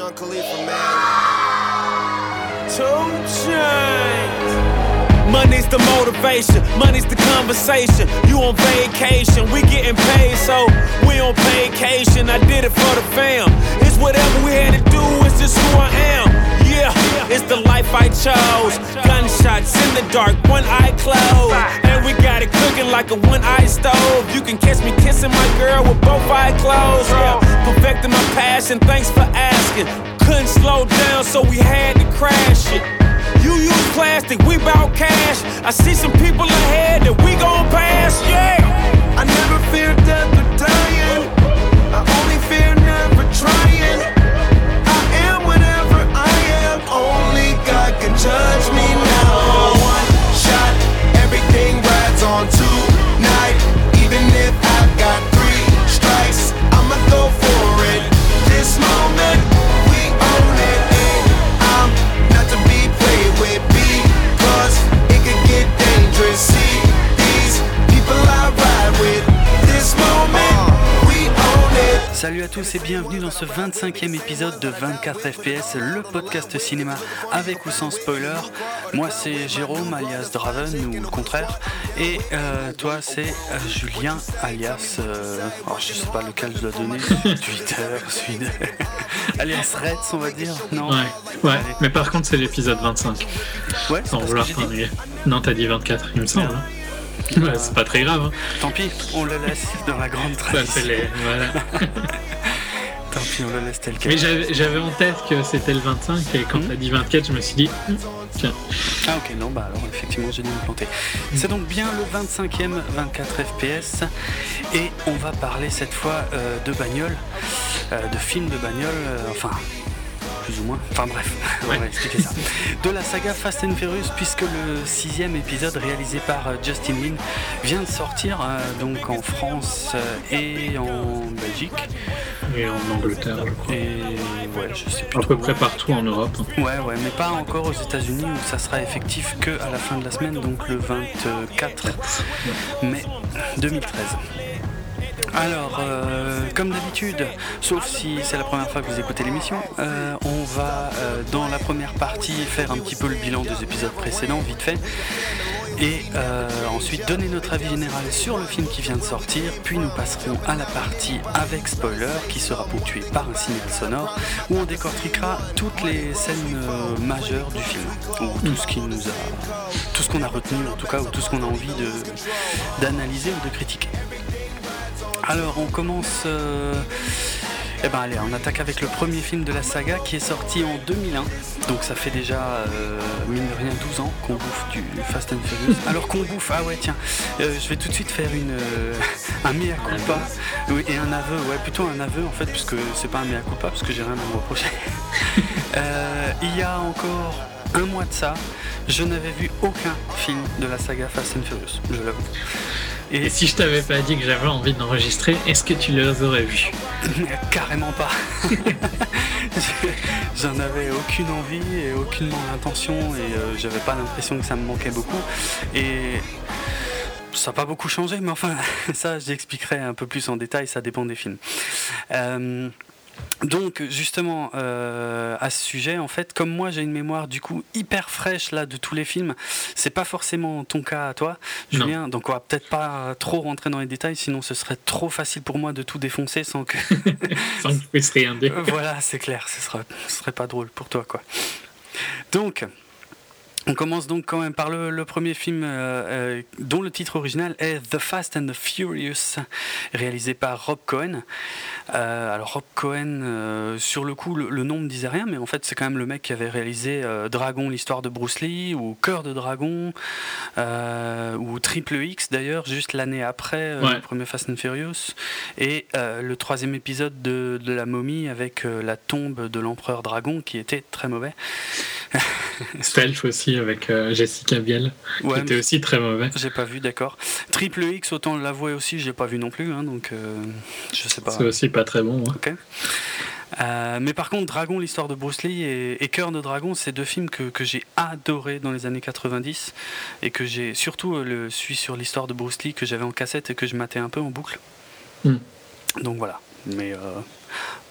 on Khalifa, man. 2 Chainz. Money's the motivation, money's the conversation. You on vacation, we getting paid, so we on vacation. I did it for the fam. It's whatever we had to do, it's just who I am. Yeah, it's the life I chose. Gunshots in the dark, one eye closed. And we got it cooking like a one-eye stove. You can catch me kissing my girl with both eyes closed. Yeah, perfecting my passion, thanks for asking. Couldn't slow down, so we had to crash it. You use plastic, we bout cash. I see some people ahead that we gon' pass, yeah. I never fear death or dying. I only fear never trying. I am whatever I am. Only God can judge me now. One shot, everything rides on tonight. Even if I've got 3 strikes, I'ma go for it. This moment, we own it. And I'm not to be played with because it could get dangerous. See these people I ride with. This moment, we own it. Salut à tous et bienvenue dans ce 25e épisode de 24 FPS, le podcast cinéma avec ou sans spoiler. Moi c'est Jérôme alias Draven ou le contraire. Et toi c'est Julien alias, alors je sais pas lequel je dois donner, Twitter, celui alias Reds on va dire, non? Ouais, mais par contre c'est l'épisode 25. Ouais, sans vouloir t'ennuyer. Non, t'as dit 24, il me semble. Hein. Ouais, c'est pas très grave. Hein. Tant pis, on le laisse dans la grande tradition. Voilà. Tant pis, on le laisse tel quel. Mais j'avais en tête que c'était le 25 et quand t'as dit 24, je me suis dit tiens. Ah ok, non, bah alors effectivement j'ai dû me planter. C'est donc bien le 25e 24 FPS et on va parler cette fois de bagnole, de films de bagnole, enfin plus ou moins, enfin bref, on va expliquer ça. De la saga Fast and Furious, puisque le 6e épisode réalisé par Justin Lin vient de sortir donc en France et en Belgique. Et en Angleterre, je crois. Et ouais, je sais plus. À peu près partout en Europe. Ouais, mais pas encore aux États-Unis où ça sera effectif que à la fin de la semaine, donc le 24 mai 2013. Alors, comme d'habitude, sauf si c'est la première fois que vous écoutez l'émission, on va dans la première partie faire un petit peu le bilan des épisodes précédents, vite fait, et ensuite donner notre avis général sur le film qui vient de sortir, puis nous passerons à la partie avec spoiler, qui sera ponctuée par un signal sonore, où on décortiquera toutes les scènes majeures du film, ou tout ce qu'on a retenu en tout cas, ou tout ce qu'on a envie d'analyser ou de critiquer. Alors on commence, allez, on attaque avec le premier film de la saga qui est sorti en 2001, donc ça fait déjà, mine de rien, 12 ans qu'on bouffe du Fast and Furious. Alors qu'on bouffe, ah ouais tiens, je vais tout de suite faire un mea culpa, oui, et un aveu, ouais plutôt un aveu en fait, puisque c'est pas un mea culpa, parce que j'ai rien à me reprocher. Il y a encore un mois de ça, je n'avais vu aucun film de la saga Fast and Furious, je l'avoue. Et si je t'avais pas dit que j'avais envie d'enregistrer, est-ce que tu les aurais vus? Carrément pas. J'en avais aucune envie et aucunement l'intention et j'avais pas l'impression que ça me manquait beaucoup. Et ça n'a pas beaucoup changé, mais enfin, ça j'expliquerai un peu plus en détail, ça dépend des films. Donc justement à ce sujet, en fait, comme moi j'ai une mémoire du coup hyper fraîche là de tous les films, c'est pas forcément ton cas à toi, Julien, non. Donc on va peut-être pas trop rentrer dans les détails, sinon ce serait trop facile pour moi de tout défoncer sans que sans que je puisse rien dire. Voilà, c'est clair, ce serait pas drôle pour toi quoi. Donc on commence donc quand même par le premier film dont le titre original est The Fast and the Furious, réalisé par Rob Cohen. Alors Rob Cohen, sur le coup, le nom me disait rien, mais en fait c'est quand même le mec qui avait réalisé Dragon, l'histoire de Bruce Lee, ou Cœur de Dragon, ou Triple X d'ailleurs, juste l'année après le premier Fast and Furious, et le 3e épisode de La Momie avec la tombe de l'empereur Dragon qui était très mauvais. Stealth aussi avec Jessica Biel qui était aussi très mauvais. J'ai pas vu, d'accord. Triple X, autant l'avouer aussi, j'ai pas vu non plus, hein, donc je sais pas. C'est aussi pas très bon. Hein. Ok. Mais par contre, Dragon, l'histoire de Bruce Lee et Cœur de Dragon, c'est 2 films que j'ai adorés dans les années 90 et que j'ai surtout celui sur l'histoire de Bruce Lee que j'avais en cassette et que je matais un peu en boucle. Donc voilà. Mais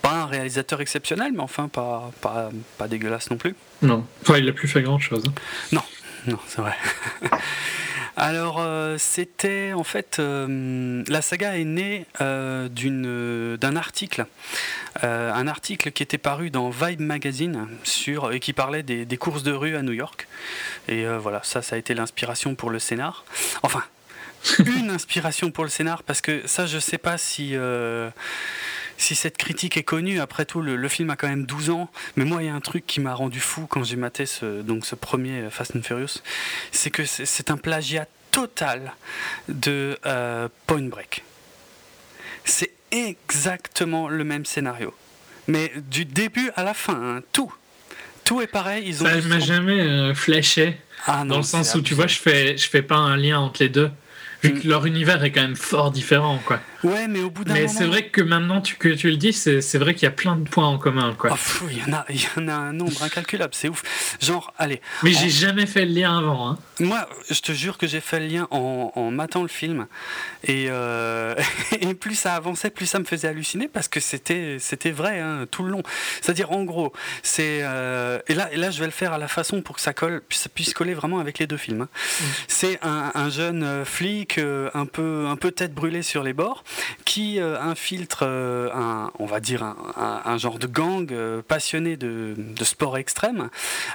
pas un réalisateur exceptionnel, mais enfin pas dégueulasse non plus. Non, enfin il a plus fait grand chose. Non, c'est vrai. Alors c'était en fait la saga est née d'un article, un article qui était paru dans Vibe Magazine et qui parlait des courses de rue à New York. Et voilà, ça a été l'inspiration pour le scénar. Enfin, une inspiration pour le scénar, parce que ça je sais pas si cette critique est connue. Après tout, le film a quand même 12 ans, mais moi il y a un truc qui m'a rendu fou quand j'ai maté ce premier Fast and Furious, c'est que c'est un plagiat total de Point Break. C'est exactement le même scénario, mais du début à la fin, hein, tout est pareil. Ça m'a jamais flashé, dans le sens où tu vois, je fais pas un lien entre les deux. Vu que leur univers est quand même fort différent, quoi. Ouais, mais au bout d'un moment... Mais c'est vrai que maintenant que tu le dis, c'est vrai qu'il y a plein de points en commun, quoi. Oh, il y en a un nombre incalculable, c'est ouf. Genre, allez... Mais j'ai jamais fait le lien avant, hein. Moi, je te jure que j'ai fait le lien en matant le film. Et plus ça avançait, plus ça me faisait halluciner, parce que c'était vrai, hein, tout le long. C'est-à-dire, en gros, c'est... Et là, je vais le faire à la façon pour que ça puisse coller vraiment avec les deux films. Hein. C'est un jeune flic un peu tête brûlée sur les bords, qui infiltre on va dire un genre de gang passionné de sport extrême,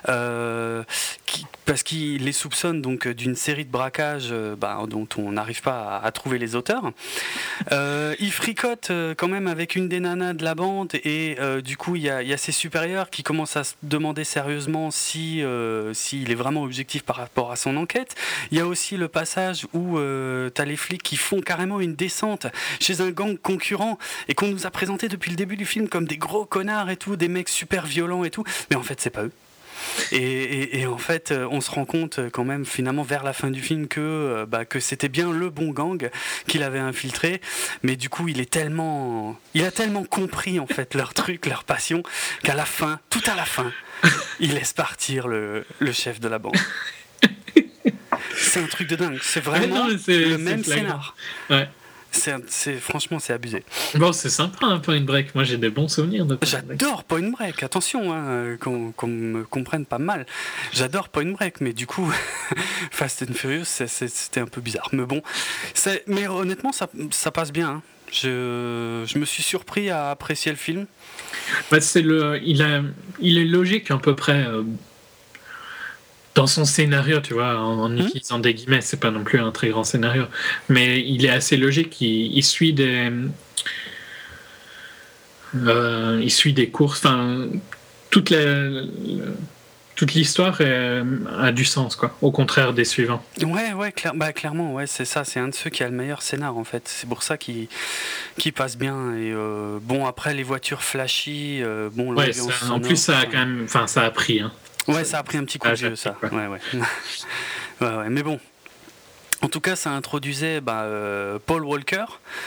parce qu'il les soupçonne donc d'une série de braquages dont on n'arrive pas à trouver les auteurs. Il fricote quand même avec une des nanas de la bande, et du coup il y a ses supérieurs qui commencent à se demander sérieusement s'il est vraiment objectif par rapport à son enquête. Il y a aussi le passage où t'as les flics qui font carrément une descente chez un gang concurrent et qu'on nous a présenté depuis le début du film comme des gros connards et tout, des mecs super violents et tout, mais en fait c'est pas eux. Et en fait on se rend compte quand même finalement vers la fin du film que c'était bien le bon gang qu'il avait infiltré, mais du coup il a tellement compris en fait leur truc, leur passion, qu'à la fin, tout à la fin, il laisse partir le chef de la bande. C'est un truc de dingue, c'est vraiment le même scénar. Ouais. Franchement, c'est abusé. Bon, c'est sympa, hein, Point Break. Moi, j'ai des bons souvenirs de Point Break. J'adore Point Break, attention, hein, qu'on me comprenne pas mal. J'adore Point Break, mais du coup, Fast and Furious, c'était un peu bizarre. Mais bon, mais honnêtement, ça passe bien. Hein. Je me suis surpris à apprécier le film. Il est logique à peu près. Dans son scénario, tu vois, en utilisant des guillemets, c'est pas non plus un très grand scénario, mais il est assez logique. Il suit des courses. Enfin, toute l'histoire a du sens, quoi. Au contraire des suivants. Ouais, clairement, ouais, c'est ça. C'est un de ceux qui a le meilleur scénar, en fait. C'est pour ça qu'il passe bien. Et bon, après les voitures flashy, l'ambiance. En plus, ça a quand même, ça a pris. Hein. Ouais, ça a pris un petit coup de vieux, ça. Ouais. Ouais, mais bon. En tout cas, ça introduisait Paul Walker,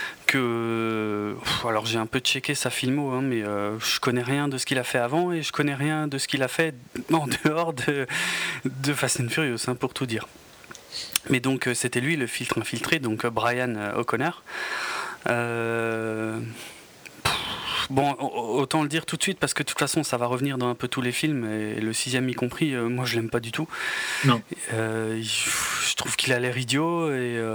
alors j'ai un peu checké sa filmo, hein, mais je connais rien de ce qu'il a fait avant, et je connais rien de ce qu'il a fait en dehors de Fast and Furious, hein, pour tout dire. Mais donc c'était lui le filtre infiltré, donc Brian O'Connor. Bon, autant le dire tout de suite, parce que de toute façon ça va revenir dans un peu tous les films, et le 6e y compris, moi je l'aime pas du tout. Non. Je trouve qu'il a l'air idiot,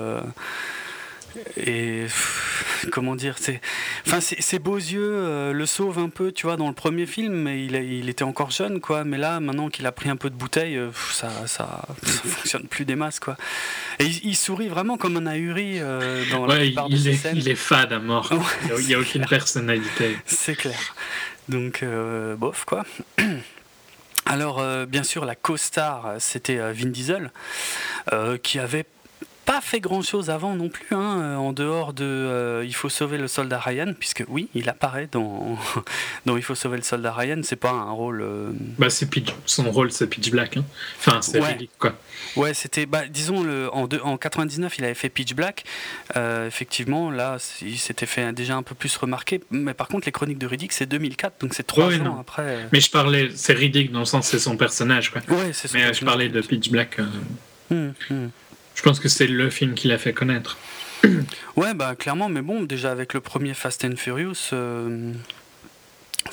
et comment dire, ses beaux yeux le sauvent un peu, tu vois, dans le premier film, mais il était encore jeune, quoi. Mais là, maintenant qu'il a pris un peu de bouteille, ça fonctionne plus des masses, quoi. Et il sourit vraiment comme un ahuri dans la plupart de ses scènes. Il est fade à mort. Ouais, il n'y a aucune personnalité. C'est clair. Donc, bof, quoi. Alors, bien sûr, la co-star, c'était Vin Diesel, qui avait pas fait grand chose avant non plus, hein, en dehors de Il faut sauver le soldat Ryan, puisque oui, il apparaît dans Il faut sauver le soldat Ryan. C'est pas un rôle. Son rôle, c'est Pitch Black. Hein. Enfin, c'est ridicule, quoi. Ouais, c'était. Disons, en 99, il avait fait Pitch Black. Effectivement, là, il s'était fait déjà un peu plus remarquer. Mais par contre, les Chroniques de Riddick, c'est 2004, donc c'est 3 ans après. Mais je parlais, c'est Riddick dans le sens, c'est son personnage, quoi. Ouais, c'est son personnage. Je parlais de Pitch Black. Je pense que c'est le film qui l'a fait connaître. Ouais, clairement, mais bon, déjà avec le premier Fast and Furious,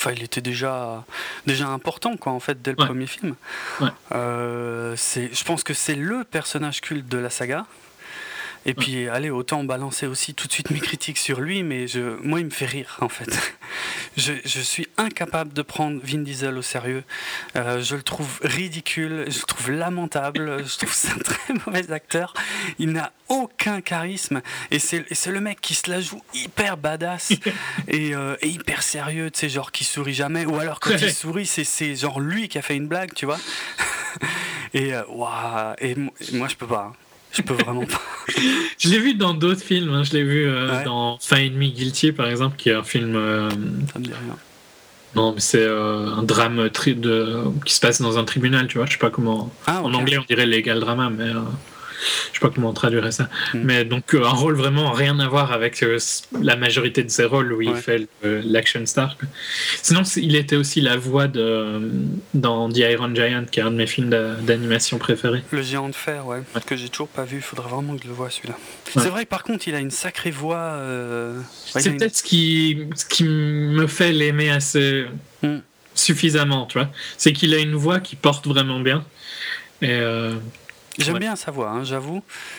Enfin, il était déjà important, quoi, en fait, dès le premier film. Ouais. Je pense que c'est le personnage culte de la saga. Et puis, allez, autant balancer aussi tout de suite mes critiques sur lui, mais moi, il me fait rire, en fait. Je suis incapable de prendre Vin Diesel au sérieux. Je le trouve ridicule, je le trouve lamentable, je trouve que c'est un très mauvais acteur. Il n'a aucun charisme. Et c'est le mec qui se la joue hyper badass et hyper sérieux, tu sais, genre qui sourit jamais. Ou alors, quand il sourit, c'est genre lui qui a fait une blague, tu vois. Et moi, je peux pas. Hein. Je peux vraiment pas. Je l'ai vu dans d'autres films. Hein. Je l'ai vu dans Find Me Guilty, par exemple, qui est un film. Ça me dit rien. Non, mais c'est un drame qui se passe dans un tribunal, tu vois. Je sais pas comment. En anglais, on dirait legal drama, mais je sais pas comment on traduirait ça. Mais donc, un rôle vraiment rien à voir avec la majorité de ses rôles où il fait l'action star. Sinon, il était aussi la voix dans The Iron Giant, qui est un de mes films d'animation préférés. Le Géant de Fer, que j'ai toujours pas vu. Il faudrait vraiment que je le voie, celui-là. C'est vrai, par contre, il a une sacrée voix. C'est peut-être ce qui me fait l'aimer assez suffisamment, tu vois. C'est qu'il a une voix qui porte vraiment bien. Et j'aime bien sa voix, hein, j'avoue.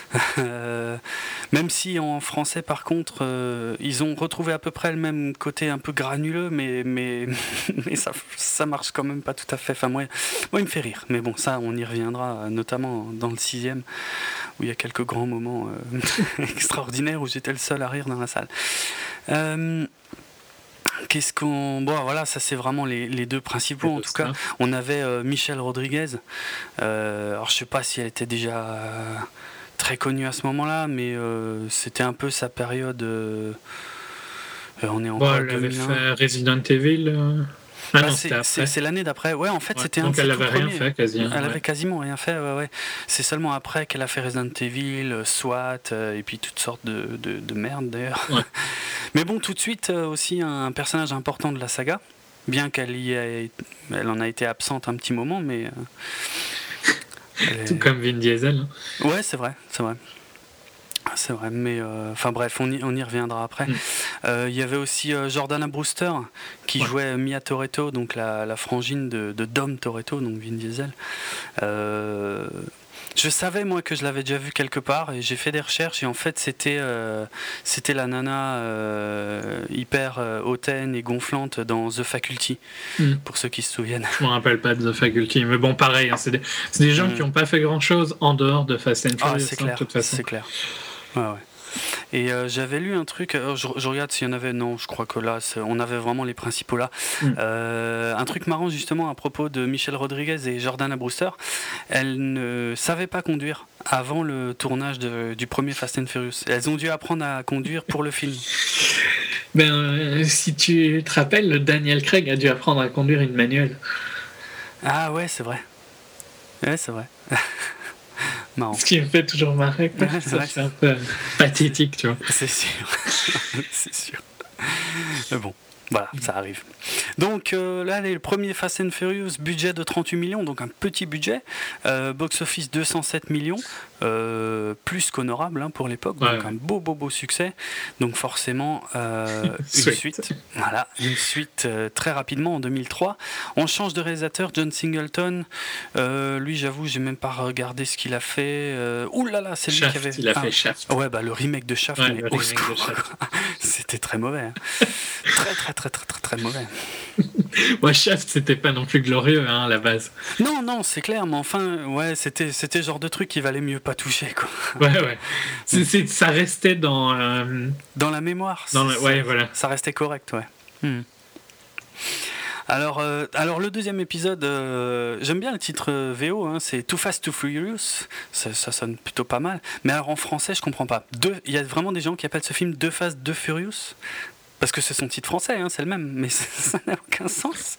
Même si en français, par contre, ils ont retrouvé à peu près le même côté un peu granuleux, mais ça marche quand même pas tout à fait. Enfin, moi, il me fait rire. Mais bon, ça, on y reviendra, notamment dans le 6e, où il y a quelques grands moments extraordinaires où j'étais le seul à rire dans la salle. Bon, voilà, ça c'est vraiment les deux principaux. En tout cas, on avait Michelle Rodriguez. Alors, je sais pas si elle était déjà très connue à ce moment-là, mais c'était un peu sa période. On est encore. Elle avait fait Resident Evil. C'est l'année d'après. Ouais, en fait, c'était un de ses elle tout avait rien premiers. fait quasiment. Elle avait quasiment rien fait. Ouais. C'est seulement après qu'elle a fait Resident Evil, SWAT, et puis toutes sortes de merde d'ailleurs. Ouais. Mais bon, tout de suite aussi un personnage important de la saga, bien elle en a été absente un petit moment, mais. Tout comme Vin Diesel. Hein. Ouais, c'est vrai. C'est vrai, mais enfin bref, on y reviendra après. Il y avait aussi Jordana Brewster qui jouait Mia Toretto, donc la frangine de Dom Toretto, donc Vin Diesel. Je savais moi que je l'avais déjà vu quelque part et j'ai fait des recherches et en fait c'était la nana hyper hautaine et gonflante dans The Faculty, pour ceux qui se souviennent. Je me rappelle pas de The Faculty, mais bon pareil, hein, c'est des gens qui n'ont pas fait grand chose en dehors de Fast and Furious. C'est clair, de toute façon. C'est clair. Ouais. Et j'avais lu un truc, je regarde s'il y en avait, non, je crois que là, on avait vraiment les principaux là. Un truc marrant justement à propos de Michelle Rodriguez et Jordana Brewster, elles ne savaient pas conduire avant le tournage du premier Fast and Furious. Elles ont dû apprendre à conduire pour le film. Si tu te rappelles, Daniel Craig a dû apprendre à conduire une manuelle. Ah ouais, c'est vrai. Ouais, c'est vrai. Marrant. Ce qui me fait toujours marrer, c'est un peu pathétique, tu vois. C'est sûr. C'est sûr. Mais bon, voilà, ça arrive. Donc là, le premier Fast and Furious, budget de 38 millions, donc un petit budget. Box-office 207 millions, plus qu'honorable pour l'époque, donc un beau succès. Donc forcément, une suite. Voilà, une suite très rapidement en 2003. On change de réalisateur, John Singleton. Lui, j'avoue, j'ai même pas regardé ce qu'il a fait. Ouh là là, c'est lui qui avait. Il a fait Shaft. Ouais, le remake de Shaft, mais au secours. C'était très mauvais. Très mauvais. Ouais, Shaft, c'était pas non plus glorieux à la base. Non, c'est clair, mais enfin, c'était le genre de truc qu'il valait mieux pas toucher, quoi. Ouais. Ça restait dans la mémoire. Voilà. Ça restait correct, ouais. Alors le deuxième épisode, j'aime bien le titre VO, c'est Too Fast, Too Furious, ça sonne plutôt pas mal, mais alors en français je comprends pas. Il y a vraiment des gens qui appellent ce film Deux Fast, Deux Furious, parce que c'est son titre français, c'est le même, mais ça n'a aucun sens.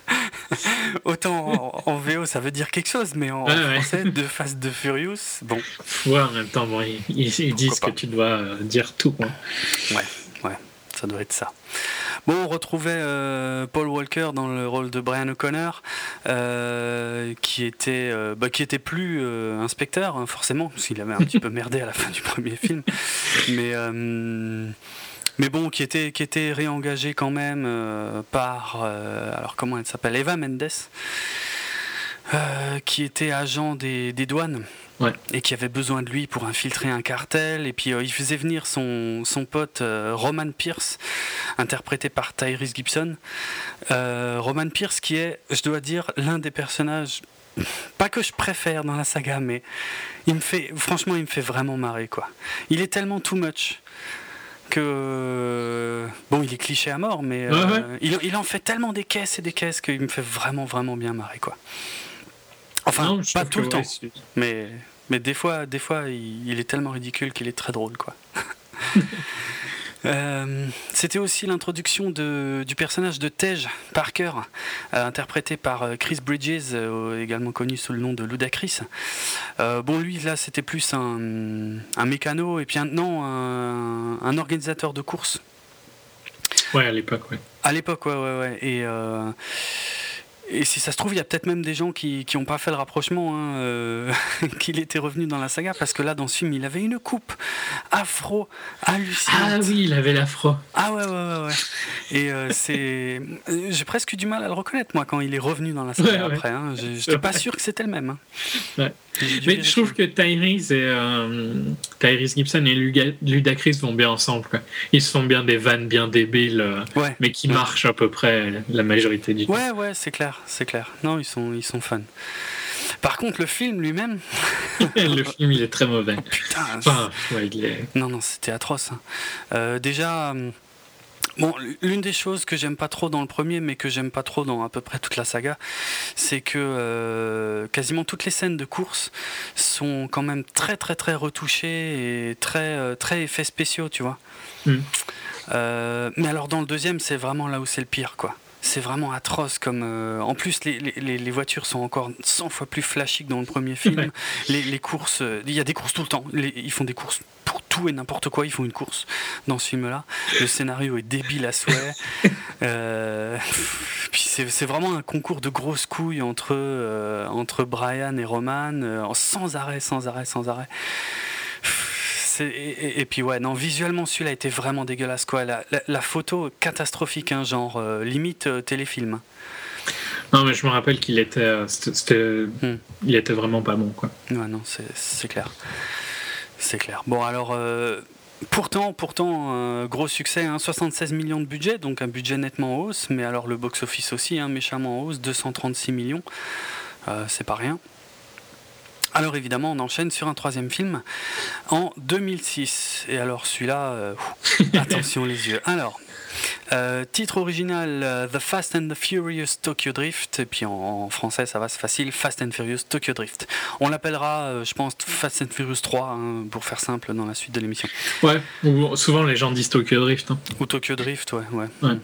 Autant en VO ça veut dire quelque chose, mais en français, Deux Fast, Deux Furious, bon. Ouais, en même temps, ils disent que tu dois dire tout. Hein. Ouais, ça doit être ça. Bon, on retrouvait Paul Walker dans le rôle de Brian O'Connor, qui était plus inspecteur, forcément, parce qu'il avait un petit peu merdé à la fin du premier film. mais bon, qui était réengagé quand même par, alors comment elle s'appelle, Eva Mendes, qui était agent des douanes. Ouais. Et qui avait besoin de lui pour infiltrer un cartel. Et puis il faisait venir son pote Roman Pierce, interprété par Tyrese Gibson. Roman Pierce qui est, je dois dire, l'un des personnages, pas que je préfère dans la saga, mais franchement il me fait vraiment marrer, quoi. Il est tellement too much que bon, il est cliché à mort, mais il en fait tellement des caisses et des caisses qu'il me fait vraiment vraiment bien marrer, quoi. Enfin, non, pas tout le temps, mais des fois il est tellement ridicule qu'il est très drôle, quoi. C'était aussi l'introduction du personnage de Tej Parker, interprété par Chris Bridges, également connu sous le nom de Ludacris. Bon, lui là c'était plus un mécano et puis un organisateur de course. Ouais, à l'époque, ouais. À l'époque, ouais. Et si ça se trouve, il y a peut-être même des gens qui n'ont pas fait le rapprochement qu'il était revenu dans la saga, parce que là, dans ce film, il avait une coupe afro hallucinante. Ah oui, il avait l'afro. Ah ouais. Et j'ai presque eu du mal à le reconnaître, moi, quand il est revenu dans la saga après. Hein. Je n'étais pas sûr que c'était le même. Hein. Ouais. Mais je trouve que Tyrese Gibson et Ludacris vont bien ensemble, quoi. Ils se font bien des vannes bien débiles, mais qui marchent à peu près la majorité du temps. Ouais, c'est clair. Non, ils sont fun. Par contre, le film lui-même... le film, il est très mauvais. Putain. Il est... Non, c'était atroce. Déjà... Bon, l'une des choses que j'aime pas trop dans le premier, mais que j'aime pas trop dans à peu près toute la saga, c'est que quasiment toutes les scènes de course sont quand même très très très retouchées et très très effets spéciaux, tu vois. Mais alors dans le deuxième, c'est vraiment là où c'est le pire, quoi. C'est vraiment atroce comme... En plus, les voitures sont encore 100 fois plus flashy que dans le premier film. Les courses... Il y a des courses tout le temps. Ils font des courses pour tout et n'importe quoi. Ils font une course dans ce film-là. Le scénario est débile à souhait. Puis c'est vraiment un concours de grosses couilles entre Brian et Roman, sans arrêt. Et puis visuellement celui-là était vraiment dégueulasse, quoi. La photo catastrophique, hein, genre limite téléfilm. Non, mais je me rappelle qu'il était il était vraiment pas bon, quoi. Ouais, non, c'est clair. Bon, alors pourtant gros succès, hein, 76 millions de budget, donc un budget nettement en hausse, mais alors le box-office aussi, hein, méchamment en hausse, 236 millions, c'est pas rien. Alors évidemment, on enchaîne sur un troisième film en 2006. Et alors celui-là, attention les yeux. Alors, titre original, The Fast and the Furious Tokyo Drift. Et puis en français, ça va, c'est facile, Fast and Furious Tokyo Drift. On l'appellera, je pense, Fast and Furious 3, hein, pour faire simple dans la suite de l'émission. Ouais, souvent les gens disent Tokyo Drift. Hein. Ou Tokyo Drift, ouais.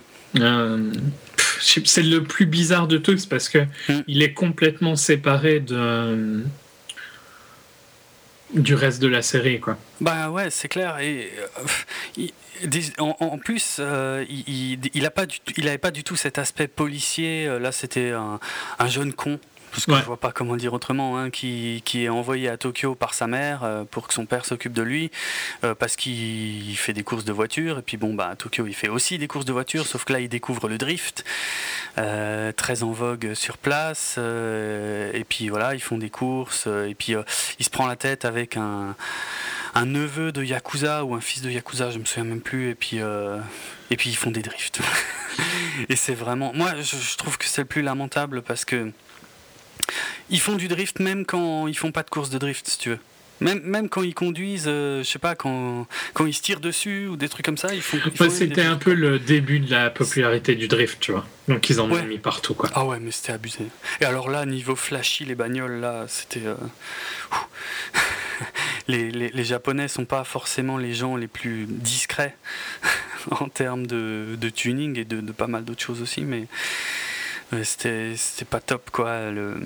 C'est le plus bizarre de tous parce que il est complètement séparé du reste de la série, quoi. Bah ouais, c'est clair. Et en plus, il avait pas du tout cet aspect policier. Là, c'était un jeune con. Parce que je vois pas comment dire autrement, hein, qui est envoyé à Tokyo par sa mère pour que son père s'occupe de lui, parce qu'il fait des courses de voiture. Et puis bon, à Tokyo, il fait aussi des courses de voiture, sauf que là, il découvre le drift, très en vogue sur place. Et puis voilà, ils font des courses. Et puis il se prend la tête avec un neveu de Yakuza ou un fils de Yakuza, je me souviens même plus. Et puis ils font des drifts. Et c'est vraiment... Moi, je trouve que c'est le plus lamentable parce que ils font du drift même quand ils font pas de course de drift, si tu veux. Même quand ils conduisent, je sais pas, quand ils se tirent dessus ou des trucs comme ça, ils font c'était un peu le début de la popularité du drift, tu vois. Donc ils en ont mis partout, quoi. Ah ouais, mais c'était abusé. Et alors là, niveau flashy, les bagnoles, là, c'était... les Japonais sont pas forcément les gens les plus discrets en termes de tuning et de pas mal d'autres choses aussi, mais... C'était pas top, quoi.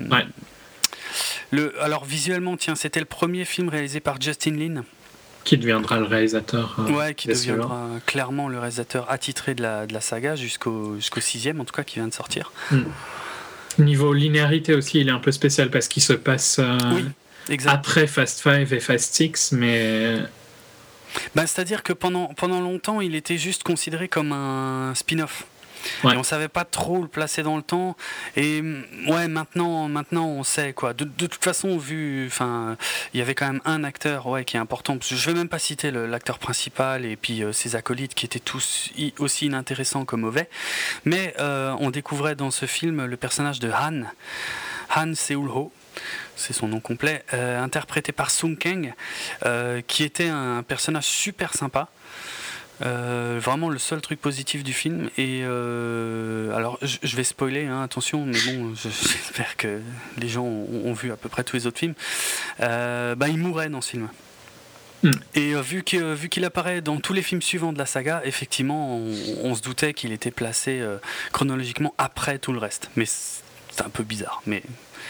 Alors visuellement, tiens, c'était le premier film réalisé par Justin Lin, qui deviendra le réalisateur. Qui deviendra clairement le réalisateur attitré de la saga jusqu'au 6e, en tout cas, qui vient de sortir. Niveau linéarité aussi, il est un peu spécial parce qu'il se passe après Fast 5 et Fast 6, mais C'est-à-dire que pendant longtemps, il était juste considéré comme un spin-off. Ouais. Et on savait pas trop le placer dans le temps. Et ouais, maintenant on sait quoi. De toute façon, il y avait quand même un acteur, qui est important. Parce que je vais même pas citer l'acteur principal et puis ses acolytes qui étaient tous aussi inintéressants que mauvais. Mais on découvrait dans ce film le personnage de Han Seul-ho. C'est son nom complet, interprété par Sung Kang, qui était un personnage super sympa. Vraiment le seul truc positif du film. Et alors je vais spoiler, attention, mais bon, j'espère que les gens ont vu à peu près tous les autres films. Il mourait dans ce film. Et vu qu'il apparaît dans tous les films suivants de la saga, effectivement on se doutait qu'il était placé chronologiquement après tout le reste. Mais c'est un peu bizarre, mais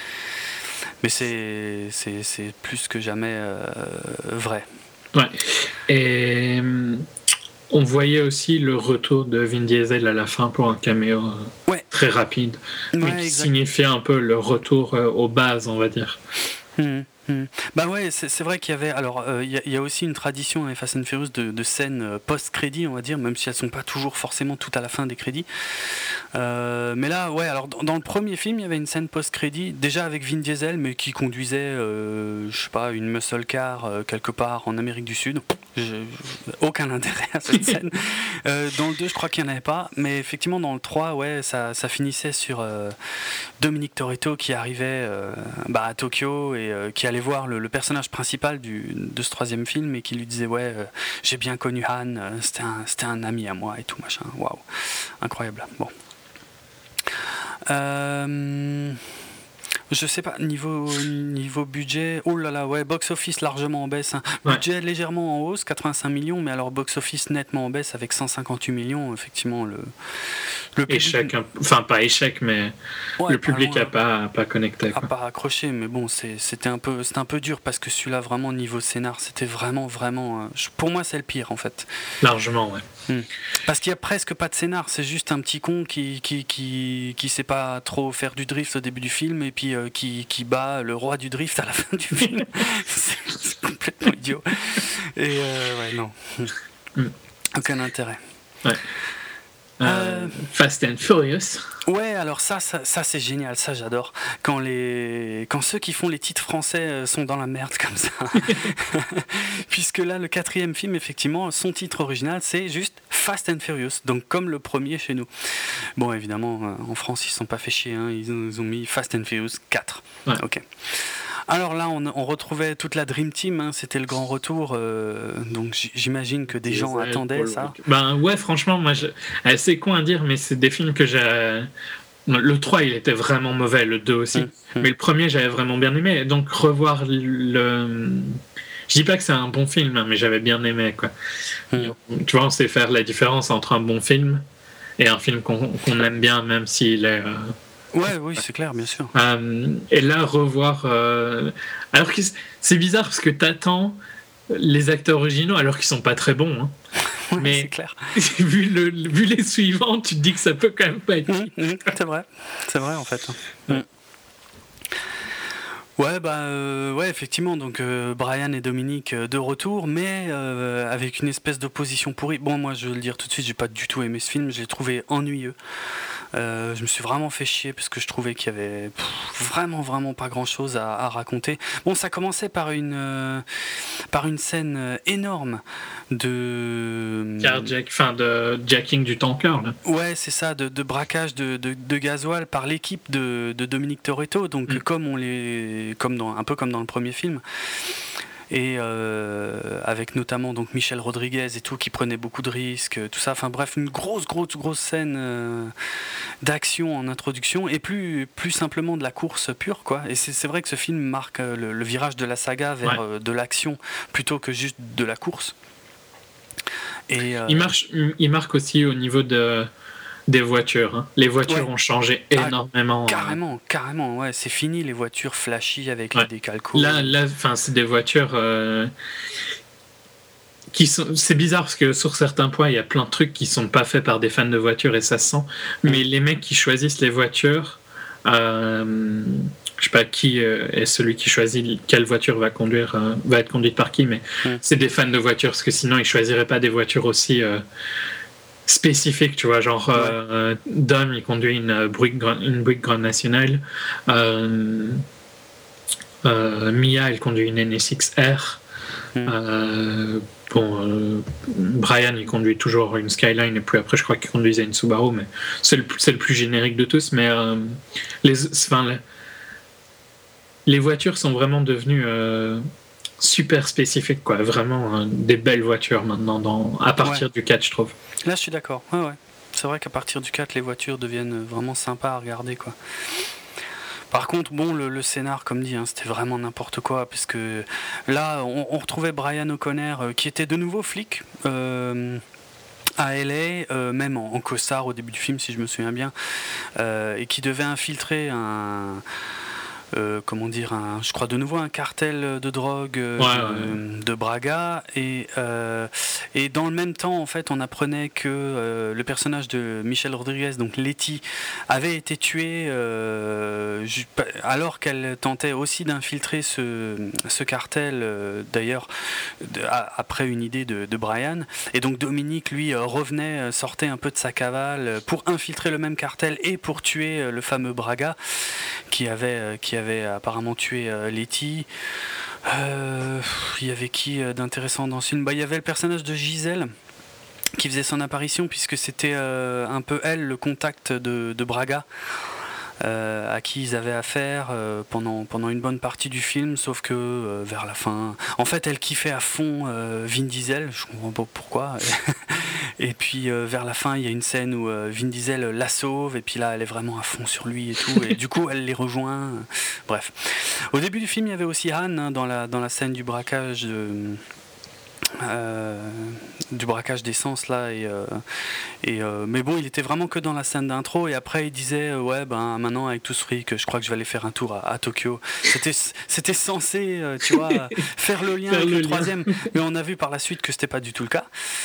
c'est plus que jamais vrai. Ouais. Et on voyait aussi le retour de Vin Diesel à la fin pour un caméo très rapide, qui signifiait un peu le retour aux bases, on va dire. C'est vrai qu'il y avait. Alors, il y a aussi une tradition avec Fast and Furious de scènes post-crédit, on va dire, même si elles sont pas toujours forcément tout à la fin des crédits. Mais là, alors dans le premier film, il y avait une scène post-crédit, déjà avec Vin Diesel, mais qui conduisait, je sais pas, une muscle car quelque part en Amérique du Sud. Aucun intérêt à cette scène. Dans le 2, je crois qu'il n'y en avait pas, mais effectivement, dans le 3, ça finissait sur Dominic Toretto qui arrivait à Tokyo et qui allait voir le personnage principal de ce troisième film et qui lui disait j'ai bien connu Han, c'était un ami à moi et tout machin. Waouh, incroyable. Bon. Je sais pas, niveau budget, oh là là, box-office largement en baisse. Budget légèrement en hausse, 85 millions, mais alors box-office nettement en baisse avec 158 millions, effectivement. Le public... Échec, enfin pas échec, mais le public n'a pas connecté. A pas accroché, mais bon, c'était un peu dur parce que celui-là, vraiment, niveau scénar, c'était vraiment, pour moi, c'est le pire, en fait. Largement, ouais. Parce qu'il y a presque pas de scénar, c'est juste un petit con qui sait pas trop faire du drift au début du film et puis qui bat le roi du drift à la fin du film. c'est complètement idiot. Et non. Aucun intérêt. Ouais. Fast and Furious. Ouais, alors ça c'est génial, ça j'adore. Quand ceux qui font les titres français sont dans la merde comme ça. Puisque là, le 4e film, effectivement, son titre original, c'est juste Fast and Furious, donc comme le premier chez nous. Bon, évidemment, en France, ils ne se sont pas fait chier, ils ont mis Fast and Furious 4. Ouais. Ok. Alors là, on retrouvait toute la Dream Team, c'était le grand retour, donc j'imagine que des gens attendaient ça. Franchement, moi, c'est con à dire, mais c'est des films que j'ai... Le 3, il était vraiment mauvais, le 2 aussi, mais le premier, j'avais vraiment bien aimé, donc revoir le... Je dis pas que c'est un bon film, mais j'avais bien aimé, quoi. Tu vois, on sait faire la différence entre un bon film et un film qu'on aime bien, même s'il est... Oui, c'est clair, bien sûr. Et là, revoir... Alors que c'est bizarre parce que t'attends les acteurs originaux alors qu'ils sont pas très bons. Mais c'est clair. vu les suivants, tu te dis que ça peut quand même pas être... C'est vrai en fait. Effectivement, donc Brian et Dominique de retour, mais avec une espèce d'opposition pourrie. Bon, moi je veux le dire tout de suite, j'ai pas du tout aimé ce film, je l'ai trouvé ennuyeux. Je me suis vraiment fait chier parce que je trouvais qu'il y avait vraiment pas grand chose à raconter. Bon, ça commençait par une scène énorme de jacking du tanker là. Ouais, c'est ça, de braquage de gasoil par l'équipe de Dominic Toretto, donc un peu comme dans le premier film. Et avec notamment donc Michel Rodriguez et tout qui prenait beaucoup de risques, tout ça. Enfin bref, une grosse scène d'action en introduction et plus simplement de la course pure, quoi. Et c'est vrai que ce film marque le virage de la saga vers de l'action plutôt que juste de la course. Et il marque aussi au niveau des voitures. Les voitures ont changé énormément. Carrément, ouais. C'est fini les voitures flashy avec les décalcos. Là, c'est des voitures qui sont... C'est bizarre parce que sur certains points, il y a plein de trucs qui sont pas faits par des fans de voitures et ça se sent. Mais les mecs qui choisissent les voitures, je sais pas qui est celui qui choisit quelle voiture va être conduite par qui, mais c'est des fans de voitures, parce que sinon ils choisiraient pas des voitures aussi spécifiques, tu vois, genre Dom il conduit une Buick Grand National, Mia elle conduit une NSX-R, Brian il conduit toujours une Skyline, et puis après je crois qu'il conduisait une Subaru, mais c'est le plus générique de tous. Mais les voitures sont vraiment devenues super spécifiques, quoi. Vraiment des belles voitures maintenant à partir du 4, je trouve. Là je suis d'accord, ouais. C'est vrai qu'à partir du 4 les voitures deviennent vraiment sympas à regarder, quoi. Par contre, bon, le scénar, comme dit, c'était vraiment n'importe quoi, parce que là, on retrouvait Brian O'Connor, qui était de nouveau flic à LA, même en costard au début du film, si je me souviens bien, et qui devait infiltrer je crois de nouveau un cartel de drogue de Braga, et dans le même temps en fait on apprenait que le personnage de Michelle Rodriguez, donc Letty, avait été tuée alors qu'elle tentait aussi d'infiltrer ce cartel, d'ailleurs après une idée de Brian, et donc Dominique lui sortait un peu de sa cavale pour infiltrer le même cartel et pour tuer le fameux Braga qui avait apparemment tué Letty. Il y avait qui d'intéressant dans ce film? Il y avait le personnage de Gisèle qui faisait son apparition, puisque c'était un peu elle le contact de Braga, à qui ils avaient affaire pendant une bonne partie du film, sauf que vers la fin, en fait elle kiffait à fond Vin Diesel, je comprends pas pourquoi. Et puis vers la fin il y a une scène où Vin Diesel la sauve, et puis là elle est vraiment à fond sur lui et tout, et du coup elle les rejoint. Bref, au début du film il y avait aussi Han dans la scène du braquage d'essence là, mais bon il était vraiment que dans la scène d'intro, et après il disait maintenant avec tout ce fric je crois que je vais aller faire un tour à Tokyo. C'était censé tu vois faire le lien avec le troisième, mais on a vu par la suite que c'était pas du tout le cas.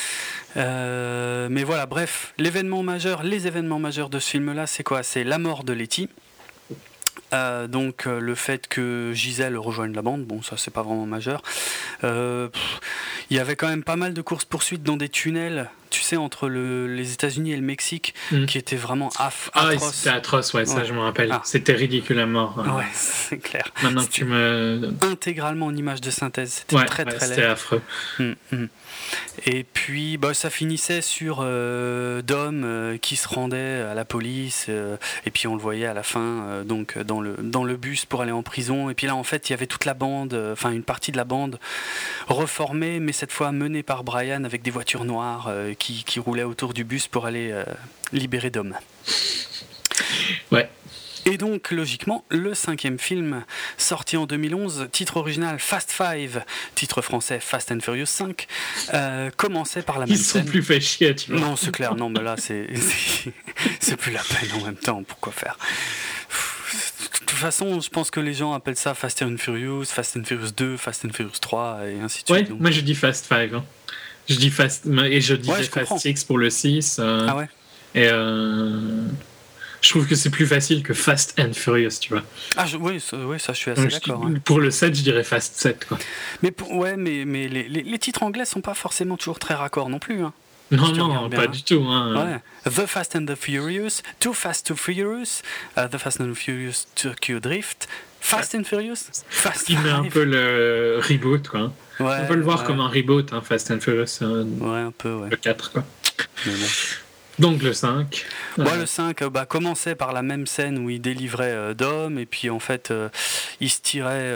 Mais voilà, bref, les événements majeurs de ce film là, c'est quoi? C'est la mort de Letty. Donc le fait que Gisèle rejoigne la bande, bon ça c'est pas vraiment majeur. Il y avait quand même pas mal de courses-poursuites dans des tunnels, tu sais, entre les États-Unis et le Mexique, qui étaient vraiment atroces. C'était atroce, ça je me rappelle. C'était ridicule à mort. Ouais, c'est clair. Maintenant que tu me... Intégralement en image de synthèse, c'était très laid. C'était affreux. Et puis ça finissait sur Dom qui se rendait à la police, et puis on le voyait à la fin donc dans le bus pour aller en prison, et puis là en fait il y avait toute la bande, une partie de la bande reformée, mais cette fois menée par Brian avec des voitures noires qui roulaient autour du bus pour aller libérer Dom. Ouais. Et donc, logiquement, le 5e film, sorti en 2011, titre original Fast Five, titre français Fast and Furious 5, commençait par la même scène. Ils sont plus fait chier, tu vois. Non, c'est clair, non, mais là, c'est plus la peine en même temps, pourquoi faire? De toute façon, je pense que les gens appellent ça Fast and Furious 2, Fast and Furious 3, et ainsi de suite. Ouais, donc. moi je dis Fast Five. Hein. Je dis Fast, et je dis Fast 6 pour le 6. Ah ouais. Et je trouve que c'est plus facile que Fast and Furious, tu vois. Oui, ça je suis assez d'accord. Pour le 7, je dirais Fast 7, quoi. Mais les titres anglais sont pas forcément toujours très raccords non plus. Hein. Non, pas du tout. Hein. Ouais. The Fast and the Furious, Too Fast to Furious, The Fast and the Furious Tokyo Drift, Fast and Furious, Fast Il met un peu le reboot, quoi. Ouais, on peut le voir comme un reboot, hein, Fast and Furious. Ouais, un peu, ouais. Le 4, quoi. Mais bon. Donc le 5. Le 5 commençait par la même scène où il délivrait Dom, et puis en fait il se tirait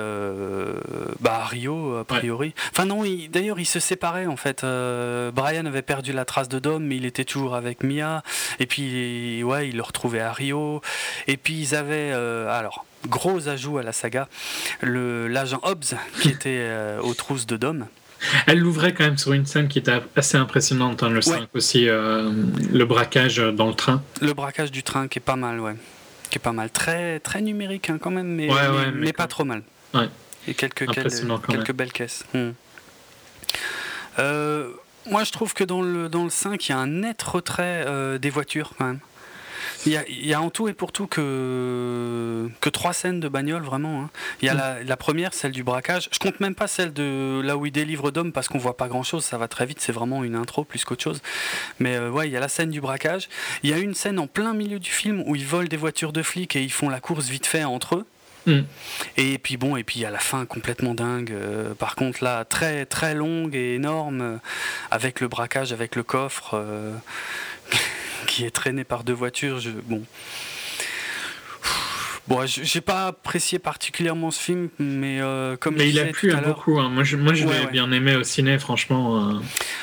à Rio a priori. Ouais. Enfin non, d'ailleurs il se séparait en fait. Brian avait perdu la trace de Dom, mais il était toujours avec Mia, et puis il le retrouvait à Rio, et puis ils avaient gros ajout à la saga, l'agent Hobbs qui était aux trousses de Dom. Elle l'ouvrait quand même sur une scène qui était assez impressionnante, le 5 aussi, le braquage dans le train. Le braquage du train qui est pas mal, ouais. Qui est pas mal. Très, très numérique hein, quand même, mais pas trop mal. Ouais. Et quelques belles caisses. Moi je trouve que dans le 5, il y a un net retrait des voitures quand même. Il y a en tout et pour tout que 3 scènes de bagnole, vraiment. Hein. Il y a la première, celle du braquage. Je compte même pas celle de là où il délivre Dom parce qu'on voit pas grand-chose, ça va très vite, c'est vraiment une intro plus qu'autre chose. Mais ouais, il y a la scène du braquage. Il y a une scène en plein milieu du film où ils volent des voitures de flics et ils font la course vite fait entre eux. Et puis il y a la fin complètement dingue. Par contre là, très très longue et énorme, avec le braquage, avec le coffre qui est traîné par 2 voitures. Bon, j'ai pas apprécié particulièrement ce film, mais comme mais il a plu à beaucoup. Hein. Moi, je l'ai bien aimé au ciné, franchement.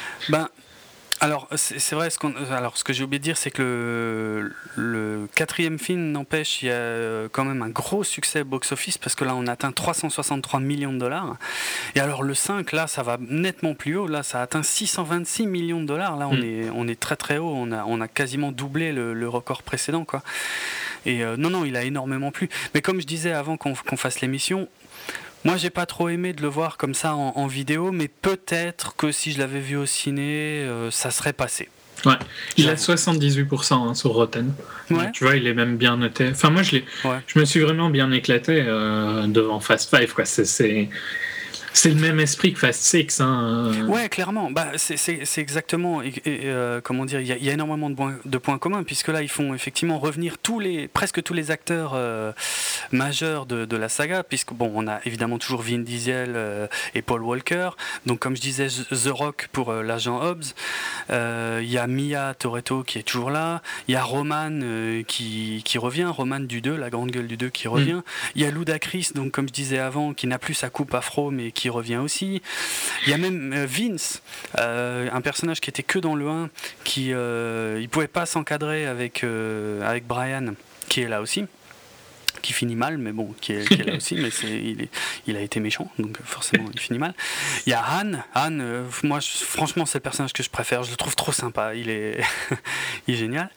Alors, c'est vrai, ce que j'ai oublié de dire, c'est que le 4e film, n'empêche, il y a quand même un gros succès box-office, parce que là, on a atteint 363 millions de dollars. Et alors, le 5, là, ça va nettement plus haut. Là, ça a atteint 626 millions de dollars. Là, on est très très haut. On a quasiment doublé le record précédent, quoi. Et non, il a énormément plu. Mais comme je disais avant qu'on fasse l'émission, moi, j'ai pas trop aimé de le voir comme ça en vidéo, mais peut-être que si je l'avais vu au ciné, ça serait passé. Ouais, il a 78% sur Rotten. Ouais. Tu vois, il est même bien noté. Enfin, moi, je me suis vraiment bien éclaté devant Fast Five, quoi. C'est le même esprit que Fast Six. Hein. Ouais, clairement. C'est exactement. Comment dire, il y a énormément de points communs, puisque là, ils font effectivement revenir presque tous les acteurs majeurs de la saga, puisque on a évidemment toujours Vin Diesel et Paul Walker. Donc, comme je disais, The Rock pour l'agent Hobbs. Il y a Mia Toretto qui est toujours là. Il y a Roman qui revient. Roman du 2, la grande gueule du 2 qui revient. Il y a Ludacris, donc comme je disais avant, qui n'a plus sa coupe afro, mais qui revient aussi. Il y a même Vince, un personnage qui était que dans le 1, qui il pouvait pas s'encadrer avec Brian, qui est là aussi, qui finit mal, mais bon, qui est là aussi, mais il a été méchant, donc forcément il finit mal. Il y a Han, moi franchement c'est le personnage que je préfère, je le trouve trop sympa, il est génial.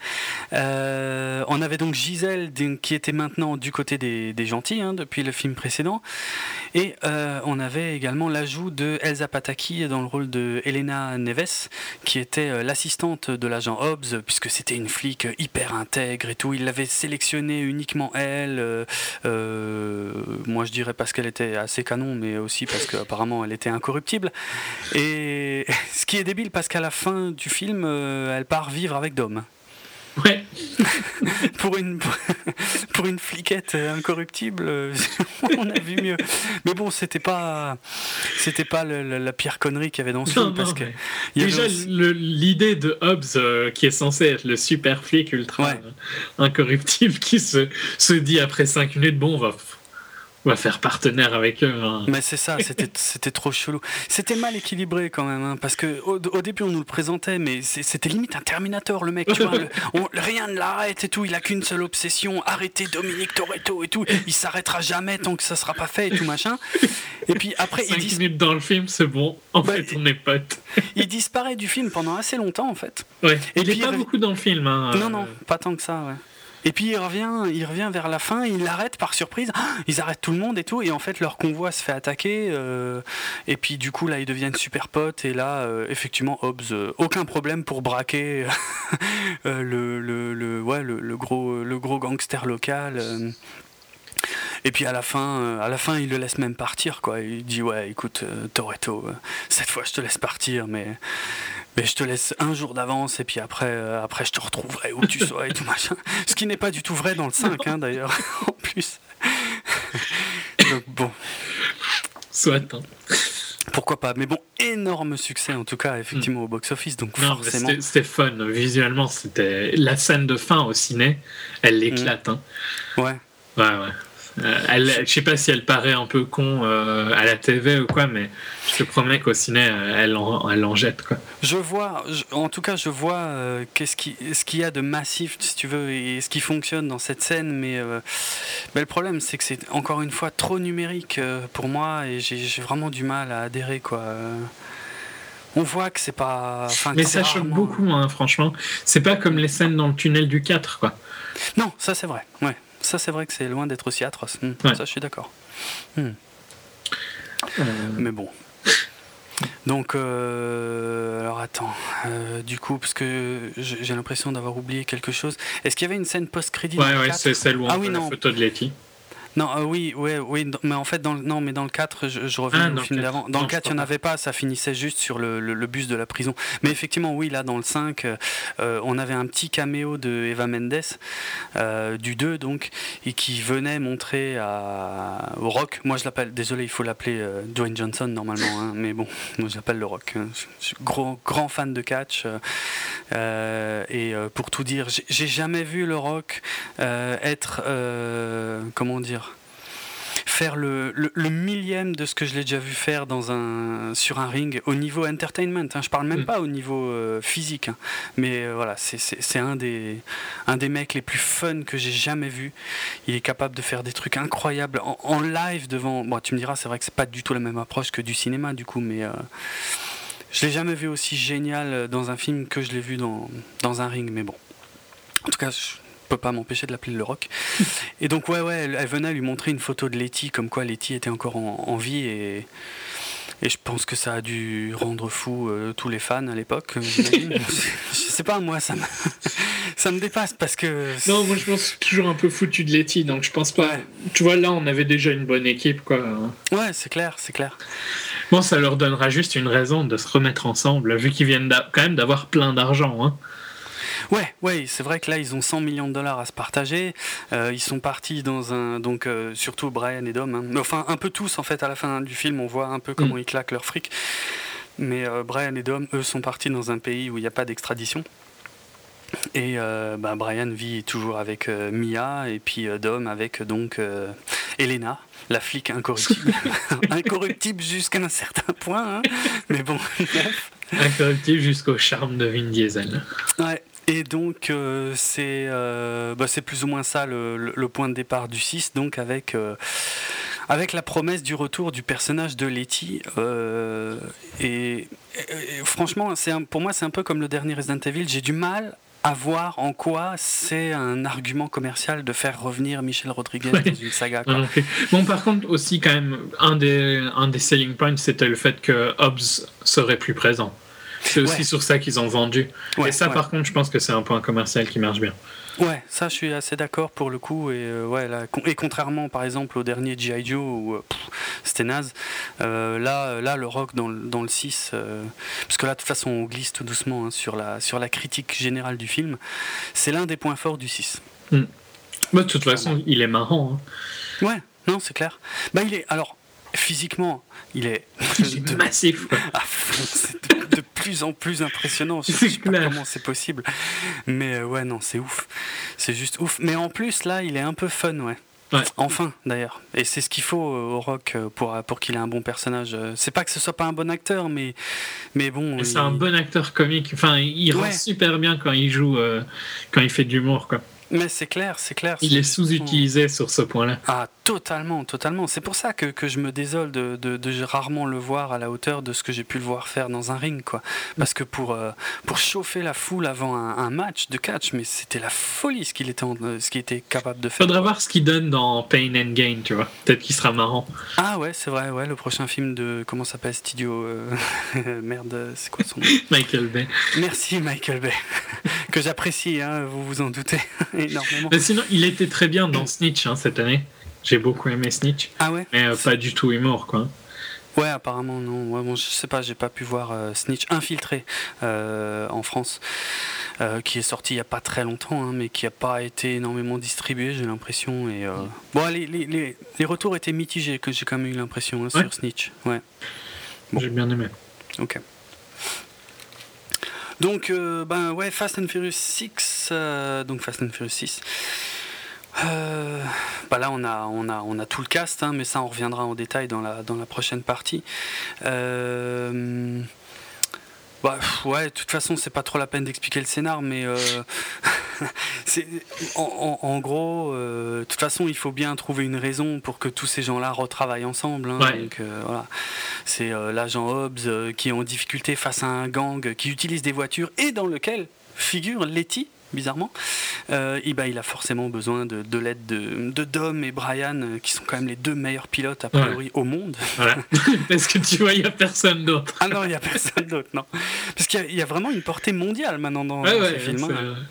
On avait donc Gisèle qui était maintenant du côté des gentils, hein, depuis le film précédent, et on avait également l'ajout de Elsa Pataky dans le rôle de Elena Neves, qui était l'assistante de l'agent Hobbs, puisque c'était une flic hyper intègre et tout, il l'avait sélectionnée uniquement elle. Moi je dirais parce qu'elle était assez canon, mais aussi parce qu'apparemment elle était incorruptible. Et ce qui est débile, parce qu'à la fin du film, elle part vivre avec Dom. Ouais. pour une fliquette incorruptible, on a vu mieux. Mais bon, c'était pas la pire connerie qu'il y avait dans ce film, parce que déjà l'idée de Hobbs qui est censé être le super flic ultra incorruptible qui se dit après 5 minutes, bon, on va faire partenaire avec eux. Hein. Mais c'est ça, c'était trop chelou. C'était mal équilibré quand même, hein, parce que au début on nous le présentait, mais c'était limite un Terminator, le mec. Tu vois, rien ne l'arrête et tout. Il a qu'une seule obsession, arrêter Dominique Toretto et tout. Il s'arrêtera jamais tant que ça sera pas fait et tout machin. Et puis après 5 minutes dans le film, c'est bon. En fait, on est potes. Il disparaît du film pendant assez longtemps en fait. Ouais. Et il est pas beaucoup dans le film. Hein, non, pas tant que ça. Ouais. Et puis il revient vers la fin, il l'arrête par surprise, ils arrêtent tout le monde et tout, et en fait leur convoi se fait attaquer, et puis du coup là ils deviennent super potes, et là effectivement Hobbs, aucun problème pour braquer le gros gangster local. Et puis à la fin, il le laisse même partir, quoi. Il dit ouais, écoute, Toretto, cette fois je te laisse partir, mais je te laisse un jour d'avance, et puis après je te retrouverai où tu sois et tout machin. Ce qui n'est pas du tout vrai dans le 5, hein, d'ailleurs, en plus. Donc bon. Soit. Hein. Pourquoi pas, mais bon, énorme succès en tout cas, effectivement, au box-office, donc forcément. C'était fun, visuellement, c'était la scène de fin au ciné, elle éclate. Hein. Ouais. Je sais pas si elle paraît un peu con à la TV ou quoi, mais je te promets qu'au ciné, elle en jette, quoi. Je vois ce qu'il y a de massif, si tu veux, et ce qui fonctionne dans cette scène, mais le problème, c'est que c'est encore une fois trop numérique pour moi, et j'ai vraiment du mal à adhérer, quoi. On voit que c'est pas... mais ça choque beaucoup, hein, franchement. C'est pas comme les scènes dans le tunnel du 4, quoi. Non, ça c'est vrai, ouais. Ça, c'est vrai que c'est loin d'être aussi atroce. Ça, je suis d'accord. Mais bon. Donc, alors attends, du coup, parce que j'ai l'impression d'avoir oublié quelque chose. Est-ce qu'il y avait une scène post-crédit dans le 4 c'est celle où on voit la photo de Letty. Non, oui, mais en fait, dans le 4, je reviens au film d'avant. Dans le 4, il n'y en avait pas, ça finissait juste sur le bus de la prison. Mais effectivement, oui, là, dans le 5, on avait un petit caméo de Eva Mendes, du 2, donc, et qui venait montrer au Rock. Moi, je l'appelle, désolé, il faut l'appeler Dwayne Johnson, normalement, hein, mais bon, moi, je l'appelle le Rock. Je suis grand fan de catch, et pour tout dire, j'ai jamais vu le Rock être, comment dire, faire le millième de ce que je l'ai déjà vu faire sur un ring au niveau entertainment, hein. Je parle même pas au niveau physique, hein. Mais voilà, c'est un des mecs les plus fun que j'ai jamais vu. Il est capable de faire des trucs incroyables en live devant. Bon, tu me diras, c'est vrai que c'est pas du tout la même approche que du cinéma du coup, mais je l'ai jamais vu aussi génial dans un film que je l'ai vu dans un ring. Mais bon, en tout cas, je peux pas m'empêcher de l'appeler le Rock. Et donc elle venait lui montrer une photo de Letty, comme quoi Letty était encore en vie, et je pense que ça a dû rendre fou tous les fans à l'époque. Je sais pas, moi ça me dépasse parce que... Non, moi je pense toujours un peu foutu de Letty, donc je pense pas... Ouais. Tu vois, là on avait déjà une bonne équipe, quoi. Ouais, c'est clair. Bon, ça leur donnera juste une raison de se remettre ensemble, vu qu'ils viennent quand même d'avoir plein d'argent, hein. Ouais, c'est vrai que là ils ont $100 millions à se partager. Ils sont partis dans un, donc surtout Brian et Dom, hein. Enfin un peu tous en fait. À la fin du film, on voit un peu comment ils claquent leur fric. Mais Brian et Dom, eux, sont partis dans un pays où il n'y a pas d'extradition. Et Brian vit toujours avec Mia, et puis Dom avec donc Elena, la flic incorruptible. Incorruptible jusqu'à un certain point, hein. Mais bon, bref. Incorruptible jusqu'au charme de Vin Diesel. Ouais. Et donc c'est plus ou moins ça le point de départ du 6, donc avec la promesse du retour du personnage de Letty, et franchement pour moi c'est un peu comme le dernier Resident Evil. J'ai du mal à voir en quoi c'est un argument commercial de faire revenir Michelle Rodriguez dans une saga, quoi. Bon, par contre aussi quand même un des selling points, c'était le fait que Hobbs serait plus présent. C'est aussi sur ça qu'ils ont vendu. Et ça, par contre, je pense que c'est un point commercial qui marche bien. Ouais, ça, je suis assez d'accord pour le coup. Et contrairement, par exemple, au dernier G.I. Joe, où c'était naze, là, le Rock dans le 6, parce que là, de toute façon, on glisse tout doucement, hein, sur la critique générale du film, c'est l'un des points forts du 6. De toute façon, il est marrant. Hein. Ouais, non, c'est clair. Il est... Alors, physiquement, il est massif. C'est de plus en plus impressionnant. Je sais pas comment c'est possible. Mais non, c'est ouf. C'est juste ouf. Mais en plus, là, il est un peu fun, ouais. Enfin, d'ailleurs. Et c'est ce qu'il faut au Rock pour qu'il ait un bon personnage. C'est pas que ce soit pas un bon acteur, mais bon. C'est un bon acteur comique. Enfin, il rend super bien quand il joue, quand il fait de l'humour, quoi. Mais c'est clair. Il est sous-utilisé sur ce point-là. Ah, totalement. C'est pour ça que je me désole de rarement le voir à la hauteur de ce que j'ai pu le voir faire dans un ring, quoi. Parce que pour chauffer la foule avant un match de catch, mais c'était la folie ce qu'il était capable de faire. Faudra voir ce qu'il donne dans Pain and Gain, tu vois. Peut-être qu'il sera marrant. Ah ouais, c'est vrai, le prochain film de... Comment s'appelle cet idiot merde, c'est quoi son nom? Michael Bay. Merci Michael Bay. Que j'apprécie, hein, vous vous en doutez. Énormément. Mais sinon, il était très bien dans Snitch, hein, cette année. J'ai beaucoup aimé Snitch. Ah ouais. Mais pas du tout humour, quoi. Ouais, apparemment non. Ouais, bon, je sais pas, j'ai pas pu voir Snitch Infiltré en France, qui est sorti il y a pas très longtemps, hein, mais qui a pas été énormément distribué, j'ai l'impression. Et bon, les retours étaient mitigés, que j'ai quand même eu l'impression, hein, sur Snitch. Ouais. Bon. J'ai bien aimé. Ok. Donc, Fast and Furious 6. Donc, Fast and Furious 6. Là, on a tout le cast, hein, mais ça, on reviendra en détail dans la prochaine partie. De toute façon, c'est pas trop la peine d'expliquer le scénar, mais en gros, de toute façon, il faut bien trouver une raison pour que tous ces gens-là retravaillent ensemble. Hein, donc, voilà. C'est l'agent Hobbs qui est en difficulté face à un gang qui utilise des voitures et dans lequel figure Letty, bizarrement. Il a forcément besoin de l'aide de Dom et Brian, qui sont quand même les 2 meilleurs pilotes, a priori, au monde. Voilà. Parce que tu vois, il n'y a personne d'autre. Ah non, il n'y a personne d'autre, non. Parce qu'il y a vraiment une portée mondiale maintenant dans ces films.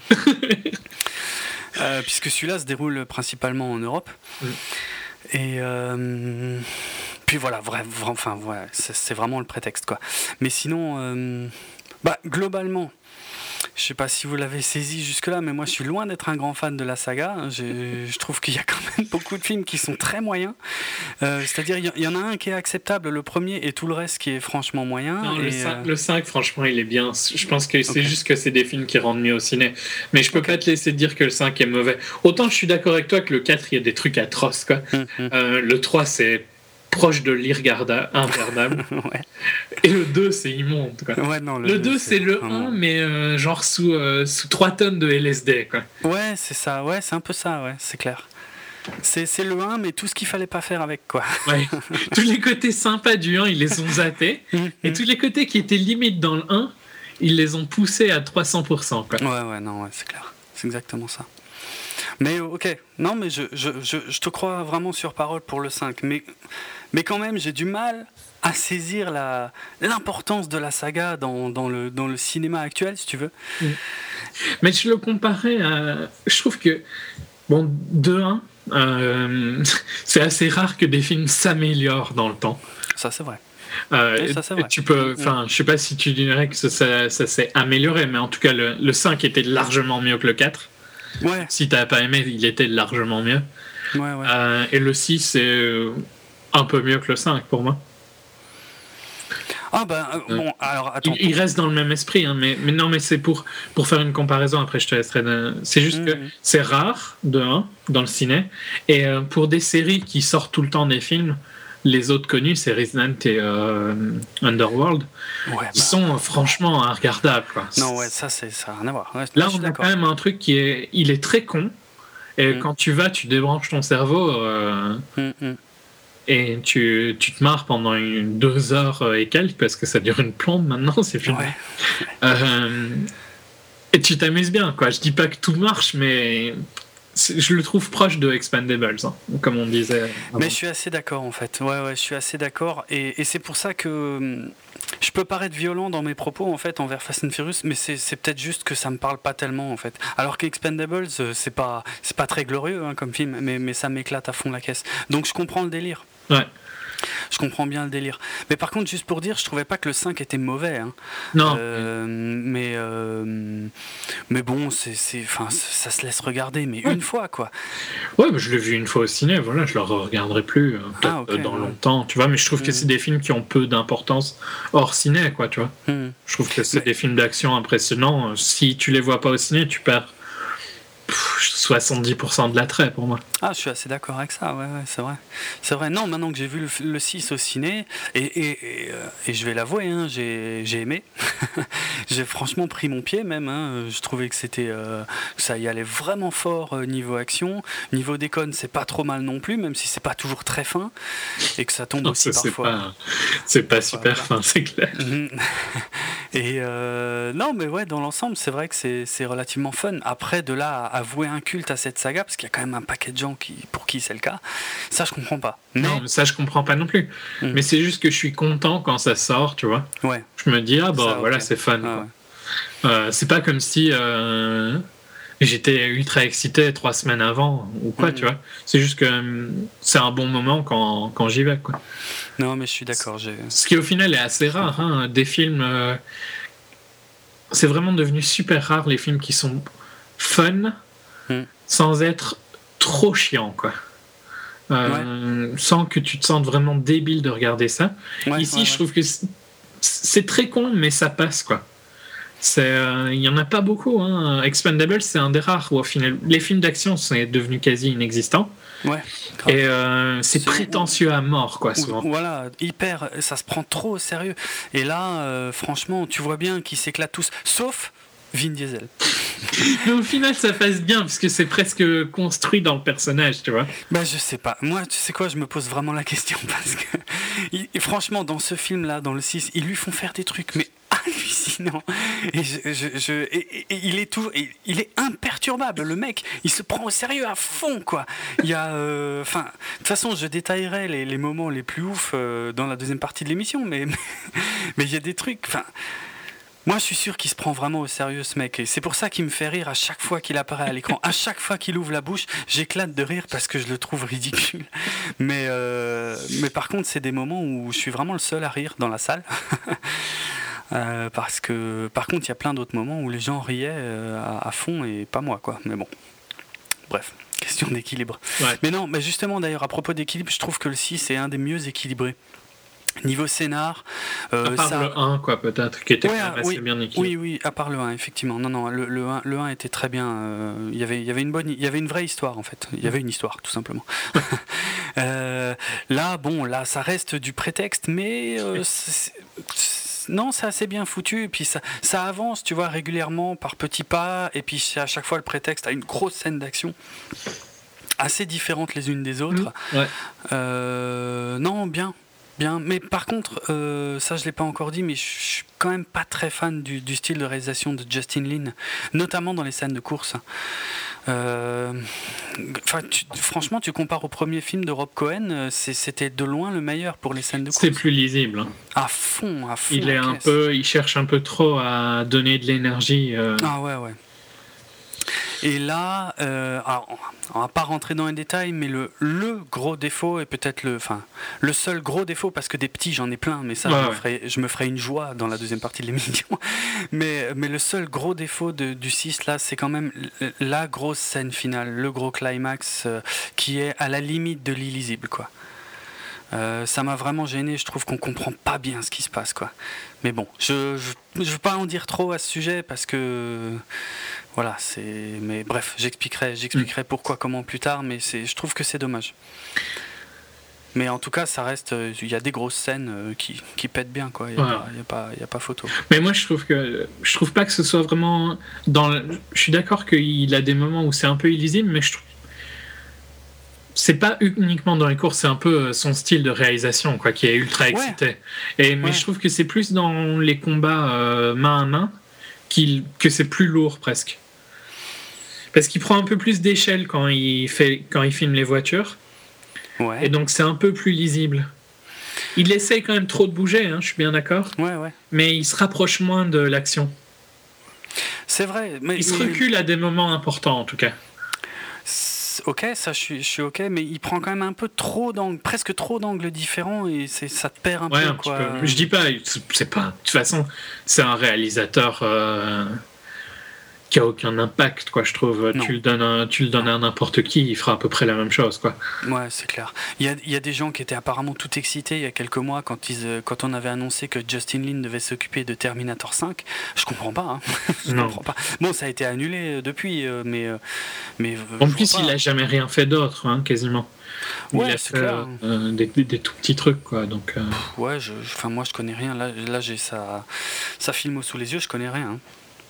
Puisque celui-là se déroule principalement en Europe. Et puis voilà, c'est vraiment le prétexte, quoi. Mais sinon, globalement, je sais pas si vous l'avez saisi jusque-là, mais moi je suis loin d'être un grand fan de la saga. Je trouve qu'il y a quand même beaucoup de films qui sont très moyens. C'est-à-dire, il y en a un qui est acceptable, le premier, et tout le reste qui est franchement moyen. Non, le 5, franchement, il est bien. Je pense que c'est juste que c'est des films qui rendent mieux au ciné. Mais je peux pas te laisser dire que le 5 est mauvais. Autant je suis d'accord avec toi que le 4, il y a des trucs atroces, quoi. Le 3, c'est proche de l'irregardable. Ouais. Et le 2, c'est immonde, quoi. Ouais, non, le 2, c'est le 1, mais genre sous 3 tonnes de LSD, quoi. Ouais, c'est ça. Ouais, c'est un peu ça, ouais, c'est clair. C'est le 1, mais tout ce qu'il fallait pas faire avec, quoi. Ouais. Tous les côtés sympas du 1, ils les ont zappés. Et tous les côtés qui étaient limite dans le 1, ils les ont poussés à 300%, quoi. Ouais, non, ouais, c'est clair. C'est exactement ça. Mais ok, non, mais je te crois vraiment sur parole pour le 5. Mais quand même, j'ai du mal à saisir l'importance de la saga dans le cinéma actuel, si tu veux. Mais je le comparais à... Je trouve que, bon, de 1, c'est assez rare que des films s'améliorent dans le temps. Ça, c'est vrai. Ça, c'est vrai. Tu peux, je sais pas si tu dirais que ça s'est amélioré, mais en tout cas, le 5 était largement mieux que le 4. Ouais. Si t'as pas aimé, il était largement mieux. Ouais. Et le 6, c'est un peu mieux que le 5 pour moi. Ah bon, alors attends. Il reste dans le même esprit, hein, mais non, mais c'est pour faire une comparaison, après je te laisserai... C'est juste que c'est rare, de 1, dans le ciné, et pour des séries qui sortent tout le temps des films, les autres connus, c'est Resident et Underworld, qui sont franchement regardables, quoi. Non, ouais, ça n'a rien à voir. Ouais, là, on a quand même un truc il est très con, et quand tu débranches ton cerveau, et tu te marres pendant 2 heures et quelques, parce que ça dure une plombe maintenant, c'est fini. Ouais. Et tu t'amuses bien, quoi. Je dis pas que tout marche, mais... Je le trouve proche de Expendables, hein, comme on disait avant. Mais je suis assez d'accord, en fait. Ouais, je suis assez d'accord. Et c'est pour ça que je peux paraître violent dans mes propos, en fait, envers Fast and Furious, mais c'est peut-être juste que ça me parle pas tellement, en fait. Alors qu'Expendables, c'est pas très glorieux, hein, comme film, mais ça m'éclate à fond la caisse. Donc je comprends le délire. Ouais. Je comprends bien le délire. Mais par contre, juste pour dire, je trouvais pas que le 5 était mauvais. Hein. Non. Mais bon, ça se laisse regarder, mais une fois, quoi. Ouais, mais je l'ai vu une fois au ciné, voilà, je le regarderai plus dans longtemps, tu vois, mais je trouve que c'est des films qui ont peu d'importance hors ciné, quoi, tu vois. Je trouve que c'est des films d'action impressionnants. Si tu les vois pas au ciné, tu perds 70% de l'attrait pour moi. Ah, je suis assez d'accord avec ça, ouais, c'est vrai. C'est vrai, non, maintenant que j'ai vu le 6 au ciné, et je vais l'avouer, hein, j'ai aimé. J'ai franchement pris mon pied même, hein. Je trouvais que ça y allait vraiment fort niveau action. Niveau déconne, c'est pas trop mal non plus, même si c'est pas toujours très fin, et que ça tombe aussi parfois. C'est pas super fin, c'est clair. Et non, mais ouais, dans l'ensemble, c'est vrai que c'est relativement fun. Après, de là à vouer un culte à cette saga, parce qu'il y a quand même un paquet de gens pour qui c'est le cas, ça je comprends pas. Non, ça je comprends pas non plus. Mais c'est juste que je suis content quand ça sort, tu vois. Ouais. Je me dis, voilà, c'est fun. Ouais. C'est pas comme si j'étais ultra excité 3 semaines avant ou quoi, tu vois. C'est juste que c'est un bon moment quand j'y vais, quoi. Non, mais je suis d'accord. Ce qui au final est assez rare, hein. Des films... c'est vraiment devenu super rare, les films qui sont fun sans être trop chiant, quoi. Sans que tu te sentes vraiment débile de regarder ça. Ici, je trouve que c'est très con, mais ça passe, quoi. Il y en a pas beaucoup, hein. Expendables, c'est un des rares où au final les films d'action sont devenus quasi inexistants. Ouais. Et c'est prétentieux à mort, quoi, souvent. Voilà, ça se prend trop au sérieux. Et là, franchement, tu vois bien qu'ils s'éclatent tous, sauf Vin Diesel. Mais au final, ça passe bien, parce que c'est presque construit dans le personnage, tu vois. Bah, je sais pas. Moi, tu sais quoi, je me pose vraiment la question, parce que franchement, dans ce film-là, dans le 6, ils lui font faire des trucs, mais hallucinant. Et, il est toujours, il est imperturbable. Le mec, il se prend au sérieux à fond, quoi. Il y a, de toute façon, je détaillerai les moments les plus ouf dans la deuxième partie de l'émission, mais il y a des trucs. Moi, je suis sûr qu'il se prend vraiment au sérieux, ce mec. Et c'est pour ça qu'il me fait rire à chaque fois qu'il apparaît à l'écran. À chaque fois qu'il ouvre la bouche, j'éclate de rire parce que je le trouve ridicule. Mais par contre, c'est des moments où je suis vraiment le seul à rire dans la salle. Parce que, par contre, il y a plein d'autres moments où les gens riaient à fond et pas moi, quoi. Mais bon, bref, question d'équilibre. Ouais. Mais non, mais justement, d'ailleurs, à propos d'équilibre, je trouve que le 6 est un des mieux équilibrés. Niveau scénar, à part le 1, quoi, peut-être, qui était assez bien équilibré. Oui, à part le 1, effectivement. Non, le 1 était très bien. Il y avait une vraie histoire, en fait. Il y avait une histoire, tout simplement. Là, ça reste du prétexte, mais non, c'est assez bien foutu. Et puis ça avance, tu vois, régulièrement par petits pas. Et puis à chaque fois, le prétexte a une grosse scène d'action assez différentes les unes des autres. Non, bien. Mais par contre, ça je l'ai pas encore dit, mais je suis quand même pas très fan du style de réalisation de Justin Lin, notamment dans les scènes de course. Franchement, tu compares au premier film de Rob Cohen, c'était de loin le meilleur pour les scènes de course. C'est plus lisible. À fond. Il cherche un peu trop à donner de l'énergie. Ah ouais. Et là, alors, on va pas rentrer dans les détails, mais le gros défaut, et peut-être le seul gros défaut, parce que des petits, j'en ai plein, mais ça, je me ferai une joie dans la deuxième partie de l'émission. Mais le seul gros défaut du 6, là, c'est quand même la grosse scène finale, le gros climax, qui est à la limite de l'illisible, quoi. Ça m'a vraiment gêné, je trouve qu'on comprend pas bien ce qui se passe, quoi. Mais bon, je veux pas en dire trop à ce sujet parce que voilà, mais bref, j'expliquerai pourquoi, comment plus tard, mais je trouve que c'est dommage. Mais en tout cas, ça reste, il y a des grosses scènes qui pètent bien, quoi. Il y a pas photo. Mais moi, je trouve pas que ce soit vraiment je suis d'accord qu'il a des moments où c'est un peu illisible, mais je trouve c'est pas uniquement dans les courses, c'est un peu son style de réalisation, quoi, qui est ultra excité. Mais je trouve que c'est plus dans les combats main à main que c'est plus lourd presque. Parce qu'il prend un peu plus d'échelle quand il filme les voitures. Ouais. Et donc c'est un peu plus lisible. Il essaye quand même trop de bouger, je suis bien d'accord. Ouais. Mais il se rapproche moins de l'action. C'est vrai. Mais il se recule à des moments importants, en tout cas. Ok, ça je suis ok, mais il prend quand même un peu presque trop d'angles différents et ça te perd un peu, quoi. Je dis pas, c'est pas. De toute façon, c'est un réalisateur qui a aucun impact, quoi. Je trouve. Tu le donnes à n'importe qui, il fera à peu près la même chose, quoi. Ouais, c'est clair. Il y a des gens qui étaient apparemment tout excités il y a quelques mois quand on avait annoncé que Justin Lin devait s'occuper de Terminator 5. Je comprends pas. Comprends pas. Bon, ça a été annulé depuis, mais. En plus, il a jamais rien fait d'autre, quasiment. Il a fait des tout petits trucs, quoi. Donc. Ouais, moi je connais rien. Là j'ai sa filmo sous les yeux, je connais rien.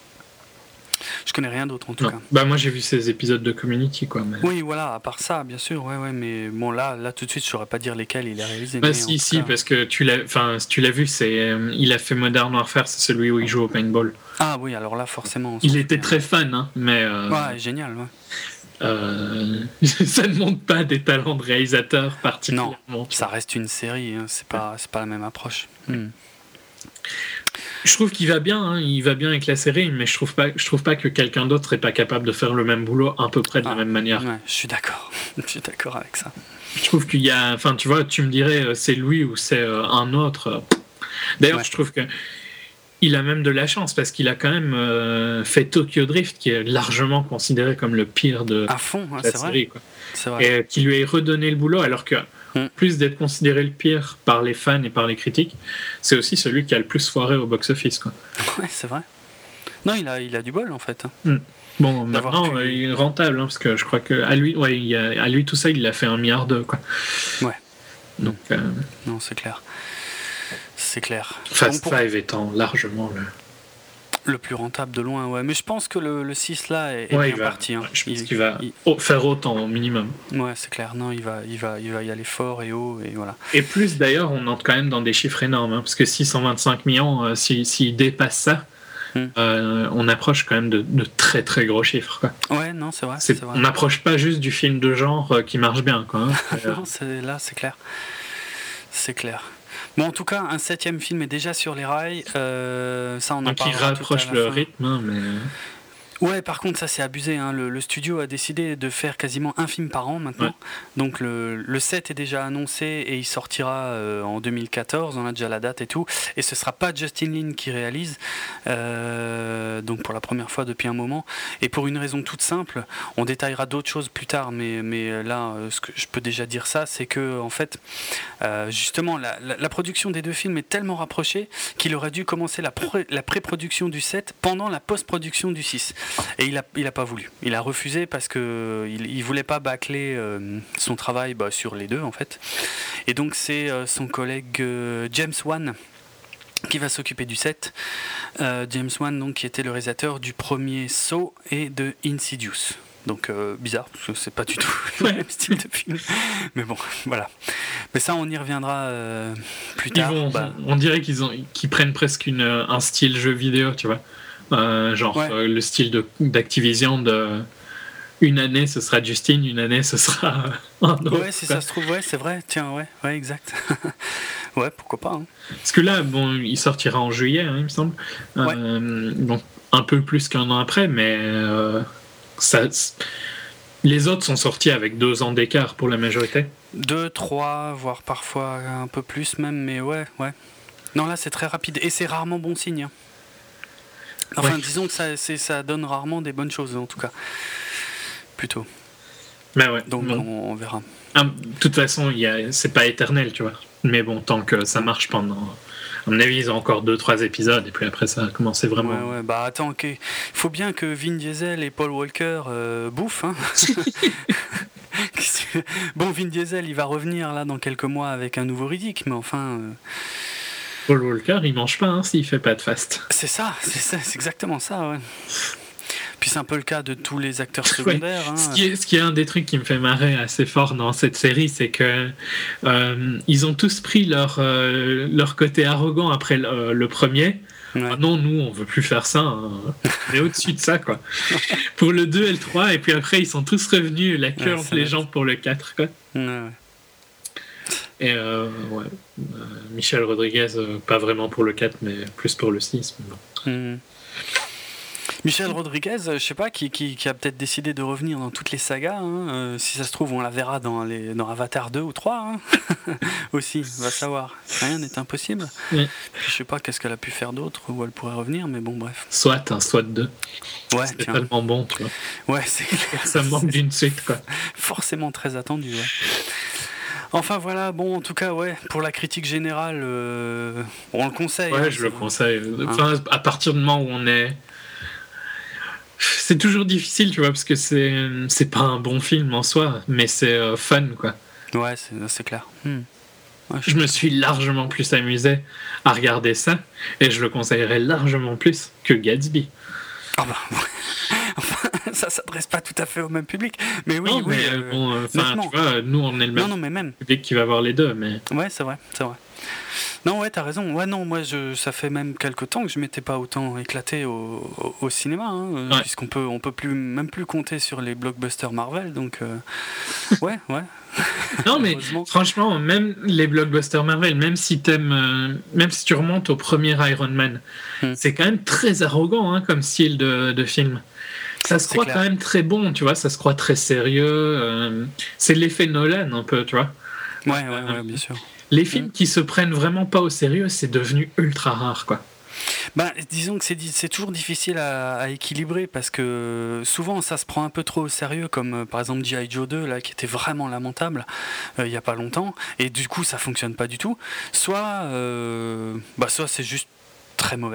Je connais rien d'autre en tout cas. Bah moi j'ai vu ces épisodes de Community, quoi. Mais... Oui, voilà, à part ça, bien sûr, ouais, mais bon là tout de suite je saurais pas dire lesquels il a réalisé. Bah si, parce que si tu l'as vu, il a fait Modern Warfare, c'est celui où il joue au paintball. Ah oui, alors là forcément. Il était très fan, mais. Ouais, génial, ouais. Ça ne montre pas des talents de réalisateur particulièrement. Non, ça reste une série, c'est pas la même approche. Je trouve qu'il va bien, il va bien avec la série, mais je trouve pas que quelqu'un d'autre serait pas capable de faire le même boulot à peu près de la même manière. Ouais, je suis d'accord. Je suis d'accord avec ça. Je trouve qu'il y a, tu vois, tu me dirais c'est lui ou c'est un autre. D'ailleurs, je trouve que il a même de la chance parce qu'il a quand même fait Tokyo Drift, qui est largement considéré comme le pire de la série, quoi. C'est vrai. Et qui lui a redonné le boulot, alors que plus d'être considéré le pire par les fans et par les critiques, c'est aussi celui qui a le plus foiré au box-office, quoi. Ouais, c'est vrai. Non, il a du bol en fait. Bon, maintenant il est rentable, parce que je crois que à lui tout ça, il a fait 1,2 milliard, quoi. Ouais. Donc. Non, c'est clair. C'est clair. Fast Five étant largement le. Le plus rentable de loin, ouais. Mais je pense que le 6 là est bien parti. Hein. Je pense qu'il va faire autant au minimum. Ouais, c'est clair. Non, il va y aller fort et haut et voilà. Et plus d'ailleurs, on entre quand même dans des chiffres énormes, hein, parce que 625 millions, s'il dépasse ça, on approche quand même de très très gros chiffres, quoi. Ouais, non, c'est vrai. On n'approche pas juste du film de genre qui marche bien, quoi. Hein. Non, là, c'est clair. C'est clair. Bon, en tout cas, un 7e film est déjà sur les rails. Ça, on en parlera. Qui rapproche le rythme, hein, mais. Ouais, par contre, ça c'est abusé. Hein. Le studio a décidé de faire quasiment un film par an maintenant. Ouais. Donc le 7 est déjà annoncé et il sortira en 2014. On a déjà la date et tout. Et ce sera pas Justin Lin qui réalise. Donc pour la première fois depuis un moment. Et pour une raison toute simple, on détaillera d'autres choses plus tard. Mais là, ce que je peux déjà dire ça, c'est que en fait, justement, la production des deux films est tellement rapprochée qu'il aurait dû commencer la pré-production du 7 pendant la post-production du 6. Et il a pas voulu. Il a refusé parce que il voulait pas bâcler son travail sur les deux en fait. Et donc c'est son collègue James Wan qui va s'occuper du 7. James Wan donc qui était le réalisateur du premier Saw et de Insidious. Donc bizarre parce que c'est pas du tout le même style de film. Mais bon, voilà. Mais ça on y reviendra plus tard. On dirait qu'ils prennent presque un style jeu vidéo, tu vois. Le style d'Activision une année ce sera Justin, une année ce sera un autre. Ouais, si ça se trouve, ouais, c'est vrai, tiens, ouais, exact. Ouais, pourquoi pas. Hein. Parce que là, il sortira en juillet, hein, il me semble. Ouais. Donc un peu plus qu'un an après, mais les autres sont sortis avec 2 ans d'écart pour la majorité. 2, 3, voire parfois un peu plus même, mais ouais. Non, là c'est très rapide et c'est rarement bon signe. Hein. Enfin, disons que ça donne rarement des bonnes choses, en tout cas. Plutôt. Mais ouais. Donc, on verra. De toute façon, c'est pas éternel, tu vois. Mais bon, tant que ça marche pendant... À mon avis, ils ont encore 2-3 épisodes, et puis après, ça a commencé vraiment... Ouais. Bah, attends, il faut bien que Vin Diesel et Paul Walker bouffent, hein. Bon, Vin Diesel, il va revenir, là, dans quelques mois, avec un nouveau Riddick, mais enfin... Paul Walker, il mange pas hein, s'il fait pas de fast. C'est exactement ça, ouais. Puis c'est un peu le cas de tous les acteurs secondaires. Ouais. Hein. Ce qui est un des trucs qui me fait marrer assez fort dans cette série, c'est que ils ont tous pris leur côté arrogant après le premier. Ouais. Ah non, nous, on veut plus faire ça. Hein. On est au-dessus de ça, quoi. Pour le 2 et le 3, et puis après, ils sont tous revenus la queue entre les jambes pour le 4, quoi. Ouais. Et Michel Rodriguez, pas vraiment pour le 4, mais plus pour le 6. Bon. Michel Rodriguez, je sais pas, qui a peut-être décidé de revenir dans toutes les sagas. Hein. Si ça se trouve, on la verra dans Avatar 2 ou 3. Hein. Aussi, va savoir. Rien n'est impossible. Oui. Puis, je sais pas qu'est-ce qu'elle a pu faire d'autre, où elle pourrait revenir, mais bon, bref. Soit 2. Ouais, c'est tellement bon, tu vois. Ouais, c'est clair. Ça manque d'une suite, quoi. Forcément très attendu, ouais. Enfin voilà, bon en tout cas ouais, pour la critique générale, on le conseille. Ouais, je le conseille. Enfin, à partir du moment où on est... C'est toujours difficile, tu vois, parce que c'est pas un bon film en soi, mais c'est fun, quoi. Ouais, c'est clair. Ouais, je me suis largement plus amusé à regarder ça, et je le conseillerais largement plus que Gatsby. Ah bah, enfin, ça s'adresse pas tout à fait au même public, mais oui. Non, mais bon, tu vois, nous on est le même public qui va voir les deux, mais. Ouais, c'est vrai. Non, ouais, t'as raison. Ouais, non, moi, ça fait même quelques temps que je m'étais pas autant éclaté au cinéma, hein, puisqu'on peut même plus compter sur les blockbusters Marvel, donc ouais. Non, mais franchement, même les blockbusters Marvel, même si tu remontes au premier Iron Man, c'est quand même très arrogant hein, comme style de film. Ça se croit quand même très bon, tu vois, ça se croit très sérieux. C'est l'effet Nolan un peu, tu vois. Ouais, bien sûr. Les films qui se prennent vraiment pas au sérieux, c'est devenu ultra rare, quoi. Bah, disons que c'est toujours difficile à équilibrer parce que souvent ça se prend un peu trop au sérieux, comme par exemple G.I. Joe 2 là, qui était vraiment lamentable il y a pas longtemps, et du coup ça fonctionne pas du tout. Soit c'est juste très mauvais.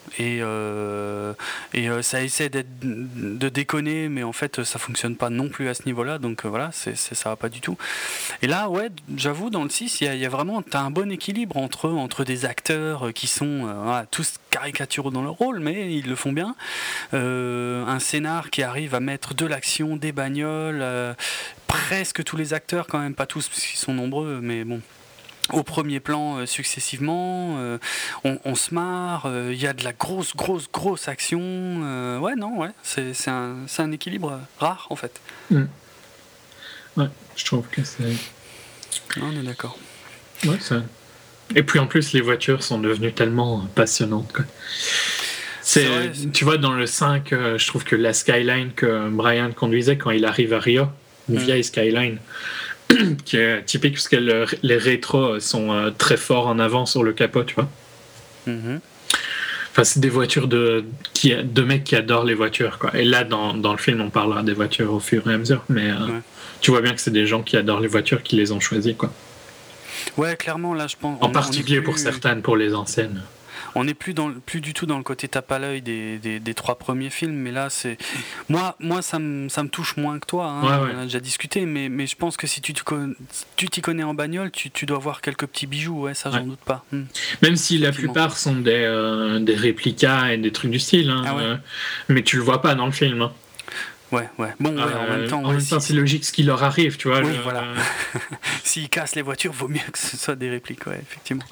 ça essaie de déconner, mais en fait ça fonctionne pas non plus à ce niveau-là, donc voilà, ça va pas du tout. Et là, ouais, j'avoue, dans le 6, il y a vraiment, t'as un bon équilibre entre des acteurs qui sont tous caricaturaux dans leur rôle, mais ils le font bien, un scénar qui arrive à mettre de l'action, des bagnoles, presque tous les acteurs, quand même pas tous parce qu'ils sont nombreux, mais bon, au premier plan successivement, on se marre, il y a de la grosse action, c'est un équilibre rare en fait. Ouais, je trouve que c'est... On est d'accord. Ouais, ça... Et puis en plus, les voitures sont devenues tellement passionnantes, quoi. Vrai, tu vois, dans le 5, je trouve que la Skyline que Brian conduisait quand il arrive à Rio, une vieille Skyline, qui est typique parce que les rétros sont très forts en avant sur le capot, tu vois. Enfin, c'est des voitures de mecs qui adorent les voitures, quoi. Et là, dans le film, on parlera des voitures au fur et à mesure, mais tu vois bien que c'est des gens qui adorent les voitures qui les ont choisies, quoi. Ouais, clairement, là, je pense... En particulier pour certaines, pour les anciennes. On n'est plus du tout dans le côté tape à l'œil des 3 premiers films, mais là c'est moi ça me touche moins que toi, hein. On a déjà discuté, mais je pense que si tu t'y connais en bagnole, tu dois voir quelques petits bijoux, ça j'en doute pas. Même si la plupart sont des réplicas et des trucs du style, hein, mais tu le vois pas dans le film. Hein. Ouais. Bon, en même temps, c'est logique ce qui leur arrive, tu vois. Oui, voilà. S'ils cassent les voitures, vaut mieux que ce soit des répliques, effectivement.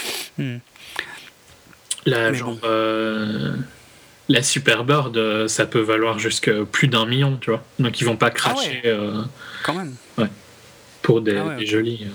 La Superbird, ça peut valoir jusqu'à plus d'1 million, tu vois. Donc ils vont pas cracher. Quand même. Ouais. Pour des jolis.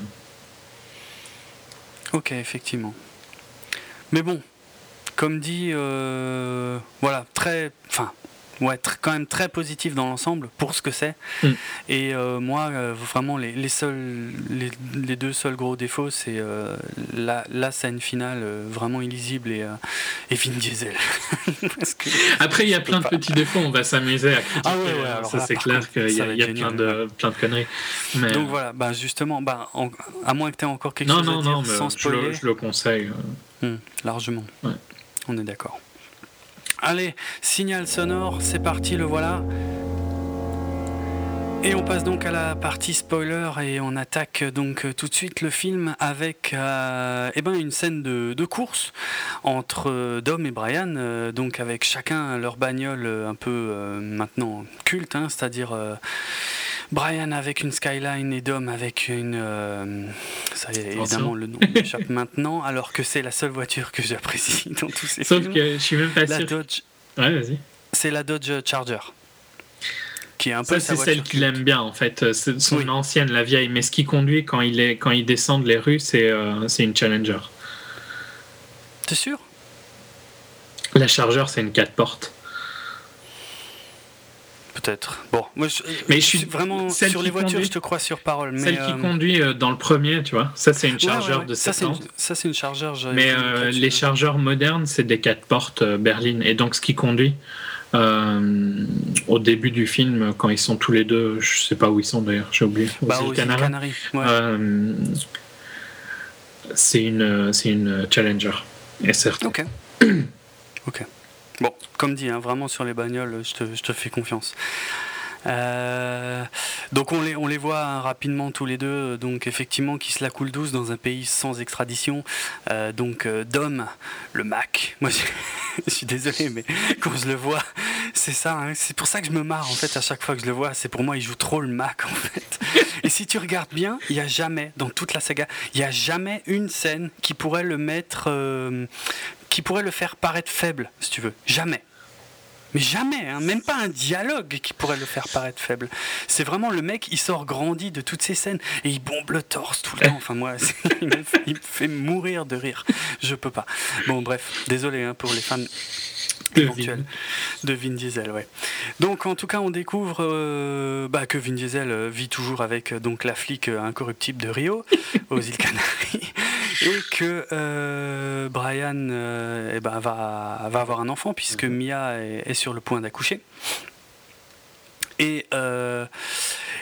Ok, effectivement. Mais bon, comme dit, voilà, quand même très positif dans l'ensemble pour ce que c'est. Et moi, vraiment, les 2 seuls gros défauts, c'est la scène finale vraiment illisible et Vin Diesel. Après, il y a plein de petits défauts, on va s'amuser à critiquer. Alors ça, là, c'est clair qu'il y a plein de conneries. Mais... Donc voilà, justement, à moins que tu aies encore quelque chose à dire sans spoiler. Je le conseille. Largement. Ouais. On est d'accord. Allez, signal sonore, c'est parti, le voilà. Et on passe donc à la partie spoiler et on attaque donc tout de suite le film avec une scène de course entre Dom et Brian, donc avec chacun leur bagnole un peu maintenant culte, c'est-à-dire Brian avec une Skyline et Dom avec une... ça y est, évidemment le nom m'échappe maintenant, alors que c'est la seule voiture que j'apprécie dans tous ces films. Sauf que je suis même pas sûr. Dodge. Ouais, vas-y. C'est la Dodge Charger. Qui est un peu ça, c'est celle qu'il aime bien, en fait. C'est son ancienne, la vieille. Mais ce qu'il conduit quand il descend les rues, c'est une Challenger. T'es sûr ? La Charger, c'est une 4 portes. Peut-être. Bon, moi, je suis vraiment sur les voitures, je te crois sur parole. Mais celle qui conduit dans le premier, tu vois, ça c'est une Charger de 7 ans. Ça c'est une Charger. Mais les Chargers modernes, c'est des 4 portes berlines. Et donc ce qui conduit au début du film, quand ils sont tous les deux, je sais pas où ils sont d'ailleurs, j'ai oublié. Aux Canaries. Ouais. C'est une Challenger. Et certes. Ok. Bon, comme dit, vraiment sur les bagnoles, je te fais confiance. Donc on les voit rapidement tous les deux, donc effectivement qui se la coule douce dans un pays sans extradition. Donc Dom, le Mac, moi je suis désolé, mais quand je le vois, c'est ça, c'est pour ça que je me marre en fait à chaque fois que je le vois. C'est pour moi, il joue trop le Mac en fait. Et si tu regardes bien, il y a jamais dans toute la saga, il y a jamais une scène qui pourrait le mettre, qui pourrait le faire paraître faible, si tu veux. Jamais. Mais jamais, même pas un dialogue qui pourrait le faire paraître faible. C'est vraiment le mec, il sort grandi de toutes ces scènes et il bombe le torse tout le temps. Enfin moi, il me fait mourir de rire. Je peux pas. Bon bref, désolé pour les fans éventuels de Vin Diesel. Ouais. Donc en tout cas, on découvre que Vin Diesel vit toujours avec donc la flic incorruptible de Rio aux îles Canaries. Et que Brian va avoir un enfant puisque Mia est sur le point d'accoucher. Et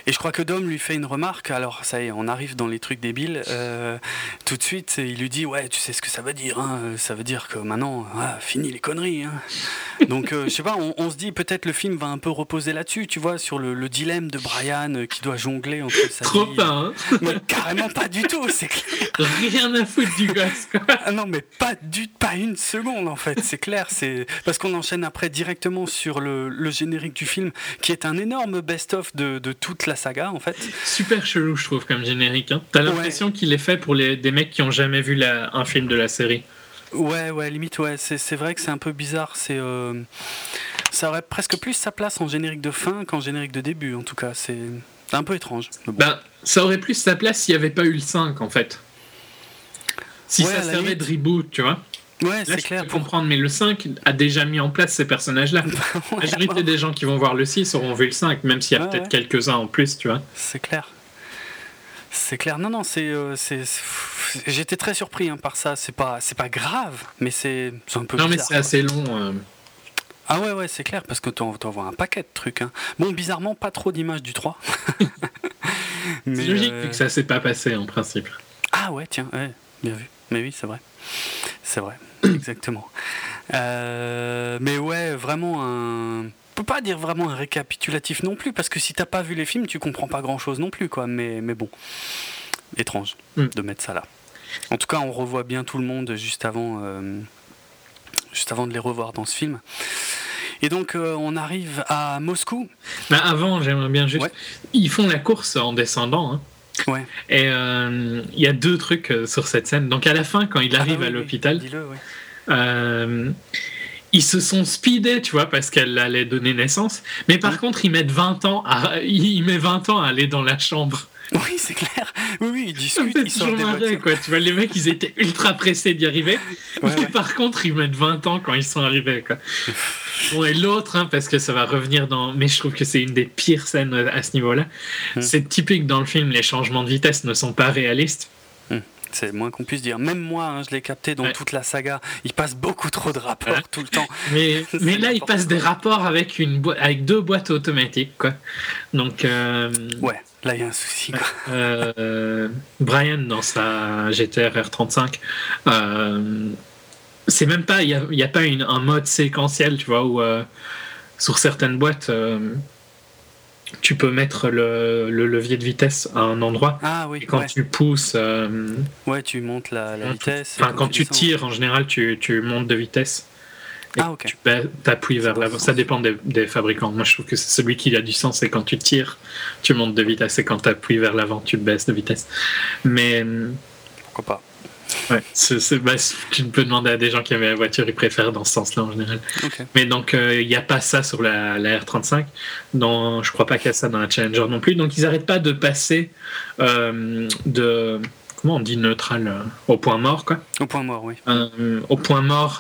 Et je crois que Dom lui fait une remarque, alors ça y est, on arrive dans les trucs débiles, tout de suite, il lui dit, ouais, tu sais ce que ça veut dire, hein, ça veut dire que maintenant, fini les conneries. Hein. Donc, je sais pas, on se dit, peut-être le film va un peu reposer là-dessus, tu vois, sur le dilemme de Brian qui doit jongler entre sa Trop vie... pas, hein. Mais carrément pas du tout, c'est clair. Rien à foutre du gosse, quoi. Ah non, mais pas une seconde en fait, c'est clair. C'est parce qu'on enchaîne après directement sur le générique du film, qui est un énorme best-of de toute la saga en fait. Super chelou, je trouve, comme générique. Hein. T'as l'impression qu'il est fait pour des mecs qui ont jamais vu un film de la série. Ouais, limite, ouais. C'est vrai que c'est un peu bizarre. Ça aurait presque plus sa place en générique de fin qu'en générique de début, en tout cas. C'est un peu étrange. Bon. Ben, ça aurait plus sa place s'il n'y avait pas eu le 5, en fait. Si ça servait de reboot, tu vois. Ouais, là, c'est clair. Je peux comprendre, mais le 5 a déjà mis en place ces personnages-là. La majorité des gens qui vont voir le 6 auront vu le 5, même s'il y a peut-être quelques-uns en plus, tu vois. C'est clair. C'est clair. Non, j'étais très surpris par ça. C'est pas grave, mais c'est un peu bizarre. Non, mais c'est assez long. Ah ouais, c'est clair, parce que t'en vois un paquet de trucs. Hein. Bon, bizarrement, pas trop d'images du 3. C'est logique, vu que ça s'est pas passé, en principe. Ah ouais, tiens, ouais, bien vu. Mais oui, c'est vrai. C'est vrai, exactement. Mais ouais, vraiment on peut pas dire vraiment un récapitulatif non plus, parce que si t'as pas vu les films, tu comprends pas grand-chose non plus, quoi. Mais bon, étrange de mettre ça là. En tout cas, on revoit bien tout le monde juste avant de les revoir dans ce film. Et donc, on arrive à Moscou. Bah avant, j'aimerais bien juste... Ouais. Ils font la course en descendant, hein. Ouais. Et il y a 2 trucs sur cette scène. Donc à la fin, quand il arrive à l'hôpital, ils se sont speedés, tu vois, parce qu'elle allait donner naissance. Mais par contre, il met 20 ans à aller dans la chambre. Oui, c'est clair. Oui, ils discutent, ils sortent des voitures. Quoi. Tu vois, les mecs, ils étaient ultra pressés d'y arriver. Mais par contre, ils mettent 20 ans quand ils sont arrivés, quoi. Bon, et l'autre, hein, parce que ça va revenir dans... Mais je trouve que c'est une des pires scènes à ce niveau-là. C'est typique dans le film, les changements de vitesse ne sont pas réalistes. C'est moins qu'on puisse dire. Même moi, hein, je l'ai capté dans toute la saga. Il passe beaucoup trop de rapports tout le temps. Mais là, il passe des rapports avec 2 boîtes automatiques, quoi. Donc... Ouais, là, il y a un souci, quoi. Brian, dans sa GTR R35... c'est même pas, il y a pas un mode séquentiel, tu vois, où sur certaines boîtes, tu peux mettre le levier de vitesse à un endroit. Ah oui. Et quand tu pousses, tu montes la vitesse. Enfin, quand tu tires, en général, tu montes de vitesse. Et ok. Tu t'appuies vers l'avant. Ça dépend des fabricants. Moi, je trouve que c'est celui qui a du sens. C'est quand tu tires, tu montes de vitesse, et quand tu appuies vers l'avant, tu baisses de vitesse. Mais pourquoi pas. Ouais, tu peux demander à des gens qui avaient la voiture, ils préfèrent dans ce sens-là en général. Okay. Mais donc, il n'y a pas ça sur la R35. Je crois pas qu'il y a ça dans la Challenger non plus. Donc, ils n'arrêtent pas de passer de... Comment on dit neutral au point mort, quoi. Au point mort, oui. Au point mort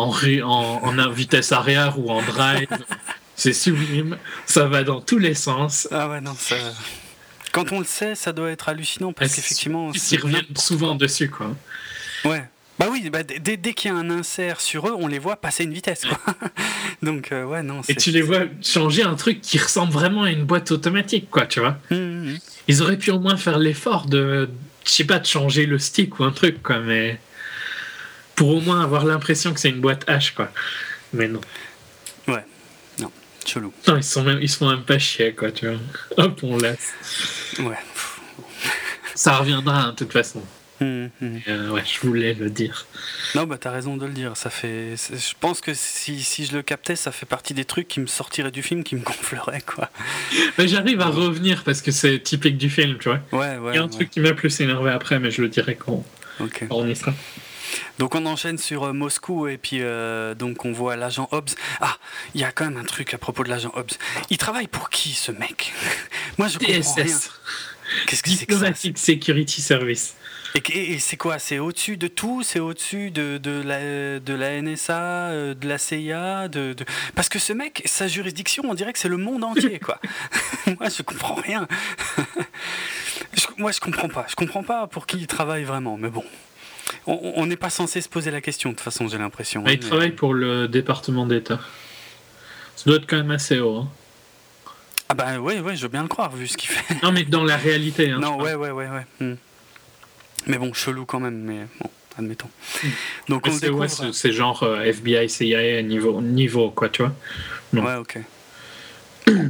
en vitesse arrière ou en drive. C'est sublime. Ça va dans tous les sens. Ah ouais, non, ça... Quand on le sait, ça doit être hallucinant parce qu'effectivement... Ils reviennent souvent dessus, quoi. Ouais. Bah oui, dès qu'il y a un insert sur eux, on les voit passer une vitesse, quoi. Donc, ouais, non... Et tu les vois changer un truc qui ressemble vraiment à une boîte automatique, quoi, tu vois. Ils auraient pu au moins faire l'effort de changer le stick ou un truc, quoi, mais... Pour au moins avoir l'impression que c'est une boîte H, quoi. Mais non. Ouais. Non. Chelou. Non, ils se font même pas chier, quoi, tu vois. Hop, on laisse. Ouais. Ça reviendra, hein, de toute façon. Ouais, je voulais le dire. Non, t'as raison de le dire. Je pense que si je le captais, ça fait partie des trucs qui me sortiraient du film, qui me gonfleraient, quoi. Mais j'arrive à revenir parce que c'est typique du film, tu vois. Ouais. Il y a un truc qui m'a plus énervé après, mais je le dirai quand on y sera. Donc on enchaîne sur Moscou et puis donc on voit l'agent Hobbs. Ah, il y a quand même un truc à propos de l'agent Hobbs. Il travaille pour qui, ce mec? Moi, je comprends rien. Qu'est-ce que c'est que ça? Diplomatic Security Service. Et c'est quoi? C'est au-dessus de tout? C'est au-dessus de la NSA, de la CIA, Parce que ce mec, sa juridiction, on dirait que c'est le monde entier, quoi. Moi, je comprends rien. Je comprends pas. Je comprends pas pour qui il travaille vraiment, mais bon. On n'est pas censé se poser la question, de toute façon, j'ai l'impression. Mais il travaille pour le département d'État. Ça doit être quand même assez haut. Hein. Ah bah ouais, je veux bien le croire vu ce qu'il fait. Non, mais dans la réalité. Hein, non, ouais. Mais bon, chelou quand même, mais bon, admettons. Donc on c'est, découvre... c'est genre FBI, CIA niveau quoi, tu vois. Non. Ouais, ok. Bon,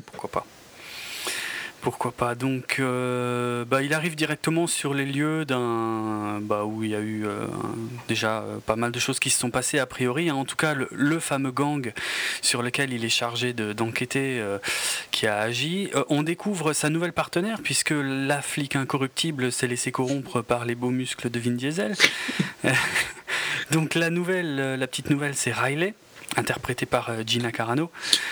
pourquoi pas. Donc, il arrive directement sur les lieux où il y a eu déjà pas mal de choses qui se sont passées a priori. Hein. En tout cas, le fameux gang sur lequel il est chargé d'enquêter qui a agi. On découvre sa nouvelle partenaire puisque la flic incorruptible s'est laissée corrompre par les beaux muscles de Vin Diesel. Donc la petite nouvelle, c'est Riley, interprétée par Gina Carano.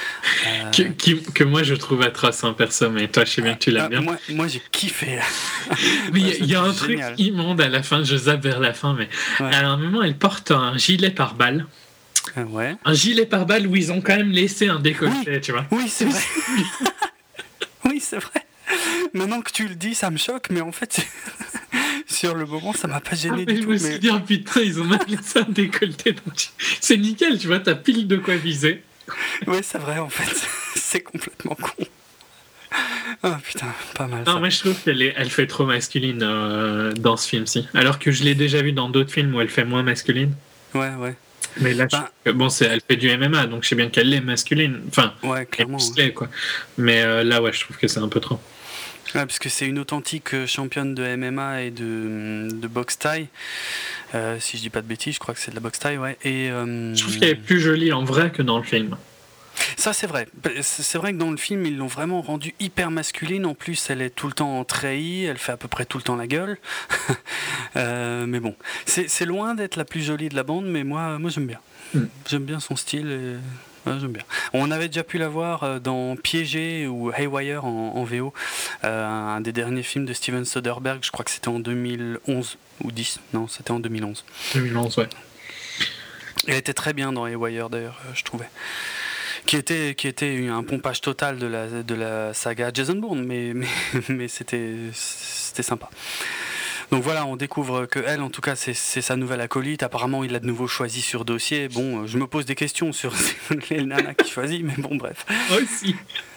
Que moi je trouve atroce, hein, perso, mais toi je sais bien que tu l'aimes bien. Moi j'ai kiffé. Mais il y a un truc immonde à la fin, je zappe vers la fin, mais à un moment elle porte un gilet pare-balles. Ouais. Un gilet pare-balles où ils ont quand même laissé un décolleté, tu vois. Oui, c'est vrai. Oui, c'est vrai. Maintenant que tu le dis, ça me choque, mais en fait, sur le moment, ça m'a pas gêné du tout. Je me suis dit, oh putain, ils ont même laissé un décolleté. C'est nickel, tu vois, t'as pile de quoi viser. Ouais, c'est vrai, en fait. C'est complètement con. Ah putain, pas mal. Non, moi je trouve qu'elle fait trop masculine dans ce film-ci. Alors que je l'ai déjà vu dans d'autres films où elle fait moins masculine. Ouais. Mais là, elle fait du MMA, donc je sais bien qu'elle est masculine. Enfin, ouais, clairement. Quoi. Mais là, ouais, je trouve que c'est un peu trop. Ouais, parce que c'est une authentique championne de MMA et de boxe thaï. Si je dis pas de bêtises, je crois que c'est de la boxe thaï, ouais. Et, je trouve qu'elle est plus jolie en vrai que dans le film. Ça, c'est vrai. C'est vrai que dans le film, ils l'ont vraiment rendue hyper masculine. En plus, elle est tout le temps treillie, elle fait à peu près tout le temps la gueule. Mais bon, c'est loin d'être la plus jolie de la bande, mais moi j'aime bien. J'aime bien son style et... Ouais, j'aime bien. On avait déjà pu la voir dans Piégé ou Haywire en VO, un des derniers films de Steven Soderbergh, je crois que c'était en 2011 ou 10, non, c'était en 2011. 2011, ouais. Elle était très bien dans Haywire d'ailleurs, je trouvais. Qui était un pompage total de la saga Jason Bourne, mais c'était sympa. Donc voilà, on découvre que elle, en tout cas, c'est sa nouvelle acolyte. Apparemment, il l'a de nouveau choisi sur dossier. Bon, je me pose des questions sur les nanas qu'il choisit, mais bon, bref. Moi aussi.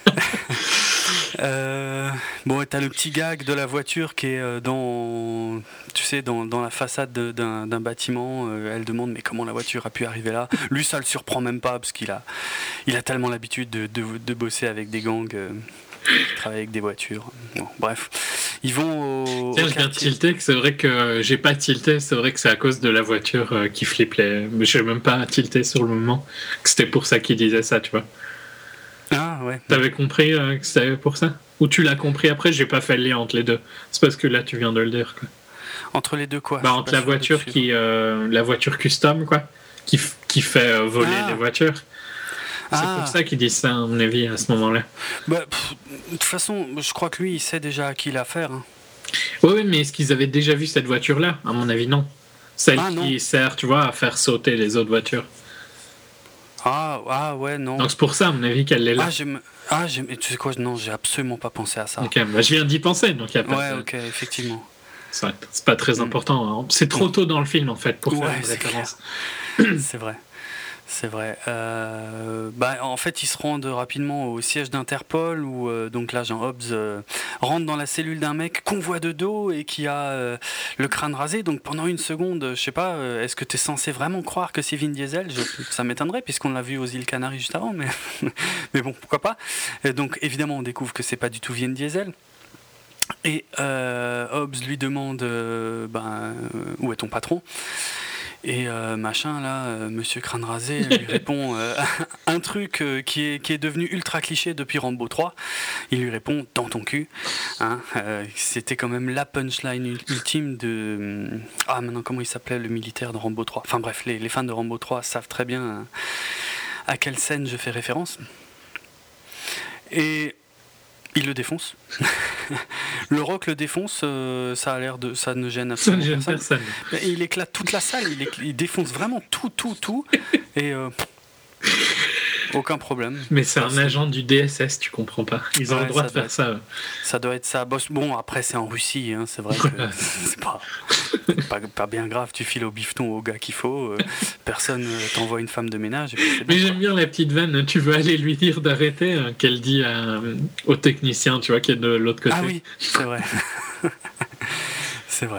Bon, t'as le petit gag de la voiture qui est dans la façade d'un bâtiment. Elle demande mais comment la voiture a pu arriver là. Lui, ça le surprend même pas parce qu'il a tellement l'habitude de bosser avec des gangs. Travailler avec des voitures. Bon, bref, ils vont au. Tiens, je viens de tilter que c'est vrai que j'ai pas tilté. C'est vrai que c'est à cause de la voiture qui flippait. Je n'ai même pas tilté sur le moment que c'était pour ça qu'il disait ça, tu vois. Ah ouais. T'avais compris que c'était pour ça? Ou tu l'as compris après? J'ai pas fait le lien entre les deux. C'est parce que là tu viens de le dire, quoi. Entre les deux quoi? Entre la voiture la voiture custom, quoi, qui fait voler les voitures. C'est pour ça qu'ils disent ça, à mon avis, à ce moment-là. De toute façon, je crois que lui, il sait déjà à qui l'affaire. Hein. Oui, mais est-ce qu'ils avaient déjà vu cette voiture-là? À mon avis, non. Celle qui sert, tu vois, à faire sauter les autres voitures. Ah ouais, non. Donc c'est pour ça, à mon avis, qu'elle est là. Tu sais quoi? Non, j'ai absolument pas pensé à ça. Ok, je viens d'y penser, donc il y a pas. Ouais, ok, effectivement. C'est pas très important. Hein. C'est trop tôt dans le film, en fait, pour faire une référence. C'est vrai. C'est vrai. En fait, ils se rendent rapidement au siège d'Interpol où donc l'agent Hobbs rentre dans la cellule d'un mec qu'on voit de dos et qui a le crâne rasé. Donc pendant une seconde, je sais pas, est-ce que tu es censé vraiment croire que c'est Vin Diesel? Ça m'étonnerait puisqu'on l'a vu aux îles Canaries juste avant, mais bon, pourquoi pas. Et donc évidemment, on découvre que c'est pas du tout Vin Diesel. Et Hobbs lui demande où est ton patron? Et monsieur crâne rasé lui répond un truc qui est devenu ultra cliché depuis Rambo 3. Il lui répond dans ton cul. Hein, c'était quand même la punchline ultime de... maintenant comment il s'appelait le militaire de Rambo 3? Enfin bref, les fans de Rambo 3 savent très bien à quelle scène je fais référence. Et... il le défonce. Le Rock le défonce, ça ne gêne absolument personne. Il éclate toute la salle, il défonce vraiment tout. Et aucun problème. Mais c'est un agent du DSS, tu comprends pas. Ils ont le droit de faire ça. Ça doit être ça. Bon, après, c'est en Russie, hein, c'est vrai que c'est pas bien grave. Tu files au bifton au gars qu'il faut, personne t'envoie une femme de ménage. Et puis c'est Mais bon, j'aime bien la petite vanne, tu veux aller lui dire d'arrêter, qu'elle dit au technicien, tu vois, qui est de l'autre côté. Ah oui, c'est vrai. C'est vrai.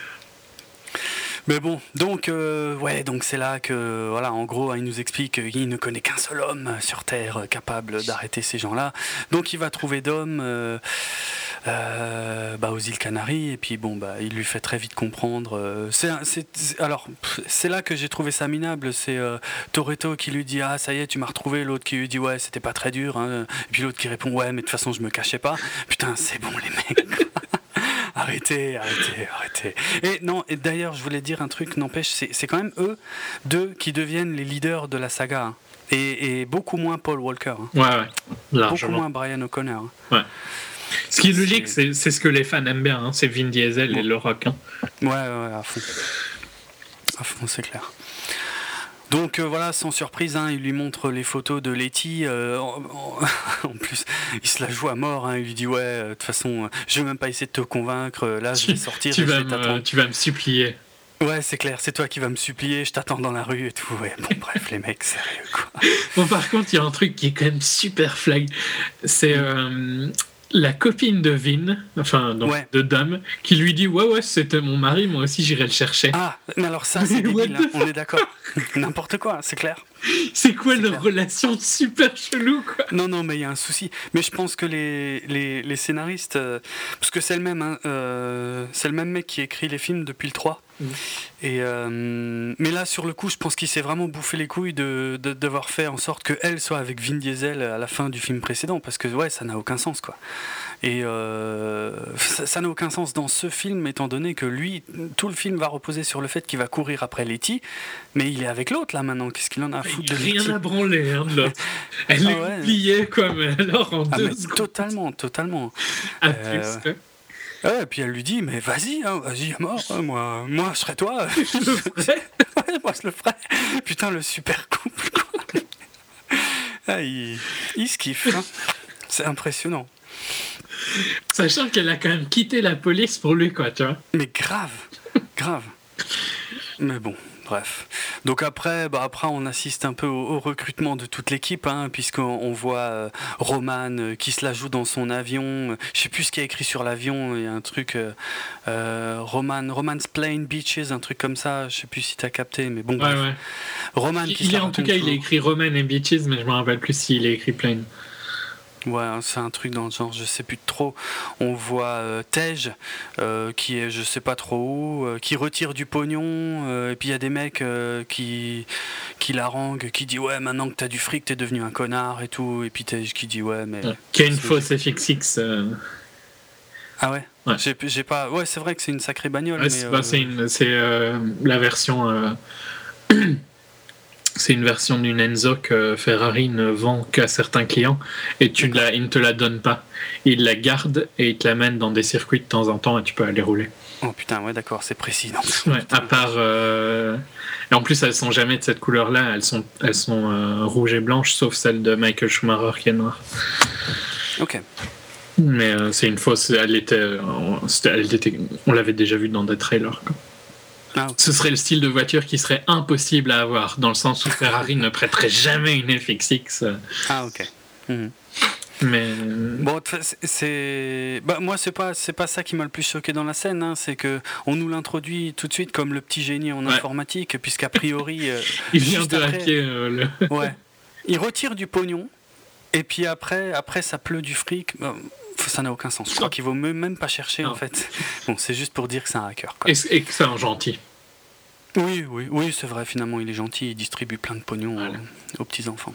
Mais bon, donc c'est là que, voilà, en gros, il nous explique qu'il ne connaît qu'un seul homme sur Terre capable d'arrêter ces gens-là. Donc il va trouver Dom aux îles Canaries, et puis il lui fait très vite comprendre. C'est là que j'ai trouvé ça minable. C'est Toretto qui lui dit ah ça y est tu m'as retrouvé, l'autre qui lui dit ouais c'était pas très dur, hein. Et puis l'autre qui répond ouais mais de toute façon je me cachais pas. Putain c'est bon les mecs. Arrêtez. Et d'ailleurs, je voulais dire un truc, n'empêche, c'est quand même eux deux qui deviennent les leaders de la saga. Hein. Et beaucoup moins Paul Walker. Hein. Ouais, largement. Beaucoup moins Brian O'Connor. Hein. Ouais. Ce qui est logique, c'est ce que les fans aiment bien, hein. C'est Vin Diesel et le Rock. Hein. Ouais, à fond. À fond, c'est clair. Donc voilà, sans surprise, hein, il lui montre les photos de Letty. En plus, il se la joue à mort. Hein, il lui dit ouais, de toute façon, je vais même pas essayer de te convaincre. Là, je vais sortir. Tu vas me supplier. Ouais, c'est clair. C'est toi qui vas me supplier. Je t'attends dans la rue et tout. Ouais, bon, bref, les mecs, sérieux quoi. Bon, par contre, il y a un truc qui est quand même super flag. C'est la copine de Vin, de Dom, qui lui dit ouais c'était mon mari, moi aussi j'irai le chercher. Ah mais alors ça c'est débile, hein, on est d'accord. N'importe quoi, c'est clair. C'est quoi leur relation super chelou quoi. Non mais il y a un souci. Mais je pense que les scénaristes, parce que c'est le même, hein, c'est le même mec qui écrit les films depuis le 3. Et mais là sur le coup je pense qu'il s'est vraiment bouffé les couilles de devoir faire en sorte qu'elle soit avec Vin Diesel à la fin du film précédent, parce que ouais ça n'a aucun sens quoi. Et ça n'a aucun sens dans ce film étant donné que lui tout le film va reposer sur le fait qu'il va courir après Letty, mais il est avec l'autre là maintenant, qu'est-ce qu'il en a à foutre de Letty. Rien à branler hein, de l'autre. Elle l'oubliait quoi, mais alors en 2 secondes. Totalement. Ouais, et puis elle lui dit mais vas-y à mort, hein, moi je serais toi. Je le ferais. Ouais, moi je le ferais. Putain le super couple quoi. Ah, il se kiffe hein. C'est impressionnant. Sachant qu'elle a quand même quitté la police pour lui quoi, tu vois. Mais grave. Mais bon, bref. Donc après on assiste un peu au recrutement de toute l'équipe, hein, puisqu'on voit Roman qui se la joue dans son avion. Je sais plus ce qu'il y a écrit sur l'avion. Il y a un truc Roman's Plane Beaches, un truc comme ça. Je sais plus si t'as capté, mais bon. Ouais. Roman qui en tout cas, il a écrit Roman et Beaches, mais je me rappelle plus s'il a écrit Plane. Ouais, c'est un truc dans le genre, je sais plus trop. On voit Tej qui est je sais pas trop où, qui retire du pognon, et puis il y a des mecs qui l'haranguent, qui dit ouais maintenant que t'as du fric t'es devenu un connard et tout, et puis Tej qui dit ouais mais... Qui a une fausse FX. Ah ouais. J'ai pas... Ouais c'est vrai que c'est une sacrée bagnole. Ouais, mais c'est la version... C'est une version d'une Enzo que Ferrari ne vend qu'à certains clients et il ne te la donne pas. Il la garde et il te l'amène dans des circuits de temps en temps et tu peux aller rouler. Oh putain, ouais d'accord, c'est précis. Donc. Ouais, à part... Et en plus, elles sont jamais de cette couleur-là, elles sont rouges et blanches, sauf celle de Michael Schumacher qui est noire. Ok. Mais c'est une fausse... on l'avait déjà vu dans des trailers, quoi. Ah, okay. Ce serait le style de voiture qui serait impossible à avoir, dans le sens où Ferrari ne prêterait jamais une FXX. Ah ok. Mais bon, moi c'est pas ça qui m'a le plus choqué dans la scène, hein, c'est que on nous l'introduit tout de suite comme le petit génie en informatique, puisqu'a priori il vient de hacker ouais, il retire du pognon et puis après ça pleut du fric. Ça n'a aucun sens. Je crois qu'il vaut même pas chercher en fait. Bon, c'est juste pour dire que c'est un hacker. Quoi. Et que c'est un gentil. Oui, c'est vrai. Finalement, il est gentil. Il distribue plein de pognon aux petits enfants.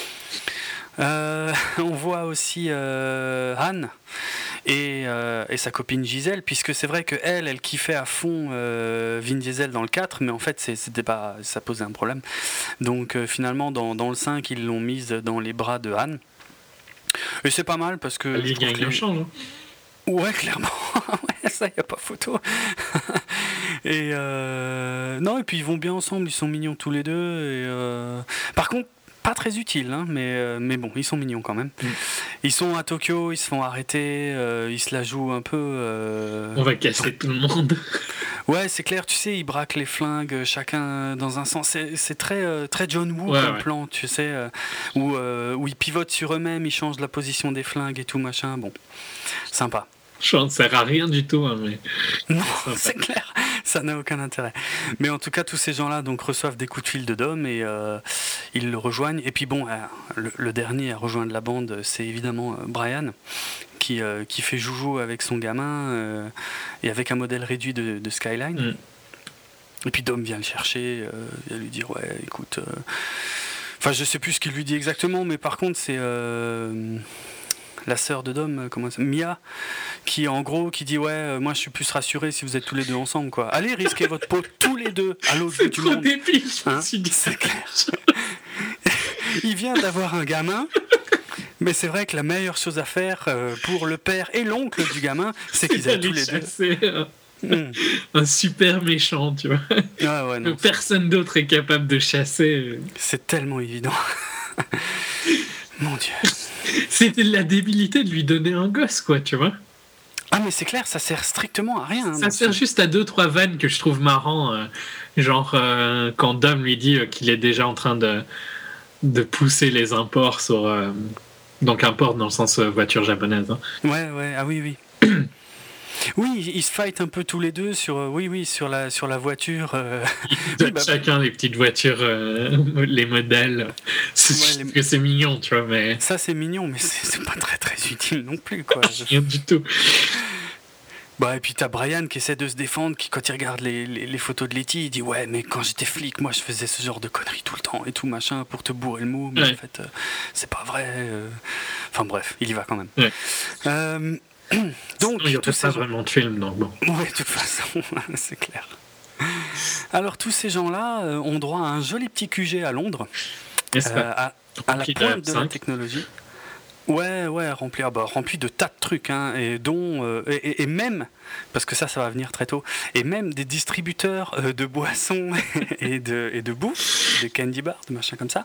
On voit aussi Anne et sa copine Gisèle, puisque c'est vrai que elle kiffait à fond Vin Diesel dans le 4, mais en fait ça posait un problème. Donc finalement dans le 5 ils l'ont mise dans les bras de Anne. Et c'est pas mal parce que... Il y a un change. Ouais, clairement. Ouais, ça, y a pas photo. Et non, et puis ils vont bien ensemble, ils sont mignons tous les deux. Et par pas très utile, hein, mais bon, ils sont mignons quand même. Ils sont à Tokyo, ils se font arrêter, ils se la jouent un peu. On va casser tout le monde. Ouais, c'est clair, tu sais, ils braquent les flingues, chacun dans un sens. C'est très, très John Woo comme plan, tu sais, où ils pivotent sur eux-mêmes, ils changent la position des flingues et tout, machin. Bon, sympa. Ça ne sert à rien du tout, hein, mais... Non, c'est clair, ça n'a aucun intérêt. Mais en tout cas, tous ces gens-là donc, reçoivent des coups de fil de Dom et ils le rejoignent. Et puis bon, le dernier à rejoindre la bande, c'est évidemment Brian, qui fait joujou avec son gamin et avec un modèle réduit de Skyline. Et puis Dom vient le chercher, il va lui dire, ouais, écoute... Enfin, je sais plus ce qu'il lui dit exactement, mais par contre, c'est... la sœur de Dom, comment ça, Mia, qui dit ouais, moi je suis plus rassuré si vous êtes tous les deux ensemble, quoi. Allez risquer votre peau tous les deux à l'autre bout du monde. Hein, c'est clair. Il vient d'avoir un gamin, mais c'est vrai que la meilleure chose à faire pour le père et l'oncle du gamin, c'est qu'ils aient tous les deux. Un super méchant, tu vois. Ah ouais, non, personne d'autre est capable de chasser. C'est tellement évident. Mon Dieu. C'était de la débilité de lui donner un gosse, quoi, tu vois. Ah mais c'est clair, ça sert strictement à rien. Ça sert juste à 2-3 vannes que je trouve marrant, genre quand Dom lui dit qu'il est déjà en train de pousser les imports sur... donc import dans le sens voiture japonaise. Hein. Ouais, ah oui. Oui, ils se fightent un peu tous les deux sur la voiture. Chacun les petites voitures, les modèles. C'est mignon, tu vois, mais... Ça, c'est mignon, mais c'est pas très très utile non plus, quoi. Rien du tout. Bah, et puis t'as Brian qui essaie de se défendre, qui quand il regarde les photos de Letty, il dit ouais, mais quand j'étais flic, moi je faisais ce genre de conneries tout le temps et tout machin pour te bourrer le mot, mais en fait, c'est pas vrai. Enfin bref, il y va quand même. Ouais. Donc, il n'y a pas vraiment de film, donc bon. Oui, de toute façon, c'est clair. Alors, tous ces gens-là ont droit à un joli petit QG à Londres, à la pointe de la technologie. Ouais, rempli de tas de trucs, hein, et même, parce que ça va venir très tôt, et même des distributeurs de boissons et de bouffe, de candy bars, de machin comme ça.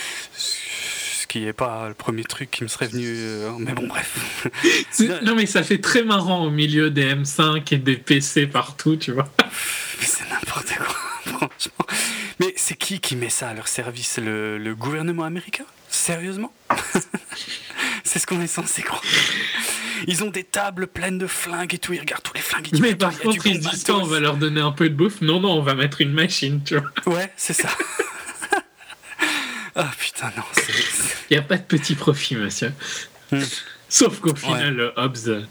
Qui n'est pas le premier truc qui me serait venu, mais bon, bref. Non, mais ça fait très marrant au milieu des M5 et des PC partout, tu vois. C'est n'importe quoi, franchement. Mais c'est qui met ça à leur service, le gouvernement américain? Sérieusement? C'est ce qu'on est censé croire. Ils ont des tables pleines de flingues et tout, ils regardent tous les flingues. Mais par contre, ils disent pas, on va leur donner un peu de bouffe. Non, on va mettre une machine, tu vois. Ouais, c'est ça. Ah putain, non, il n'y a pas de petit profit, monsieur. Sauf qu'au final, Hobbs...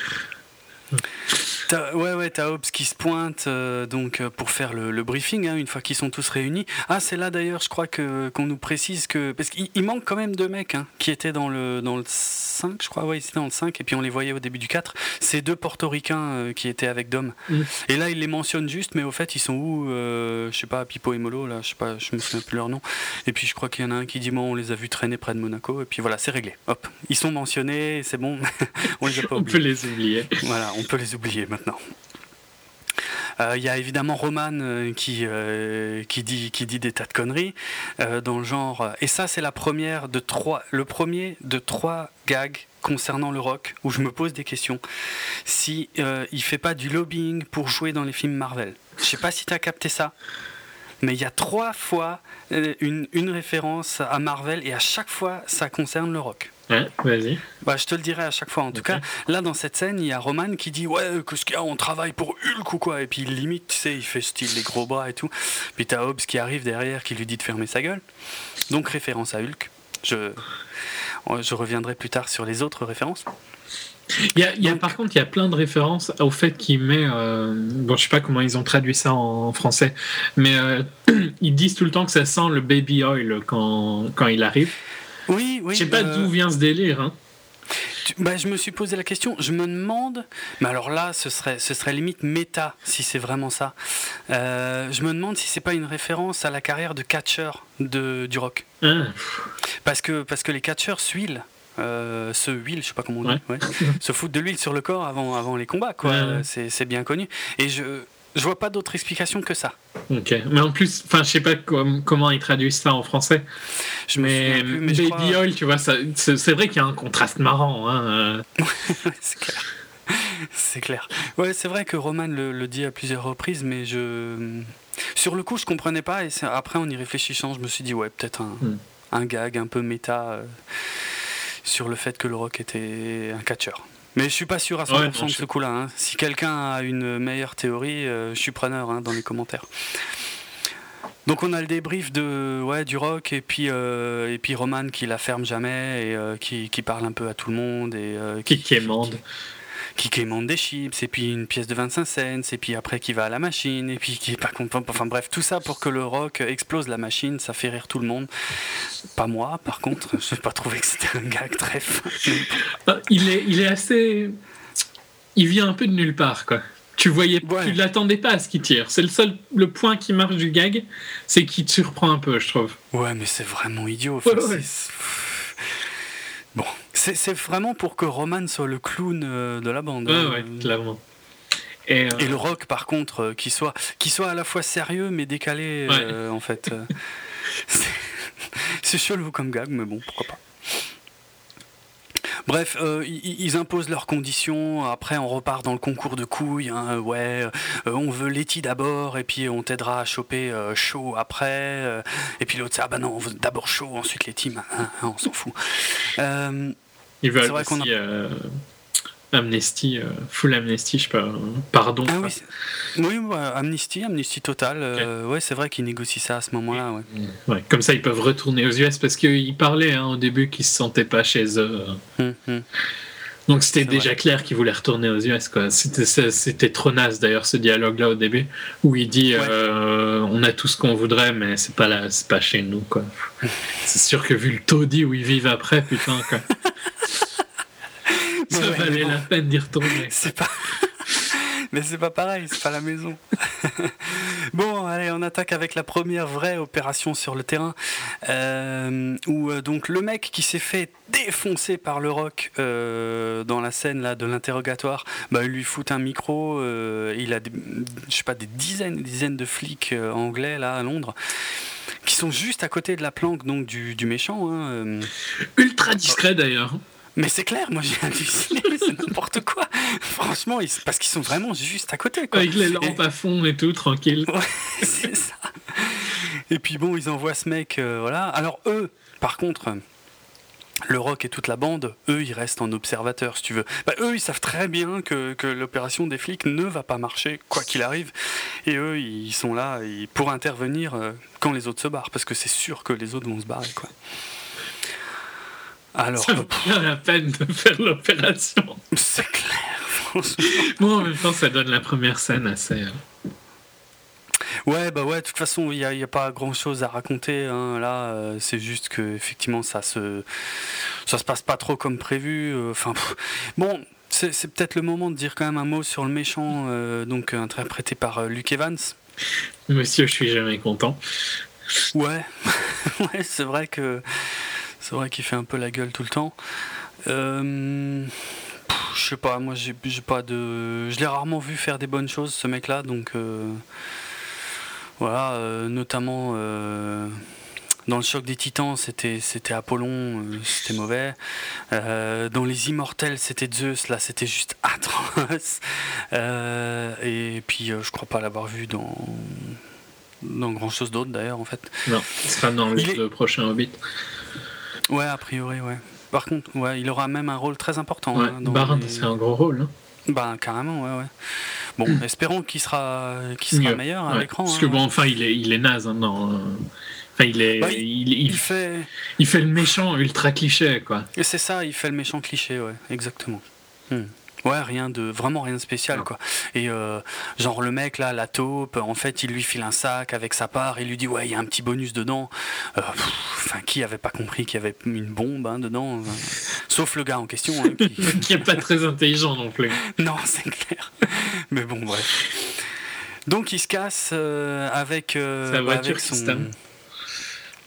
T'as Hobbs qui se pointe pour faire le briefing, hein, une fois qu'ils sont tous réunis. Ah, c'est là d'ailleurs, je crois qu'on nous précise que... Parce qu'il manque quand même 2 mecs qui étaient dans le 5, je crois, ouais, ils étaient dans le 5, et puis on les voyait au début du 4. C'est 2 portoricains qui étaient avec Dom. Et là, ils les mentionnent juste, mais au fait, ils sont où je sais pas, Pipo et Molo, là, je sais pas, je me souviens plus leur nom. Et puis je crois qu'il y en a un qui dit, bon, on les a vus traîner près de Monaco, et puis voilà, c'est réglé. Hop, ils sont mentionnés, c'est bon, on les a pas oubliés. On peut les oublier. Voilà, on peut les oublier maintenant. Il y a évidemment Roman qui dit des tas de conneries dans le genre, et ça c'est le premier de 3 gags concernant le rock où je me pose des questions. Si il fait pas du lobbying pour jouer dans les films Marvel. Je sais pas si tu as capté ça, mais il y a 3 fois une référence à Marvel et à chaque fois ça concerne le rock. Ouais, vas-y. Bah, je te le dirai à chaque fois. En tout cas, là dans cette scène, il y a Roman qui dit ouais, qu'est-ce qu'il y a, on travaille pour Hulk ou quoi, et puis il limite, tu sais, il fait style les gros bras et tout. Puis t'as Hobbs qui arrive derrière qui lui dit de fermer sa gueule. Donc référence à Hulk. Je reviendrai plus tard sur les autres références. Par contre, il y a plein de références au fait qu'il met... bon, je sais pas comment ils ont traduit ça en français, mais ils disent tout le temps que ça sent le baby oil quand il arrive. Oui. Je sais pas d'où vient ce délire. Hein. Je me suis posé la question. Je me demande... Mais alors là, ce serait limite méta, si c'est vraiment ça. Je me demande si c'est pas une référence à la carrière de catcheur du rock. Parce que les catcheurs s'huilent. Je sais pas comment on dit, se foutent de l'huile sur le corps avant les combats, quoi. C'est bien connu. Et je vois pas d'autre explication que ça. Ok. Mais en plus, enfin, je sais pas comment ils traduisent ça en français. Mais Baby Oil, tu vois, c'est vrai qu'il y a un contraste marrant. Hein. C'est clair. C'est clair. Ouais, c'est vrai que Roman le dit à plusieurs reprises, mais sur le coup, je comprenais pas. Et après, en y réfléchissant, je me suis dit, ouais, peut-être un gag un peu méta sur le fait que le Rock était un catcheur. Mais je suis pas sûr à 100% de ce coup-là. Hein. Si quelqu'un a une meilleure théorie, je suis preneur dans les commentaires. Donc on a le débrief du Rock et puis Roman qui la ferme jamais et qui parle un peu à tout le monde et qui quémande. Qui quémande des chips et puis une pièce de 25 cents et puis après qui va à la machine et puis qui est pas content. Enfin bref, tout ça pour que le Rock explose la machine, ça fait rire tout le monde. Pas moi, par contre, je n'ai pas trouvé que c'était un gag très fin. Il est assez... Il vient un peu de nulle part, quoi. Tu l'attendais pas à ce qu'il tire. C'est le point qui marche du gag, c'est qu'il te surprend un peu, je trouve. Ouais, mais c'est vraiment idiot. Bon, c'est vraiment pour que Roman soit le clown de la bande. Ouais, clairement. Et le Rock, par contre, qui soit à la fois sérieux mais décalé, en fait. C'est chelou comme gag, mais bon, pourquoi pas. Bref, ils imposent leurs conditions. Après, on repart dans le concours de couilles. Hein, on veut Letty d'abord, et puis on t'aidera à choper Shaw après. Et puis l'autre, non, on veut d'abord Shaw, ensuite Letty. On s'en fout. Ils veulent aussi Amnesty, full Amnesty, je sais pas, pardon. Ah oui, Amnesty total. Okay. C'est vrai qu'ils négocient ça à ce moment-là. Ouais, comme ça, ils peuvent retourner aux US parce qu'ils parlaient au début qu'ils se sentaient pas chez eux. Donc c'était déjà clair qu'ils voulaient retourner aux US, quoi. C'était trop naze d'ailleurs ce dialogue-là au début où il dit on a tout ce qu'on voudrait, mais c'est pas chez nous, quoi. C'est sûr que vu le taudis où ils vivent après, putain, quoi. Ça valait la peine d'y retourner. Mais c'est pas pareil, c'est pas la maison. Bon, allez, on attaque avec la première vraie opération sur le terrain, où donc le mec qui s'est fait défoncer par le Rock dans la scène là de l'interrogatoire, il lui fout un micro, il a des dizaines de flics anglais là à Londres qui sont juste à côté de la planque donc du méchant. Hein. Ultra discret d'ailleurs. Mais c'est clair, moi j'ai halluciné, c'est n'importe quoi. Franchement, parce qu'ils sont vraiment juste à côté, quoi. Avec les lampes à fond et tout, tranquille. Ouais, c'est ça. Et puis bon, ils envoient ce mec, voilà. Alors eux, par contre, le Rock et toute la bande, eux, ils restent en observateur, si tu veux. Eux, ils savent très bien que l'opération des flics ne va pas marcher, quoi qu'il arrive. Et eux, ils sont là pour intervenir quand les autres se barrent, parce que c'est sûr que les autres vont se barrer, quoi. Alors, ça vaut bien la peine de faire l'opération. C'est clair, franchement. Bon, en même temps, ça donne la première scène assez... Ouais, de toute façon, il n'y a pas grand-chose à raconter. Hein. Là, c'est juste que effectivement, ça se passe pas trop comme prévu. Bon, c'est peut-être le moment de dire quand même un mot sur le méchant, donc interprété par Luke Evans. Monsieur, je suis jamais content. Ouais, c'est vrai qu'il fait un peu la gueule tout le temps. Je sais pas, moi j'ai pas de. Je l'ai rarement vu faire des bonnes choses, ce mec-là, donc voilà, notamment dans le Choc des Titans, c'était Apollon, c'était mauvais. Dans Les Immortels, c'était Zeus, là c'était juste atroce. Et puis je crois pas l'avoir vu dans grand chose d'autre d'ailleurs en fait. Non, ce sera dans le prochain Hobbit. Ouais, a priori, ouais. Par contre, il aura même un rôle très important. Ouais, Bard, c'est un gros rôle. Hein. Carrément, ouais. Bon, espérons qu'il sera meilleur à l'écran. Parce que bon, enfin, il est naze. Hein, enfin, il fait le méchant ultra cliché, quoi. Et c'est ça, il fait le méchant cliché, ouais, exactement. Ouais, vraiment rien de spécial, quoi. Et genre le mec là, la taupe, en fait, il lui file un sac avec sa part, il lui dit ouais, il y a un petit bonus dedans. Qui avait pas compris qu'il y avait une bombe dedans, sauf le gars en question, hein, qui est pas très intelligent non plus. Non, c'est clair. Mais bon, bref. Donc il se casse avec sa voiture son.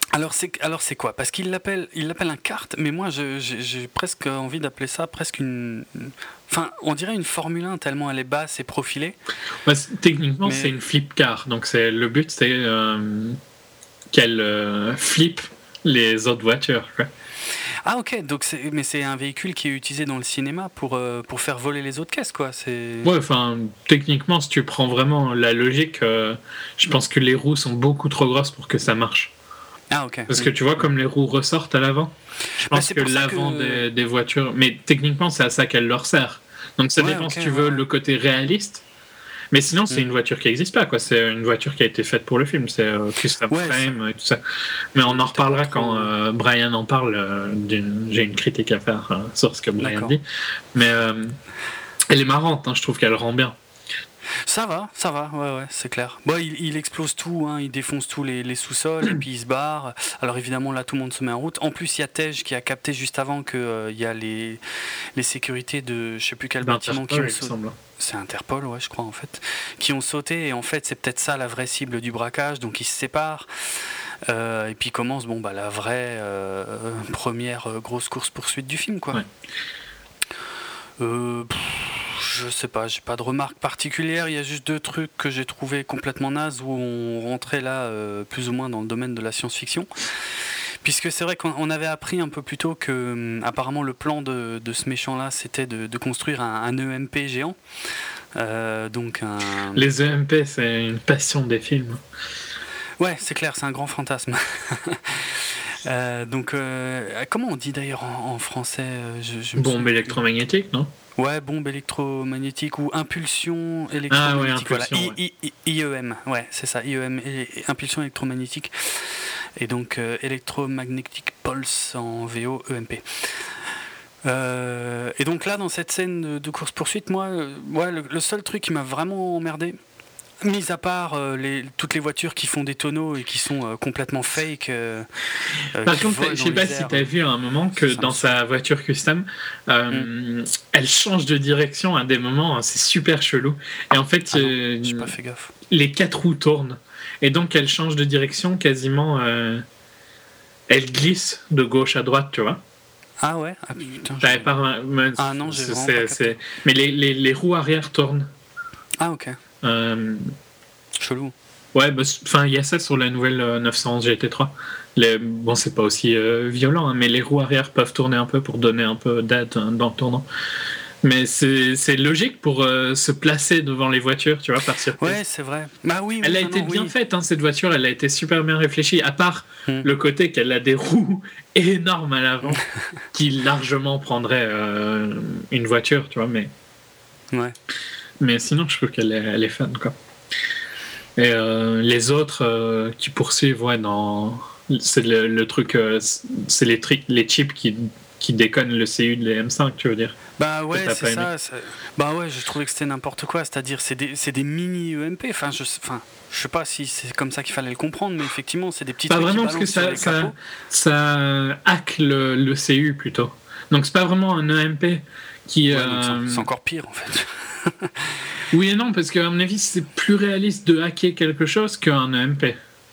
Alors c'est quoi? Parce qu'il l'appelle un kart, mais moi j'ai presque envie d'appeler ça presque une... Enfin, on dirait une Formule 1 tellement elle est basse et profilée. Bah, techniquement, c'est une flip car. Donc le but, c'est qu'elle flippe les autres voitures. Quoi. Ah ok, donc mais c'est un véhicule qui est utilisé dans le cinéma pour faire voler les autres caisses, quoi. Ouais, enfin, techniquement, si tu prends vraiment la logique, je pense que les roues sont beaucoup trop grosses pour que ça marche. Ah ok. Parce que tu vois comme les roues ressortent à l'avant. Je pense que l'avant des voitures... Mais techniquement, c'est à ça qu'elle leur sert. Donc ça dépend si tu veux le côté réaliste. Mais sinon, c'est une voiture qui n'existe pas. Quoi. C'est une voiture qui a été faite pour le film. C'est custom frame et tout ça. Mais on en reparlera quand Brian en parle. J'ai une critique à faire sur ce que Brian dit. Mais elle est marrante. Hein, je trouve qu'elle rend bien. Ça va, ouais, c'est clair. Bon, il explose tout, hein, il défonce tous les sous-sols et puis il se barre. Alors évidemment, là, tout le monde se met en route. En plus, il y a Tej qui a capté juste avant qu'il y a les sécurités de je sais plus quel bâtiment qui ont sauté. C'est Interpol, ouais, je crois, en fait. Qui ont sauté et en fait, c'est peut-être ça la vraie cible du braquage. Donc ils se séparent. Et puis commence la vraie première grosse course-poursuite du film, quoi. Ouais. Je sais pas, j'ai pas de remarques particulières, il y a juste 2 trucs que j'ai trouvé complètement nazes où on rentrait là plus ou moins dans le domaine de la science-fiction. Puisque c'est vrai qu'on avait appris un peu plus tôt que apparemment le plan de ce méchant-là c'était de construire un EMP géant. Les EMP, c'est une passion des films. Ouais, c'est clair, c'est un grand fantasme. Comment on dit d'ailleurs en français bombe électromagnétique, non? Ouais, bombe électromagnétique ou impulsion électromagnétique. IEM, ouais, c'est ça, IEM, impulsion électromagnétique. Et donc Electromagnetic Pulse en VO EMP. Et donc là, dans cette scène de course-poursuite, moi, le seul truc qui m'a vraiment emmerdé, mis à part toutes les voitures qui font des tonneaux et qui sont complètement fake. Par contre, je sais pas si tu as vu à un moment que dans sa voiture custom, elle change de direction à des moments, c'est super chelou. Et en fait, j'ai pas fait gaffe. Les 4 roues tournent. Et donc, elle change de direction quasiment. Elle glisse de gauche à droite, tu vois. Ah ouais? Ah putain. Non, j'ai vraiment pas capté. Mais les roues arrière tournent. Ah ok. Chelou. Ouais, il y a ça sur la nouvelle 911 GT3. C'est pas aussi violent, hein, mais les roues arrière peuvent tourner un peu pour donner un peu d'aide dans le tournant. Mais c'est logique pour se placer devant les voitures, tu vois, par surprise. Ouais, c'est vrai. Bah oui. Elle a été bien faite, hein, cette voiture. Elle a été super bien réfléchie. À part le côté qu'elle a des roues énormes à l'avant, qui largement prendraient une voiture, tu vois, mais. Ouais. Mais sinon, je trouve qu'elle est fun, quoi. Et les autres qui poursuivent, c'est le truc, c'est les chips qui déconnent le CU de l'EM5, tu veux dire. Bah ouais, c'est ça. Bah ouais, je trouvais que c'était n'importe quoi. C'est-à-dire, c'est des mini EMP. Enfin, je sais pas si c'est comme ça qu'il fallait le comprendre, mais effectivement, c'est des petits trucs. Pas vraiment, parce que ça hack le CU plutôt. Donc, c'est pas vraiment un EMP qui. C'est encore pire, en fait. Oui et non, parce qu'à mon avis, c'est plus réaliste de hacker quelque chose qu'un EMP.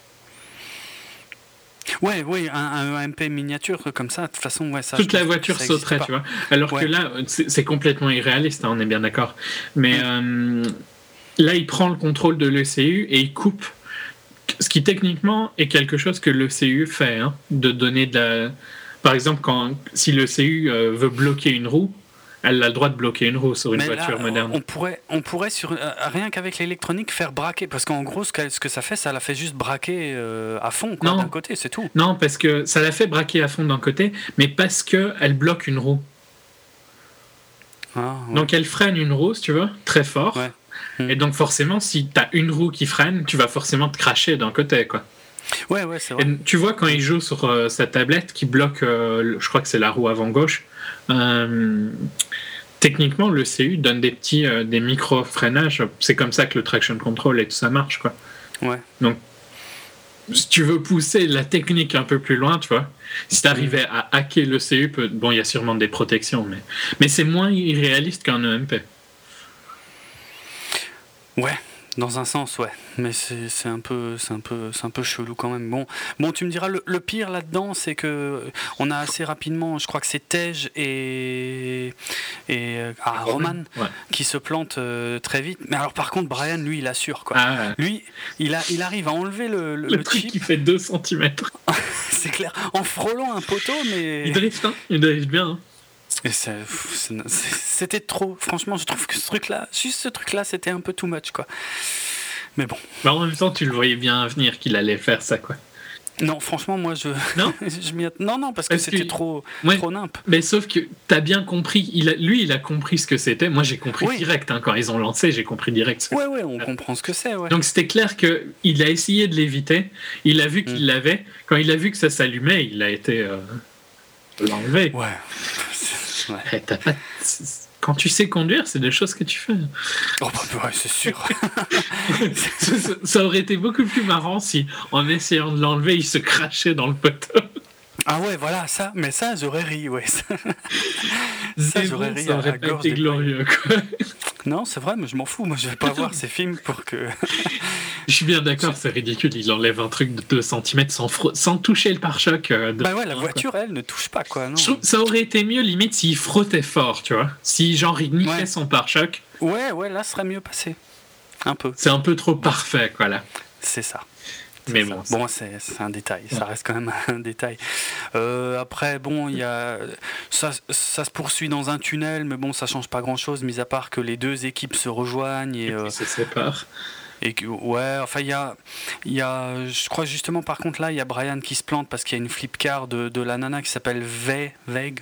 Ouais, un EMP miniature comme ça, de toute façon, ça. Toute la voiture sauterait, tu vois. Alors que là, c'est complètement irréaliste, hein, on est bien d'accord. Mais là, il prend le contrôle de l'ECU et il coupe. Ce qui techniquement est quelque chose que l'ECU fait, hein, de donner de la. Par exemple, si l'ECU veut bloquer une roue, elle a le droit de bloquer une roue sur une voiture moderne. On pourrait rien qu'avec l'électronique faire braquer, parce qu'en gros ce que ça fait, ça la fait juste braquer à fond d'un côté, c'est tout. Non, parce que ça la fait braquer à fond d'un côté, mais parce qu'elle bloque une roue. Donc elle freine une roue, si tu veux, très fort. Ouais. Et donc forcément, si tu as une roue qui freine, tu vas forcément te cracher d'un côté, quoi. Ouais, c'est vrai. Et tu vois quand il joue sur sa tablette qui bloque, je crois que c'est la roue avant gauche. Techniquement, le CU donne des micro-freinages. C'est comme ça que le traction control et tout ça marche, quoi. Ouais. Donc, si tu veux pousser la technique un peu plus loin, tu vois, si tu arrivais à hacker le CU, il y a sûrement des protections, mais c'est moins irréaliste qu'un EMP. Ouais. Dans un sens, ouais, mais c'est un peu chelou quand même. Bon, tu me diras, le pire là-dedans, c'est que on a assez rapidement, je crois que c'est Tej et Roman qui se plantent très vite. Mais alors par contre, Brian, lui, il assure quoi. Lui, il arrive à enlever le truc chip qui fait 2 cm. C'est clair, en frôlant un poteau, mais il drift bien. Hein. Et c'était trop. Franchement, je trouve que ce truc-là, c'était un peu too much, quoi. Mais bon. Mais en même temps, tu le voyais bien venir qu'il allait faire ça, quoi. Non, franchement, moi, non, parce que c'était trop nimp. Mais sauf que t'as bien compris. Il a compris ce que c'était. Moi, j'ai compris direct. Hein, quand ils ont lancé, j'ai compris direct. Ouais, on comprend ce que c'est. Ouais. Donc c'était clair que il a essayé de l'éviter. Il a vu qu'il l'avait. Quand il a vu que ça s'allumait, il a été l'enlever. Ouais. Quand tu sais conduire, c'est des choses que tu fais. Oh bah ouais, c'est sûr. ça aurait été beaucoup plus marrant si, en essayant de l'enlever, il se crachait dans le poteau. Ah ouais, voilà, ça j'aurais ri, ouais. J'aurais ri. Ça aurait pas été glorieux, quoi. Non, c'est vrai, mais je m'en fous. Moi, je vais pas voir ces films pour que... Je suis bien d'accord, c'est ridicule. Il enlève un truc de 2 cm sans toucher le pare-choc. Bah ouais, la voiture, elle, ne touche pas, quoi. Non. Je trouve que ça aurait été mieux, limite, s'il frottait fort, tu vois. Si, genre, il niquait son pare-choc. Ouais, là, ça serait mieux passé. Un peu. C'est un peu trop parfait, quoi, là. C'est ça. Mais bon, c'est un détail, ça reste quand même un détail. Après, bon, il y a ça se poursuit dans un tunnel, mais bon, ça change pas grand-chose, mis à part que les deux équipes se rejoignent et puis se séparent. Et que, enfin, il y a, je crois justement, par contre là, il y a Brian qui se plante parce qu'il y a une flip car de la nana qui s'appelle Veg,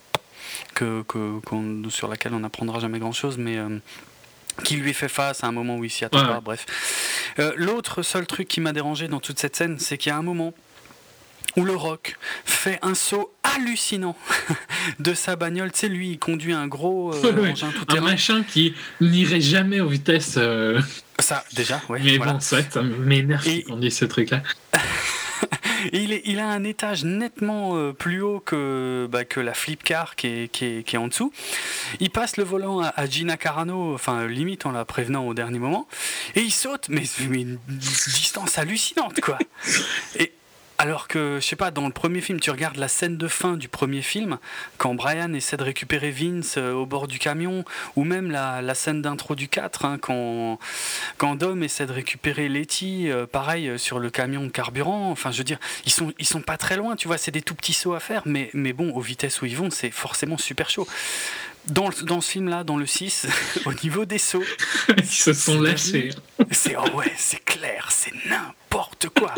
sur laquelle on n'apprendra jamais grand-chose, mais qui lui fait face à un moment où il s'y attend pas, bref. L'autre seul truc qui m'a dérangé dans toute cette scène, c'est qu'il y a un moment où le Rock fait un saut hallucinant de sa bagnole. Tu sais, lui, il conduit un gros engin tout-terrain. Un machin qui n'irait jamais aux vitesses... Ça, déjà, ouais. Mais voilà. Bon, ça m'énerve qu'on dise ce truc-là. Il a un étage nettement plus haut que la flip car qui est en dessous. Il passe le volant à Gina Carano, enfin limite en la prévenant au dernier moment, et il saute, mais une distance hallucinante, quoi. Et alors que, je sais pas, dans le premier film, tu regardes la scène de fin du premier film, quand Brian essaie de récupérer Vince au bord du camion, ou même la scène d'intro du 4, hein, quand Dom essaie de récupérer Letty, pareil, sur le camion de carburant. Enfin, je veux dire, ils sont pas très loin, tu vois, c'est des tout petits sauts à faire, mais bon, aux vitesses où ils vont, c'est forcément super chaud. Dans ce film-là, dans le 6, au niveau des sauts... Ils se sont lâchés. C'est clair, c'est n'importe quoi.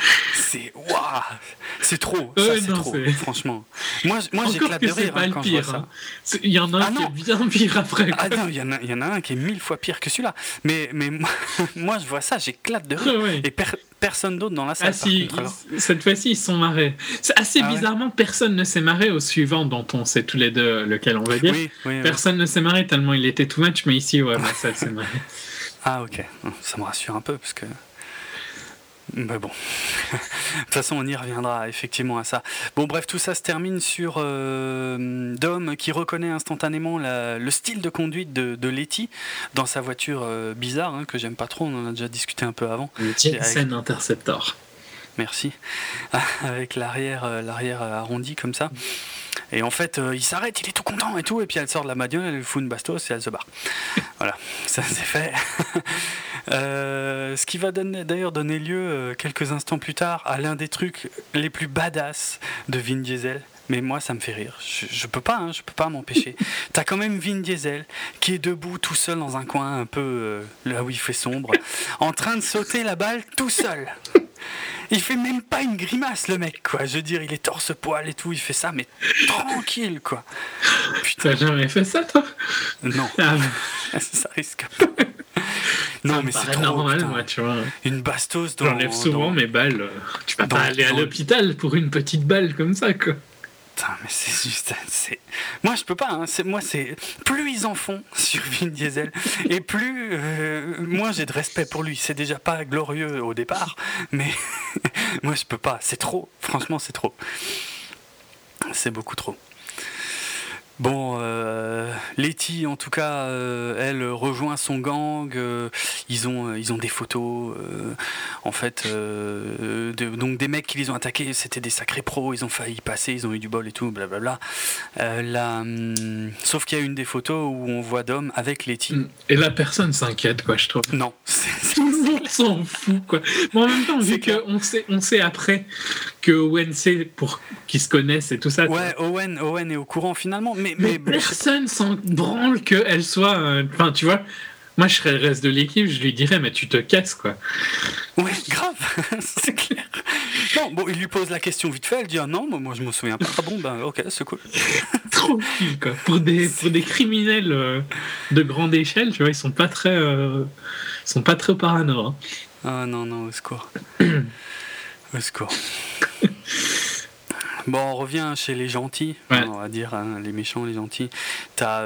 C'est trop, c'est trop, franchement. Moi j'éclate de rire quand je vois ça. Il y en a un qui est bien pire après. Ah non, il y en a un qui est 1000 fois pire que celui-là. Mais moi je vois ça, j'éclate de rire. Ouais. Et personne d'autre dans la salle. Cette fois-ci, ils se sont marrés. C'est assez bizarrement, personne ne s'est marré au suivant, dont on sait tous les deux lequel on va dire. Oui, personne ne s'est marré tellement il était too much, mais ici, ma salle s'est marrée. Ah ok, ça me rassure un peu parce que... Mais bon, de toute façon on y reviendra effectivement à ça. Bon bref, tout ça se termine sur Dom qui reconnaît instantanément le style de conduite de Letty dans sa voiture bizarre, hein, que j'aime pas trop, on en a déjà discuté un peu avant. Le Jensen Interceptor. Merci. Avec l'arrière arrondi comme ça. Et en fait, il s'arrête, il est tout content et tout, et puis elle sort de la bagnole, elle lui fout une bastos et elle se barre. Voilà, ça c'est fait. Ce qui va d'ailleurs donner lieu, quelques instants plus tard, à l'un des trucs les plus badass de Vin Diesel. Mais moi, ça me fait rire. Je peux pas m'empêcher. T'as quand même Vin Diesel qui est debout tout seul dans un coin un peu là où il fait sombre, en train de sauter la balle tout seul. Il fait même pas une grimace, le mec, quoi. Je veux dire, il est torse-poil et tout, il fait ça, mais tranquille, quoi. Putain, t'as jamais fait ça, toi? Non. Ça risque pas. Non, mais c'est trop normal, moi, tu vois. Une bastos dans... J'enlève souvent mes balles. Tu vas pas aller à l'hôpital pour une petite balle comme ça, quoi. Putain, mais c'est juste... Moi, je peux pas. Hein. Plus ils en font sur Vin Diesel, et plus... moins j'ai de respect pour lui. C'est déjà pas glorieux au départ, mais moi, je peux pas. C'est trop. Franchement, c'est trop. C'est beaucoup trop. Bon, Letty, en tout cas, elle rejoint son gang. Ils ont des photos. En fait, donc des mecs qui les ont attaqués, c'était des sacrés pros. Ils ont failli y passer, ils ont eu du bol et tout, blablabla. Sauf qu'il y a une des photos où on voit Dom avec Letty. Et la personne s'inquiète, quoi, je trouve. Non, Tout le monde s'en fout, quoi. Mais en même temps, vu qu'on sait après que Owen sait pour qu'ils se connaissent et tout ça. Ouais, Owen est au courant finalement, mais personne s'en branle qu'elle soit. Enfin, tu vois, moi je serais le reste de l'équipe, je lui dirais, mais tu te casses, quoi. Ouais, grave, c'est clair. Non, bon, il lui pose la question vite fait, elle dit ah non, moi je me souviens pas. Ah bon, ben ok, c'est cool. Tranquille, quoi. Pour des criminels de grande échelle, tu vois, ils sont pas très parano. Hein. Ah non, au secours. Au secours. Bon, on revient chez les gentils, ouais. On va dire, hein, les méchants, les gentils. T'as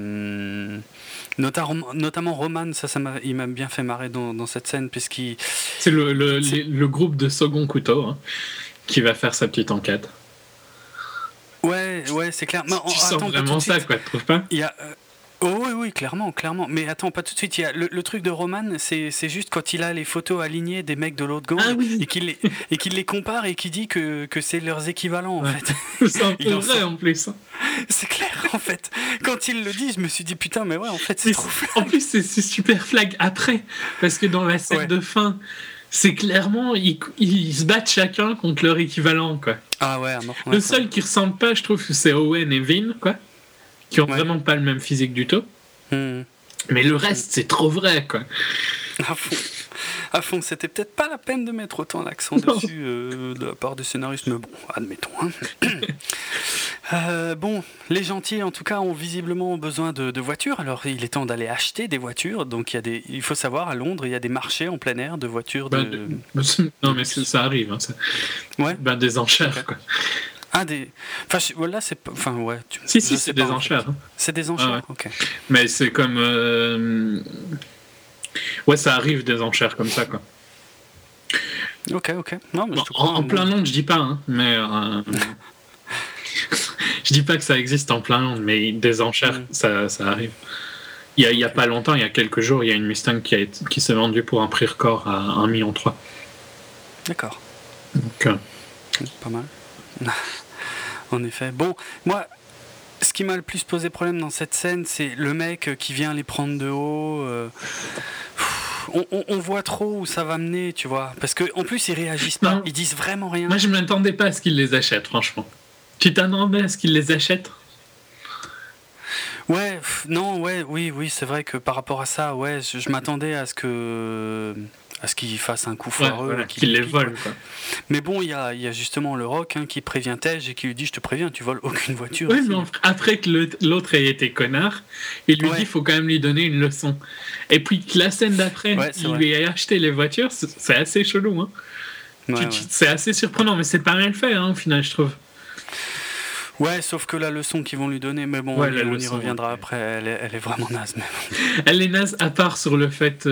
notamment Roman, il m'a bien fait marrer dans cette scène, puisqu'il... C'est le groupe de Second Couteau hein, qui va faire sa petite enquête. Ouais, c'est clair. Mais, tu sens vraiment ça, quoi, tu trouves pas ? Il y a... Oh oui, clairement. Mais attends, pas tout de suite. Il y a le truc de Roman, c'est juste quand il a les photos alignées des mecs de l'autre gang et qu'il les compare et qu'il dit que c'est leurs équivalents, en fait. C'est un peu vrai, en plus. Hein. C'est clair, en fait. Quand il le dit, je me suis dit, putain, mais ouais, en fait, c'est trop flag. En plus, c'est super flag après. Parce que dans la scène de fin, c'est clairement, ils se battent chacun contre leur équivalent, quoi. Ah ouais, non. Le seul qui ressemble pas, je trouve, c'est Owen et Vin, quoi. Qui ont vraiment pas le même physique du tout. Mais le reste, c'est trop vrai, quoi. À fond, c'était peut-être pas la peine de mettre autant l'accent dessus de la part du scénariste, mais bon, admettons. Hein. Bon, les gentils, en tout cas, ont visiblement besoin de voitures. Alors, il est temps d'aller acheter des voitures. Donc, il faut savoir, à Londres, il y a des marchés en plein air de voitures. Non, mais ça arrive. Hein, ça. Ouais. Des enchères, quoi. Voilà, c'est pas. Enfin, ouais. Si, c'est des enchères. Hein. C'est des enchères, ouais. Ok. Mais c'est comme. Ouais, ça arrive des enchères comme ça, quoi. Ok. Non, mais en plein Londres, je dis pas, hein, mais. Je dis pas que ça existe en plein Londres, mais des enchères, ça arrive. Il y a pas longtemps, il y a quelques jours, il y a une Mustang qui s'est vendue pour un prix record à 1,3 million. D'accord. Donc. Pas mal. En effet. Bon, moi, ce qui m'a le plus posé problème dans cette scène, c'est le mec qui vient les prendre de haut. On voit trop où ça va mener, tu vois. Parce qu'en plus, ils réagissent pas. Non. Ils disent vraiment rien. Moi, je m'attendais pas à ce qu'ils les achètent, franchement. Tu t'attendais à ce qu'ils les achètent ? Ouais, oui, c'est vrai que par rapport à ça, ouais, je m'attendais à ce qu'il fasse un coup foireux, qu'il les vole, quoi. Mais bon, il y a justement le Rock qui prévient Tej et qui lui dit je te préviens, tu voles aucune voiture. Oui, mais après que l'autre ait été connard, il lui dit il faut quand même lui donner une leçon. Et puis la scène d'après, il lui a acheté les voitures, c'est assez chelou. Hein. C'est assez surprenant, mais c'est pas mal fait au final, je trouve. Ouais, sauf que la leçon qu'ils vont lui donner, mais bon, on y reviendra après, elle est vraiment naze. Mais... Elle est naze à part sur le fait...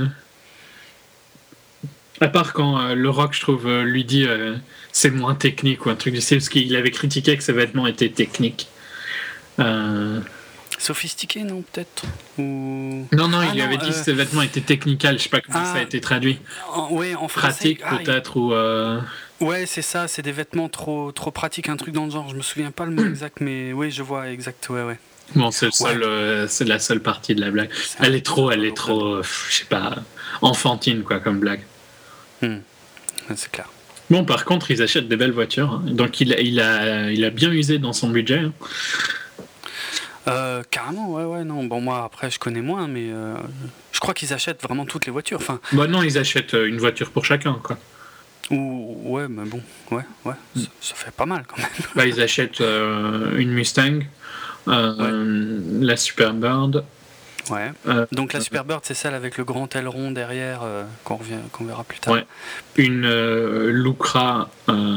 À part quand le Rock, je trouve, lui dit c'est moins technique ou un truc du style, parce qu'il avait critiqué que ses vêtements étaient techniques. Sophistiqué, non, peut-être ou... Non, il lui avait dit que ses vêtements étaient technical, je sais pas comment ça a été traduit. En français, pratique, peut-être, ou... Ouais, c'est ça, c'est des vêtements trop pratiques, un truc dans le genre, je me souviens pas le mot exact, mais oui, je vois exact, ouais. Bon, c'est la seule partie de la blague. Elle est trop, je sais pas, enfantine, quoi, comme blague. C'est clair. Bon, par contre, ils achètent des belles voitures, hein. Donc il a bien usé dans son budget. Hein. Carrément, ouais, non. Bon, moi, après, je connais moins, mais je crois qu'ils achètent vraiment toutes les voitures. Enfin... non, ils achètent une voiture pour chacun, quoi. Ouais, mais bon, ouais, ça fait pas mal, quand même. Ils achètent une Mustang, la Superbird. Ouais. Donc la Superbird, c'est celle avec le grand aileron derrière qu'on verra plus tard. Ouais. Une Lucra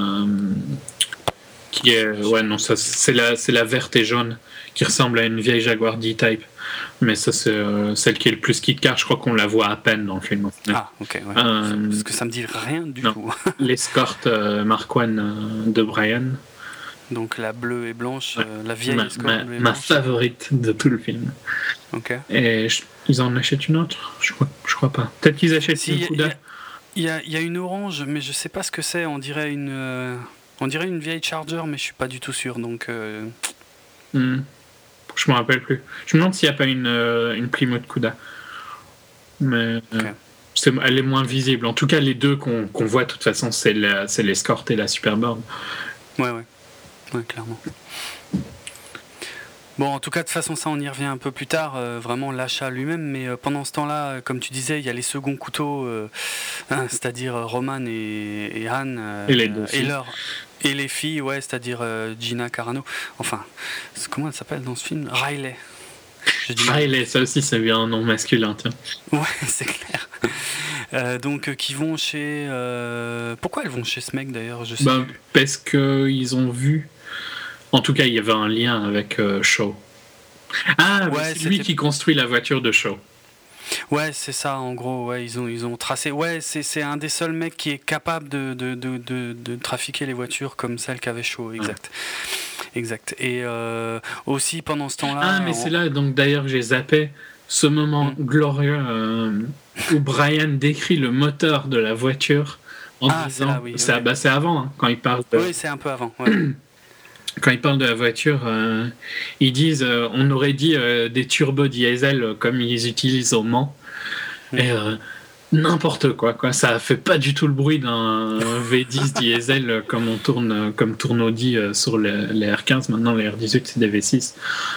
qui est ça c'est la verte et jaune qui ressemble à une vieille Jaguar D-Type. Mais ça c'est celle qui est le plus kit-car, je crois qu'on la voit à peine dans le film. Ah, ok, ouais. Parce que ça me dit rien du tout. L'Escort Mark I de Brian. Donc la bleue et blanche, la vieille escorte bleue et ma blanche. favorite de tout le film. Ok. Et ils en achètent une autre? Je crois pas. Peut-être qu'ils achètent une Cuda. Il y a une orange, mais je sais pas ce que c'est. On dirait une vieille Charger, mais je suis pas du tout sûr. Donc. Je me rappelle plus. Je me demande s'il n'y a pas une Plymouth Cuda. Mais elle est moins visible. En tout cas, les deux qu'on voit, de toute façon, c'est l'Escort et la Superboard. Ouais, clairement. Bon, en tout cas, de toute façon, ça, on y revient un peu plus tard, vraiment l'achat lui-même. Mais pendant ce temps-là, comme tu disais, il y a les seconds couteaux, c'est-à-dire Roman et Anne. Et les deux filles. Et les filles, ouais, c'est-à-dire Gina Carano. Enfin, comment elle s'appelle dans ce film? Riley. Riley, ça aussi, ça vient un nom masculin, tiens. Ouais, c'est clair. Donc, qui vont chez... Pourquoi elles vont chez ce mec, d'ailleurs? Je sais plus. Parce qu'ils ont vu... En tout cas, il y avait un lien avec Shaw. Ah, ouais, c'est lui qui construit la voiture de Shaw. Ouais, c'est ça, en gros. Ouais, ils ont tracé. Ouais, c'est un des seuls mecs qui est capable de trafiquer les voitures comme celle qu'avait Shaw. Exact. Ouais. Exact. Et aussi, pendant ce temps-là... Ah, mais c'est là, donc d'ailleurs, j'ai zappé ce moment glorieux où Brian décrit le moteur de la voiture en disant... c'est là, oui. C'est avant, hein, quand il parle de... Oui, c'est un peu avant, ouais. Quand ils parlent de la voiture, ils disent on aurait dit des turbos diesel comme ils utilisent au Mans. Et n'importe quoi. Ça fait pas du tout le bruit d'un V10 diesel comme tourne Audi sur les R15. Maintenant, les R18, c'est des V6.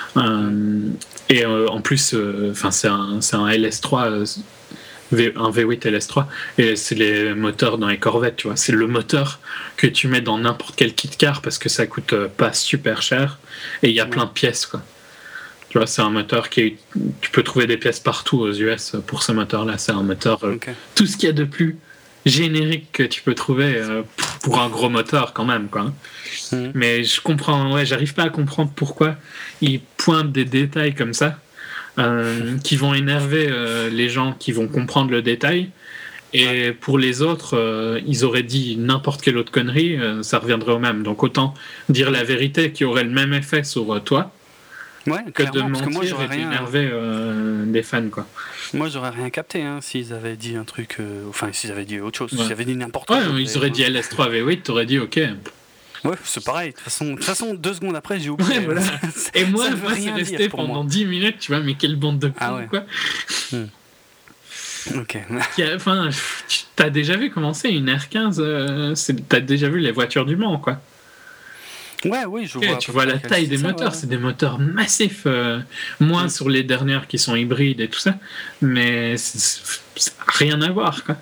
Et en plus, c'est un LS3. Un V8 LS3 et c'est les moteurs dans les Corvettes, tu vois, c'est le moteur que tu mets dans n'importe quel kit car parce que ça coûte pas super cher et il y a plein de pièces, quoi. Tu vois, c'est un moteur tu peux trouver des pièces partout aux US pour ce moteur là, c'est un moteur tout ce qu'il y a de plus générique que tu peux trouver pour un gros moteur quand même, quoi. Mais j'arrive pas à comprendre pourquoi ils pointent des détails comme ça qui vont énerver les gens qui vont comprendre le détail. Et pour les autres, ils auraient dit n'importe quelle autre connerie, ça reviendrait au même. Donc autant dire la vérité qui aurait le même effet sur toi que de mentir et d'énerver des fans, quoi. Moi, j'aurais rien capté s'ils avaient dit un truc... s'ils avaient dit autre chose. S'ils avaient dit n'importe quoi. Ils auraient dit LS3 V8, t'aurais dit OK. Ouais, c'est pareil. De toute façon, 2 secondes après, j'ai oublié. Ouais, voilà. Et moi c'est resté pendant 10 minutes, tu vois, mais quelle bande de cons, quoi. Ok. Enfin, t'as déjà vu comment c'est une R15 t'as déjà vu les voitures du Mans, quoi. Ouais, oui, je vois. Tu vois la taille des moteurs, c'est des moteurs massifs, moins sur les dernières qui sont hybrides et tout ça, mais ça n'a rien à voir, quoi.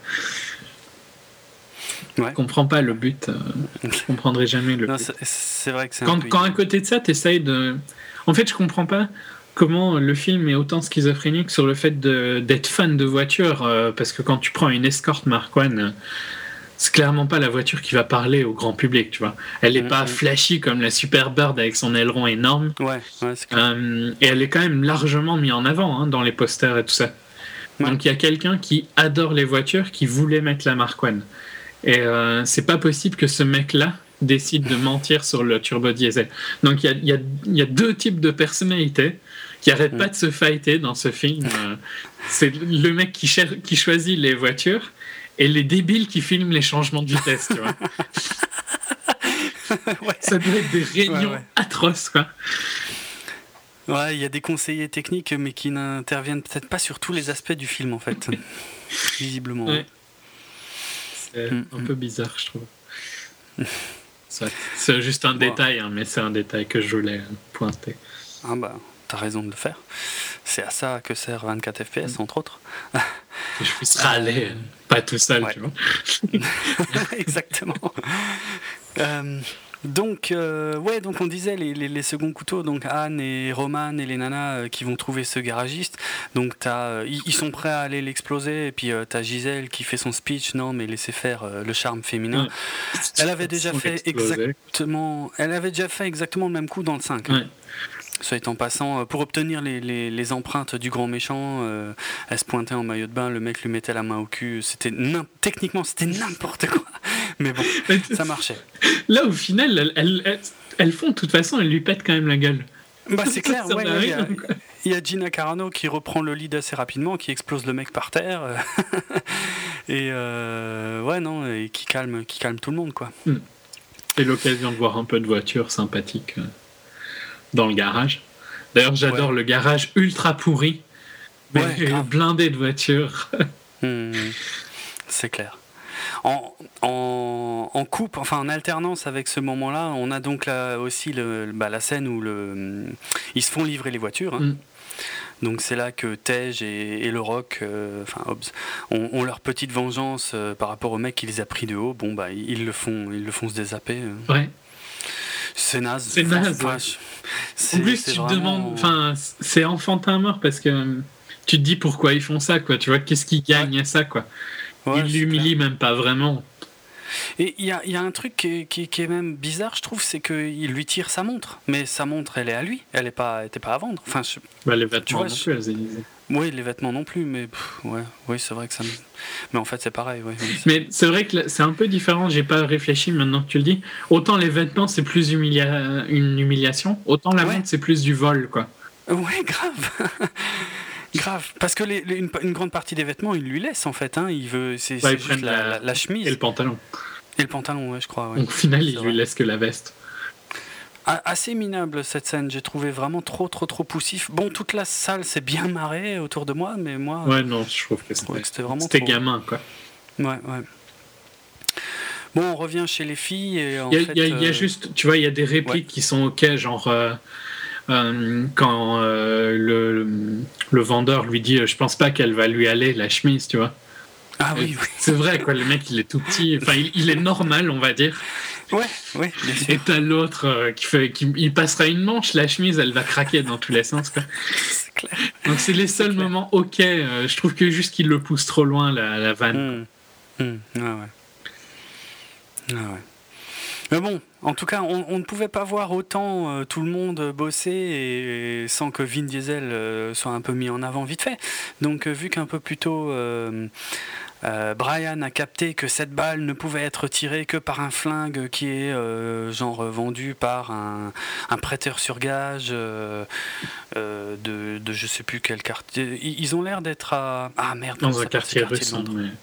Ouais. Je comprends pas le but. Je comprendrai jamais le but. C'est vrai que c'est quand à côté de ça, t'essayes de... En fait, je comprends pas comment le film est autant schizophrénique sur le fait d'être fan de voiture, parce que quand tu prends une Escort Mark I, c'est clairement pas la voiture qui va parler au grand public, tu vois. Elle est pas flashy comme la Superbird avec son aileron énorme. Ouais, c'est clair. Et elle est quand même largement mise en avant dans les posters et tout ça. Ouais. Donc il y a quelqu'un qui adore les voitures qui voulait mettre la Mark I. Et c'est pas possible que ce mec-là décide de mentir sur le turbo diesel. Donc il y a 2 types de personnalités qui arrêtent pas de se fighter dans ce film. C'est le mec qui choisit les voitures et les débiles qui filment les changements de vitesse, tu vois. Ça doit être des réunions atroces, quoi. Ouais, il y a des conseillers techniques, mais qui n'interviennent peut-être pas sur tous les aspects du film, en fait. Visiblement. Ouais. C'est un peu bizarre, je trouve. C'est juste un détail, mais c'est un détail que je voulais pointer. Ah bah, t'as raison de le faire. C'est à ça que sert 24 FPS, entre autres. Je puisse râler, pas tout seul, tu vois. Exactement. Donc on disait les seconds couteaux, donc Anne et Roman et les nanas qui vont trouver ce garagiste. Donc ils sont prêts à aller l'exploser, et puis t'as Gisèle qui fait son speech, non mais laissez faire le charme féminin. Elle avait déjà fait exactement le même coup dans le 5. Ouais. Soit en passant, pour obtenir les empreintes du grand méchant, elle se pointait en maillot de bain, le mec lui mettait la main au cul, techniquement c'était n'importe quoi, mais bon, ça marchait. Là au final, elles font, de toute façon, elles lui pètent quand même la gueule. Bah c'est clair, Ça ouais, n'a rien, ouais, quoi. il y a Gina Carano qui reprend le lead assez rapidement, qui explose le mec par terre, et ouais, non, et qui calme tout le monde, quoi. Et l'occasion de voir un peu de voitures sympathiques dans le garage. D'ailleurs, j'adore le garage ultra pourri, mais grave. blindé de voitures. C'est clair. En coupe, enfin en alternance avec ce moment-là, on a donc là aussi la scène où ils se font livrer les voitures. Hein. Donc c'est là que Tej et le Rock, enfin Hobbs, ont leur petite vengeance par rapport au mec qui les a pris de haut. Bon bah ils le font se dézapper. Ouais. C'est naze. C'est naze. Enfin, en plus, tu te demandes, enfin, c'est enfantin mort parce que tu te dis pourquoi ils font ça, quoi. Tu vois, qu'est-ce qu'ils gagnent à ça, quoi. Ouais, ils l'humilient même pas vraiment. Et il y a un truc qui est même bizarre, je trouve, c'est qu'il lui tire sa montre. Mais sa montre, elle est à lui, elle était pas à vendre. Enfin, les vêtements non plus, oui, les vêtements non plus, mais oui, c'est vrai que ça. Mais en fait, c'est pareil. Oui, mais c'est vrai que c'est un peu différent. J'ai pas réfléchi maintenant que tu le dis. Autant les vêtements, c'est plus une humiliation. Autant la montre, c'est plus du vol, quoi. Ouais, grave. Grave, parce que une grande partie des vêtements, il lui laisse en fait. Hein. Il veut, c'est juste la chemise. Et le pantalon. Et le pantalon, ouais, je crois. Ouais. Donc au final, il lui laisse que la veste. Assez minable cette scène, j'ai trouvé vraiment trop poussif. Bon, toute la salle s'est bien marrée autour de moi, mais moi. Ouais, non, je trouve que c'était gamin, quoi. Ouais. Bon, on revient chez les filles et il y a juste, tu vois, il y a des répliques qui sont ok, genre. Quand le vendeur lui dit je pense pas qu'elle va lui aller la chemise, tu vois. Ah oui. C'est vrai, quoi, le mec il est tout petit, enfin il est normal, on va dire. Ouais, bien sûr. Et t'as l'autre il passera une manche, la chemise elle va craquer dans tous les sens, quoi. C'est clair. Donc c'est les seuls moments ok, je trouve que juste qu'il le pousse trop loin la vanne. Ouais. Mais bon, en tout cas, on ne pouvait pas voir autant tout le monde bosser et sans que Vin Diesel soit un peu mis en avant vite fait. Donc, vu qu'un peu plus tôt, Brian a capté que cette balle ne pouvait être tirée que par un flingue qui est vendu par un prêteur sur gage de je sais plus quel quartier. Ils ont l'air d'être à... Ah merde, dans un quartier russe.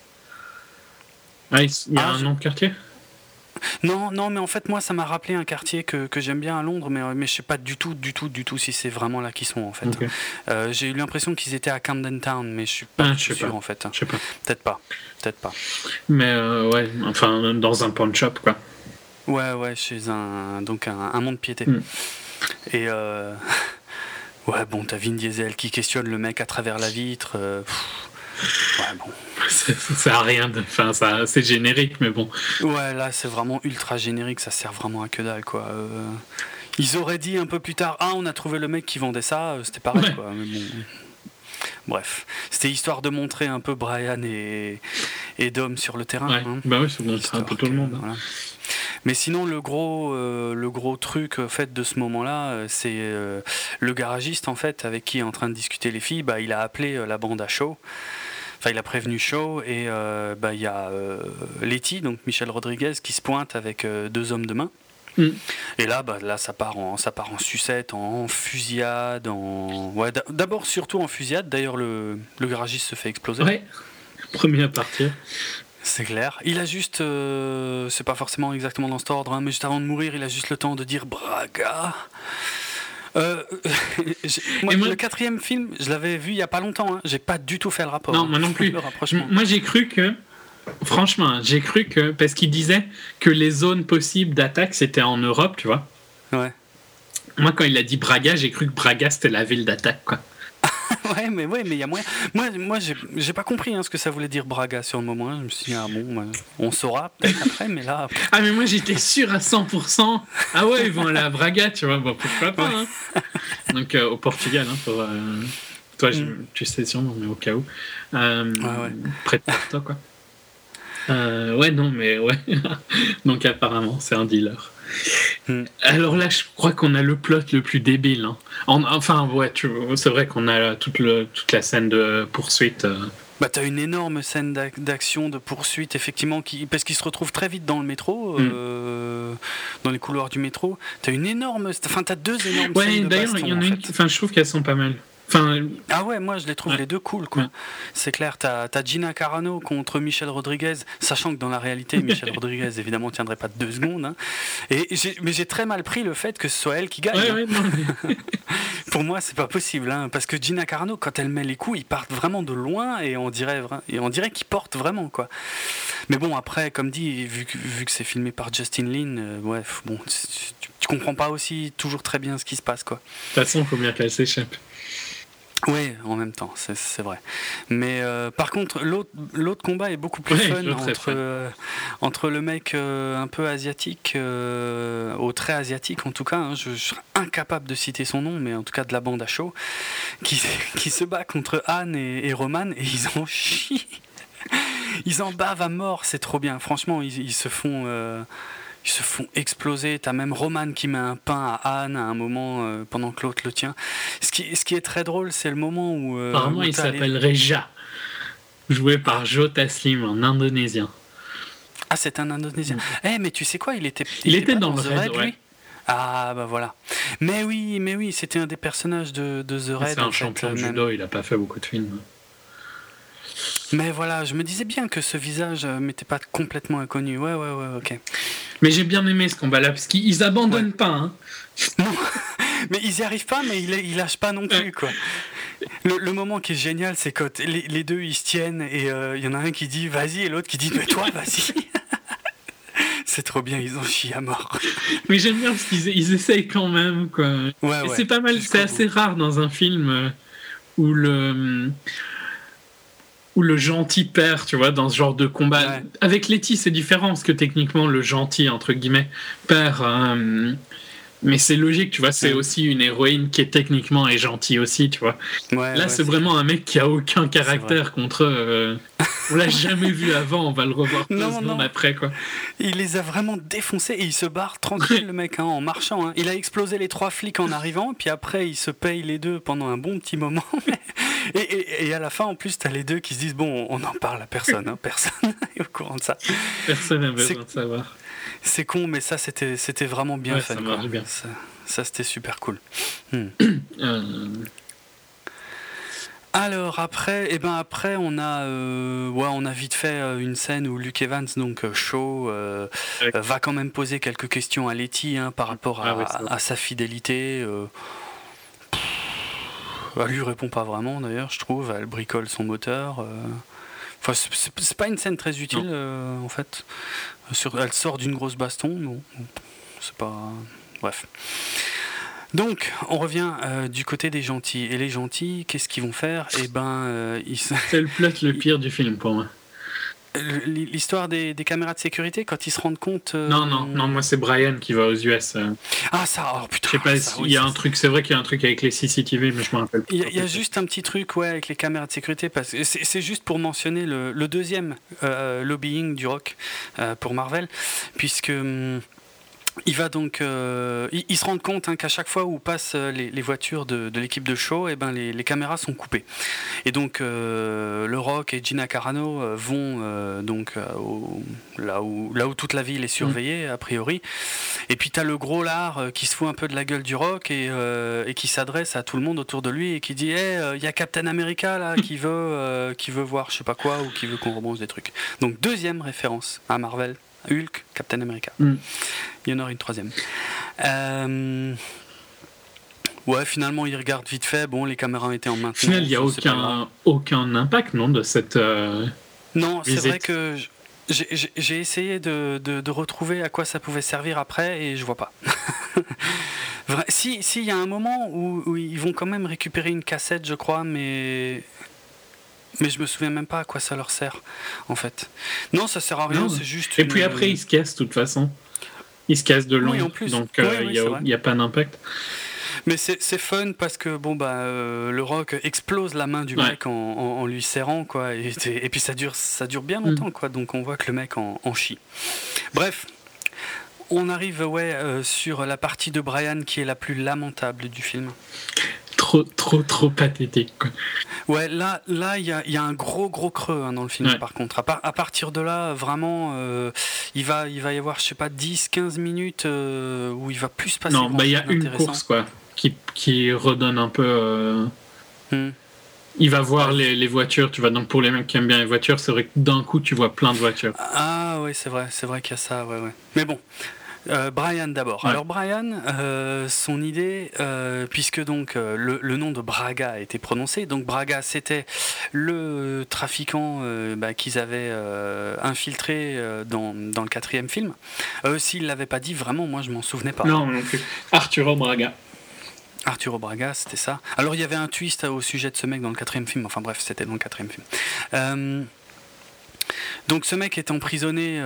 Il y a un nom de quartier ? Non, mais en fait, moi, ça m'a rappelé un quartier que j'aime bien à Londres, mais je sais pas du tout si c'est vraiment là qu'ils sont, en fait. Okay. J'ai eu l'impression qu'ils étaient à Camden Town, mais je suis pas sûr, en fait. Je sais pas. Peut-être pas. Mais ouais, enfin, dans un pawn shop, quoi. Ouais, chez un mont-de-piété. Et ouais, bon, t'as Vin Diesel qui questionne le mec à travers la vitre. Ouais, bon. Ça a rien de. Enfin, c'est générique, mais bon. Ouais, là, c'est vraiment ultra générique, ça sert vraiment à que dalle, quoi. Ils auraient dit un peu plus tard, on a trouvé le mec qui vendait ça, c'était pareil, quoi. Mais bon. Bref, c'était histoire de montrer un peu Brian et Dom sur le terrain. Ouais. Hein. Bah oui, c'est montrer un peu tout le monde. Voilà. Mais sinon, le gros truc fait de ce moment-là, c'est le garagiste en fait avec qui est en train de discuter les filles. Bah, il a appelé la bande à Shaw. Enfin, il a prévenu Shaw et il y a Letty, donc Michelle Rodriguez, qui se pointe avec 2 hommes de main. Et là, ça part en sucette, en fusillade, d'abord surtout en fusillade. D'ailleurs, le garagiste se fait exploser. Ouais. Premier à partir. C'est clair. Il a juste, c'est pas forcément exactement dans cet ordre, hein, mais juste avant de mourir, il a juste le temps de dire Braga. Moi, le 4e film, je l'avais vu il y a pas longtemps. Hein. J'ai pas du tout fait le rapport. Non, moi non plus. Moi, j'ai cru que, franchement, parce qu'il disait que les zones possibles d'attaque c'était en Europe, tu vois. Ouais. Moi, quand il a dit Braga, j'ai cru que Braga c'était la ville d'attaque, quoi. Ouais, mais il y a moyen. Moi, j'ai pas compris ce que ça voulait dire Braga sur le moment. Je me suis dit, on saura peut-être après, mais là. Ah, mais moi, j'étais sûr à 100%. Ah ouais, ils vont aller à Braga, tu vois. Bon, pourquoi pas, hein. Donc, au Portugal, hein, toi, tu sais sûrement, mais au cas où. Près de toi, quoi. Ouais, non, mais ouais. Donc, apparemment, c'est un dealer. Alors là, je crois qu'on a le plot le plus débile. Hein. Enfin, ouais, c'est vrai qu'on a toute la scène de poursuite. Bah, t'as une énorme scène d'action, de poursuite, effectivement, parce qu'il se retrouve très vite dans le métro, dans les couloirs du métro. T'as une énorme. Enfin, t'as deux énormes scènes de d'ailleurs, il y en a une. Enfin, je trouve qu'elles sont pas mal. Enfin, ah ouais, moi je les trouve les deux cool, quoi. C'est clair, t'as Gina Carano contre Michelle Rodriguez, sachant que dans la réalité, Michelle Rodriguez évidemment tiendrait pas 2 secondes. Hein. Mais j'ai très mal pris le fait que ce soit elle qui gagne. Pour moi, c'est pas possible, hein, parce que Gina Carano, quand elle met les coups, ils partent vraiment de loin et on dirait qu'ils portent vraiment, quoi. Mais bon, après, comme dit, vu que c'est filmé par Justin Lin, bon, tu comprends pas aussi toujours très bien ce qui se passe, quoi. De toute façon, il faut bien qu'elle s'échappe. Oui, en même temps, c'est vrai. Mais par contre, l'autre combat est beaucoup plus fun entre le mec un peu asiatique, au trait asiatique en tout cas, hein, je serais incapable de citer son nom, mais en tout cas de la bande à chaud, qui se bat contre Anne et Roman, et ils en chient. Ils en bavent à mort, c'est trop bien. Franchement, ils se font exploser. T'as même Roman qui met un pain à Anne à un moment pendant que l'autre le tient. Ce qui est très drôle, c'est le moment où... apparemment, il s'appelle Reja, joué par Joe Taslim, en indonésien. Ah, c'est un indonésien. Mais tu sais quoi, il était dans le Raid, lui. Ah, bah voilà. Mais oui, c'était un des personnages de The Raid. C'est un champion de judo, il a pas fait beaucoup de films. Mais voilà, je me disais bien que ce visage m'était pas complètement inconnu. Ouais, ok. Mais j'ai bien aimé ce combat-là, parce qu'ils abandonnent pas. Hein. Non, mais ils y arrivent pas, mais ils lâchent pas non plus, quoi. Le moment qui est génial, c'est quand les deux ils se tiennent et il y en a un qui dit vas-y et l'autre qui dit mais toi vas-y. C'est trop bien, ils ont chié à mort. Mais j'aime bien parce qu'ils essayent quand même, quoi. Ouais, et c'est pas mal, c'est assez rare dans un film où le gentil perd, tu vois, dans ce genre de combat. Ouais. Avec Letty, c'est différent, parce que techniquement, le gentil, entre guillemets, perd. Mais c'est logique, tu vois, c'est aussi une héroïne qui est techniquement est gentille aussi, tu vois. Là, c'est vraiment un mec qui a aucun caractère contre eux. On l'a jamais vu avant, on va le revoir 2 secondes après, quoi. Il les a vraiment défoncés et il se barre tranquille, le mec, hein, en marchant. Hein. Il a explosé les 3 flics en arrivant, puis après, il se paye les 2 pendant un bon petit moment. Et à la fin, en plus, t'as les 2 qui se disent bon, on n'en parle à personne, hein, personne est au courant de ça. Personne n'a besoin de savoir. C'est con, mais ça, c'était vraiment bien fait. Ça marche bien. Ça, c'était super cool. Alors après, on a vite fait une scène où Luke Evans, donc Shaw, va quand même poser quelques questions à Letty, hein, par rapport à sa fidélité. Elle lui répond pas vraiment, d'ailleurs, je trouve. Elle bricole son moteur. Enfin, c'est pas une scène très utile, en fait. Elle sort d'une grosse baston, non. C'est pas... Bref. Donc, on revient du côté des gentils. Et les gentils, qu'est-ce qu'ils vont faire ? C'est le plot le pire du film, pour moi. L'histoire des caméras de sécurité, quand ils se rendent compte... Non, moi c'est Brian qui va aux US. Ah, ça, oh putain. Je sais pas, il y a un truc, c'est vrai qu'il y a un truc avec les CCTV, mais je me rappelle plus. Il y a juste un petit truc, avec les caméras de sécurité, parce que c'est juste pour mentionner le deuxième lobbying du rock pour Marvel, puisque... il va donc, ils se rendent compte qu'à chaque fois où passent les voitures de l'équipe de Shaw, les caméras sont coupées. Et donc le Rock et Gina Carano vont donc là où toute la ville est surveillée a priori. Et puis t'as le gros lard qui se fout un peu de la gueule du Rock et qui s'adresse à tout le monde autour de lui et qui dit il y a Captain America là qui veut voir je sais pas quoi ou qui veut qu'on rebranche des trucs. Donc deuxième référence à Marvel. Hulk, Captain America. Il y en aura une 3e. Finalement, il regarde vite fait. Bon, les caméras étaient en maintenance. Au final, il n'y a aucun impact, non, de cette Non, visite. C'est vrai que j'ai essayé de retrouver à quoi ça pouvait servir après et je vois pas. Si, il y a un moment où ils vont quand même récupérer une cassette, je crois, mais je me souviens même pas à quoi ça leur sert, en fait. Non, ça sert à rien, c'est juste... Et puis après, ils se cassent, de toute façon. Ils se cassent de loin, en plus. Donc il n'y a pas d'impact. Mais c'est fun parce que le Rock explose la main du mec en lui serrant, quoi. Et puis ça dure bien longtemps, quoi. Donc on voit que le mec en chie. Bref, On arrive sur la partie de Brian qui est la plus lamentable du film. Trop pathétique, quoi. Ouais, là, il y a un gros creux dans le film, par contre. À partir de là, vraiment, il va y avoir, je sais pas, 10-15 minutes où il va plus se passer. Non, il y a une course, quoi, qui redonne un peu. Il va voir les voitures, tu vois. Donc pour les mecs qui aiment bien les voitures, c'est vrai que d'un coup, tu vois plein de voitures. Ah oui, c'est vrai qu'il y a ça, ouais. Mais bon. Brian d'abord. Ouais. Alors Brian, son idée, puisque donc le nom de Braga a été prononcé, donc Braga c'était le trafiquant qu'ils avaient infiltré dans le 4e film. S'il l'avait pas dit, vraiment, moi je m'en souvenais pas. Non plus. Arturo Braga, c'était ça. Alors il y avait un twist au sujet de ce mec dans le 4e film. Enfin bref, c'était dans le 4e film. Donc ce mec était emprisonné,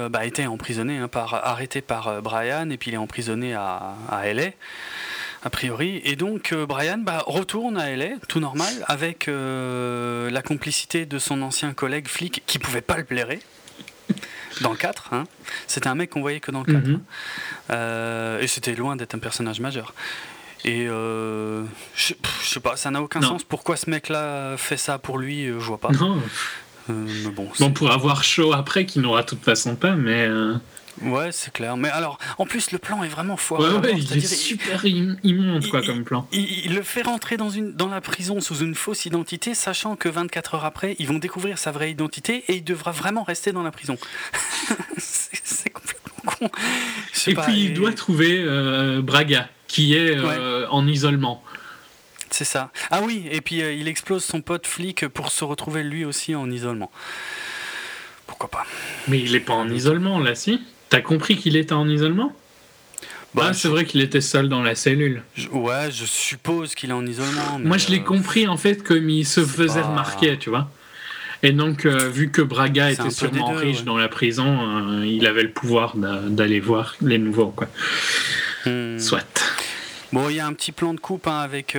arrêté par Brian, et puis il est emprisonné à LA, a priori. Et donc Brian retourne à LA, tout normal, avec la complicité de son ancien collègue flic qui pouvait pas le blairer. Dans le 4, c'était un mec qu'on voyait que dans le 4. Et c'était loin d'être un personnage majeur. Et je sais pas, ça n'a aucun sens. Pourquoi ce mec-là fait ça pour lui, je vois pas. Non. Mais bon, pour avoir chaud après, qu'il n'aura de toute façon pas, mais. Ouais, c'est clair. Mais alors, en plus, le plan est vraiment foireux. Ouais, il est super immonde, comme plan. Il le fait rentrer dans la prison sous une fausse identité, sachant que 24 heures après, ils vont découvrir sa vraie identité et il devra vraiment rester dans la prison. c'est complètement con. Il doit trouver Braga, qui est en isolement. C'est ça. Ah oui, et puis il explose son pote flic pour se retrouver lui aussi en isolement. Pourquoi pas ? Mais il est pas en isolement, là, si ? T'as compris qu'il était en isolement ? C'est vrai qu'il était seul dans la cellule. Je suppose qu'il est en isolement. Mais moi, je l'ai compris, en fait, comme il se faisait remarquer, tu vois. Et donc, vu que Braga était sûrement riche dans la prison, il avait le pouvoir d'aller voir les nouveaux, quoi. Soit. Bon, il y a un petit plan de coupe avec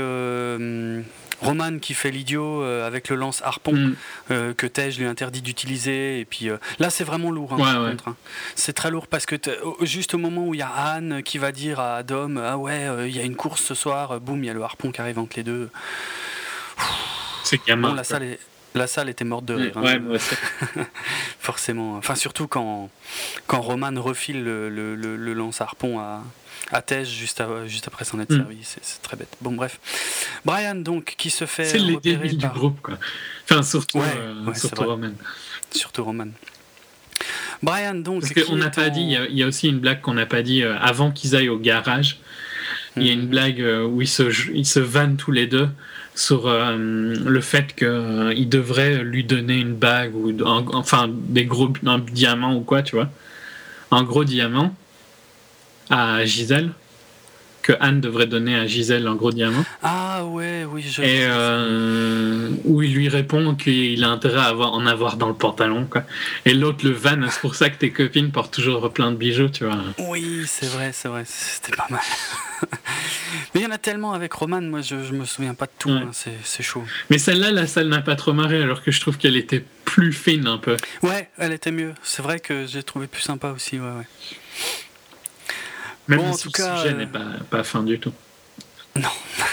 Roman qui fait l'idiot avec le lance-harpon que Tej lui interdit d'utiliser. Et puis là, c'est vraiment lourd. Contre. C'est très lourd parce que juste au moment où il y a Anne qui va dire à Dom il y a une course ce soir, boum, il y a le harpon qui arrive entre les deux. C'est gamin. Bon, la salle était morte de rire. Forcément. Enfin, surtout quand Roman refile le lance-harpon à Tej juste après s'en être servi. C'est très bête. Bon, bref. Brian, donc, qui se fait. C'est les débiles du groupe, quoi. Enfin, surtout Roman. Surtout Roman. Brian, donc. Parce qu'on n'a pas dit, il y a aussi une blague qu'on n'a pas dit avant qu'ils aillent au garage. Il y a une blague où ils se vannent tous les deux sur le fait qu'il devrait lui donner une bague ou un diamant ou quoi, tu vois. Un gros diamant à Gisèle, que Anne devrait donner à Gisèle un gros diamant. Ah ouais, oui, je. Et où il lui répond qu'il a intérêt à en avoir dans le pantalon, quoi. Et l'autre le vanne, c'est pour ça que tes copines portent toujours plein de bijoux, tu vois. Oui, c'est vrai, c'était pas mal. Mais il y en a tellement avec Roman, moi je me souviens pas de tout, c'est chaud. Mais celle-là, la salle n'a pas trop marré, alors que je trouve qu'elle était plus fine un peu. Ouais, elle était mieux. C'est vrai que j'ai trouvé plus sympa aussi, ouais. Même si le sujet n'est pas fin du tout. Non.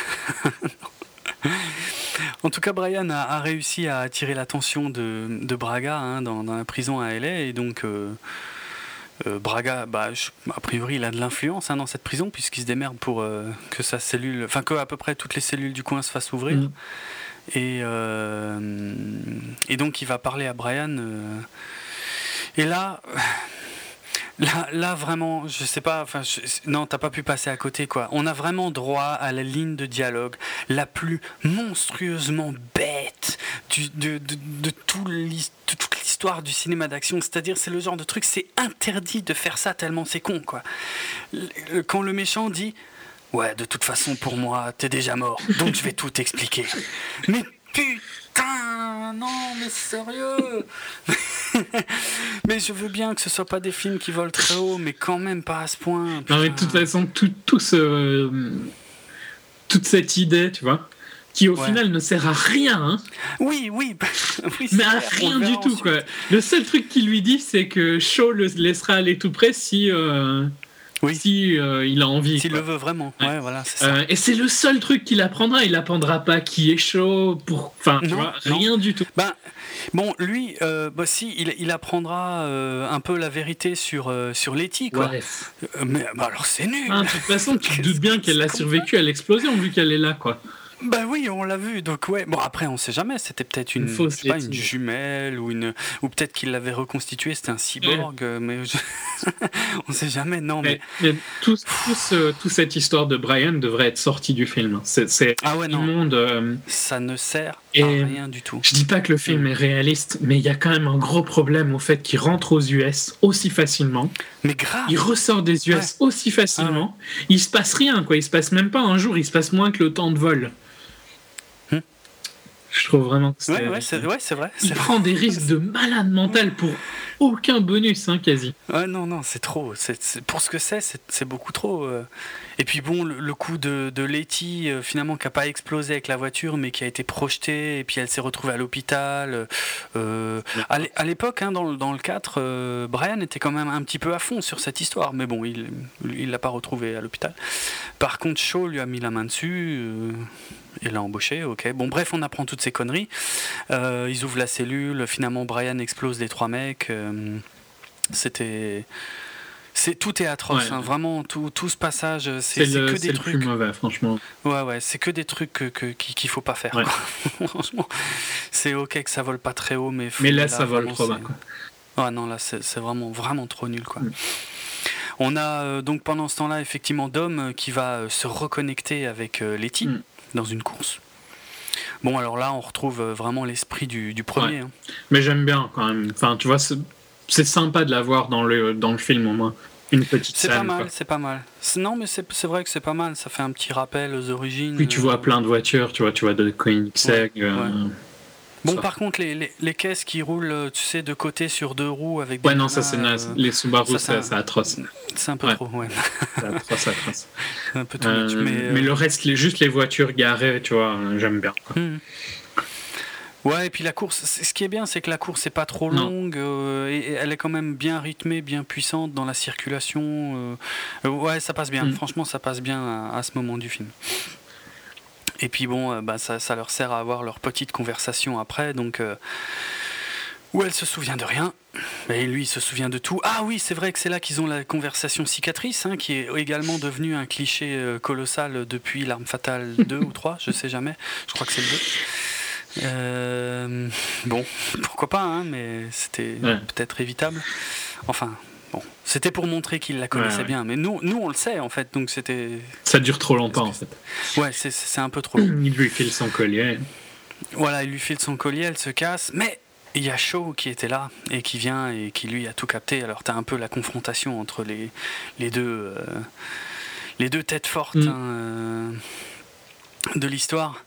En tout cas, Brian a réussi à attirer l'attention de Braga dans la prison à LA, et donc Braga, a priori, il a de l'influence dans cette prison, puisqu'il se démerde pour que sa cellule, que à peu près toutes les cellules du coin se fassent ouvrir. Et donc il va parler à Brian. Et là, vraiment, je sais pas, non, t'as pas pu passer à côté, quoi. On a vraiment droit à la ligne de dialogue la plus monstrueusement bête de toute l'histoire du cinéma d'action. C'est-à-dire, c'est le genre de truc, c'est interdit de faire ça tellement c'est con, quoi. Quand le méchant dit « Ouais, de toute façon, pour moi, t'es déjà mort, donc je vais tout t'expliquer. » Mais putain, non, mais sérieux. Mais je veux bien que ce soit pas des films qui volent très haut, mais quand même pas à ce point. Putain. Non, mais de toute façon, toute cette idée, tu vois, qui au final ne sert à rien. Hein. Oui, mais à rien du tout, quoi. Le seul truc qu'il lui dit, c'est que Shaw le laissera aller tout près si Oui. Si il a envie. S'il quoi. le veut vraiment. Ouais, voilà, c'est ça. Et c'est le seul truc qu'il apprendra. Il apprendra pas qui est chaud pour. Enfin, tu Non, vois, non. rien du tout. Ben, bon, lui, si, il apprendra un peu la vérité sur Letty, quoi. Ouais. Mais alors, c'est nul. Ah, de toute façon, tu te doutes bien qu'elle a survécu à l'explosion vu qu'elle est là, quoi. Bah oui, on l'a vu, donc ouais. Bon, après, on sait jamais, c'était peut-être une fausse je sais pas, Letty. une jumelle ou peut-être qu'il l'avait reconstitué, c'était un cyborg, mais on sait jamais, non, mais. Mais toute cette histoire de Brian devrait être sortie du film. C'est Ah ouais, non. immonde. Ça ne sert Et à rien du tout. Je dis pas que le film est réaliste, mais il y a quand même un gros problème au fait qu'il rentre aux US aussi facilement. Mais grave. Il ressort des US aussi facilement. Il se passe rien, quoi. Il se passe même pas un jour, il se passe moins que le temps de vol. Je trouve vraiment que c'est vrai. Il prend des risques de malade mental pour aucun bonus, hein, quasi. Ouais, non, c'est trop. Pour ce que c'est beaucoup trop. Et puis bon, le coup de Letty, finalement, qui n'a pas explosé avec la voiture, mais qui a été projetée, et puis elle s'est retrouvée à l'hôpital. À l'époque, hein, dans le 4, Brian était quand même un petit peu à fond sur cette histoire, mais bon, il l'a pas retrouvée à l'hôpital. Par contre, Shaw lui a mis la main dessus. Et l'a embauché, ok. Bon, bref, on apprend toutes ces conneries. Ils ouvrent la cellule. Finalement, Brian explose les 3 mecs. Tout est atroce. Ouais. Hein, vraiment, tout ce passage, c'est que des trucs. C'est le plus mauvais, franchement. Ouais, c'est que des trucs qu'il faut pas faire. Ouais. Quoi. Franchement, c'est ok que ça vole pas très haut, mais là, ça vole trop bas. Ouais, non, là, c'est vraiment, vraiment trop nul, quoi. On a donc pendant ce temps-là, effectivement, Dom qui va se reconnecter avec Letty. Dans une course. Bon, alors là, on retrouve vraiment l'esprit du premier. Ouais. Hein. Mais j'aime bien quand même. Enfin, tu vois, c'est sympa de l'avoir dans le film au moins. Une petite scène. C'est pas mal. Non, mais c'est vrai que c'est pas mal. Ça fait un petit rappel aux origines. Puis tu vois plein de voitures. Tu vois de Koenigsegg. Bon, par contre, les caisses qui roulent, tu sais, de côté sur 2 roues avec des. Ouais, non, ça c'est naze. Les Subaru, c'est atroce. C'est un peu trop, ouais. C'est atroce. C'est un peu too much, mais le reste, juste les voitures garées, tu vois, j'aime bien. Ouais, et puis la course, ce qui est bien, c'est que la course n'est pas trop longue, et elle est quand même bien rythmée, bien puissante dans la circulation. Ouais, ça passe bien. Franchement, ça passe bien à ce moment du film. Et puis bon, ça leur sert à avoir leur petite conversation après, donc où elle se souvient de rien, et lui il se souvient de tout. Ah oui, c'est vrai que c'est là qu'ils ont la conversation cicatrice, hein, qui est également devenue un cliché colossal depuis L'Arme Fatale 2 ou 3, je sais jamais, je crois que c'est le 2. Bon, pourquoi pas, hein, mais c'était peut-être évitable. Enfin... Bon, c'était pour montrer qu'il la connaissait bien, mais nous on le sait en fait, donc c'était... Ça dure trop longtemps en fait. Ouais, c'est un peu trop long. Il lui file son collier. Voilà, il lui file son collier, elle se casse, mais il y a Shaw qui était là, et qui vient, et qui lui a tout capté. Alors t'as un peu la confrontation entre les deux têtes fortes de l'histoire.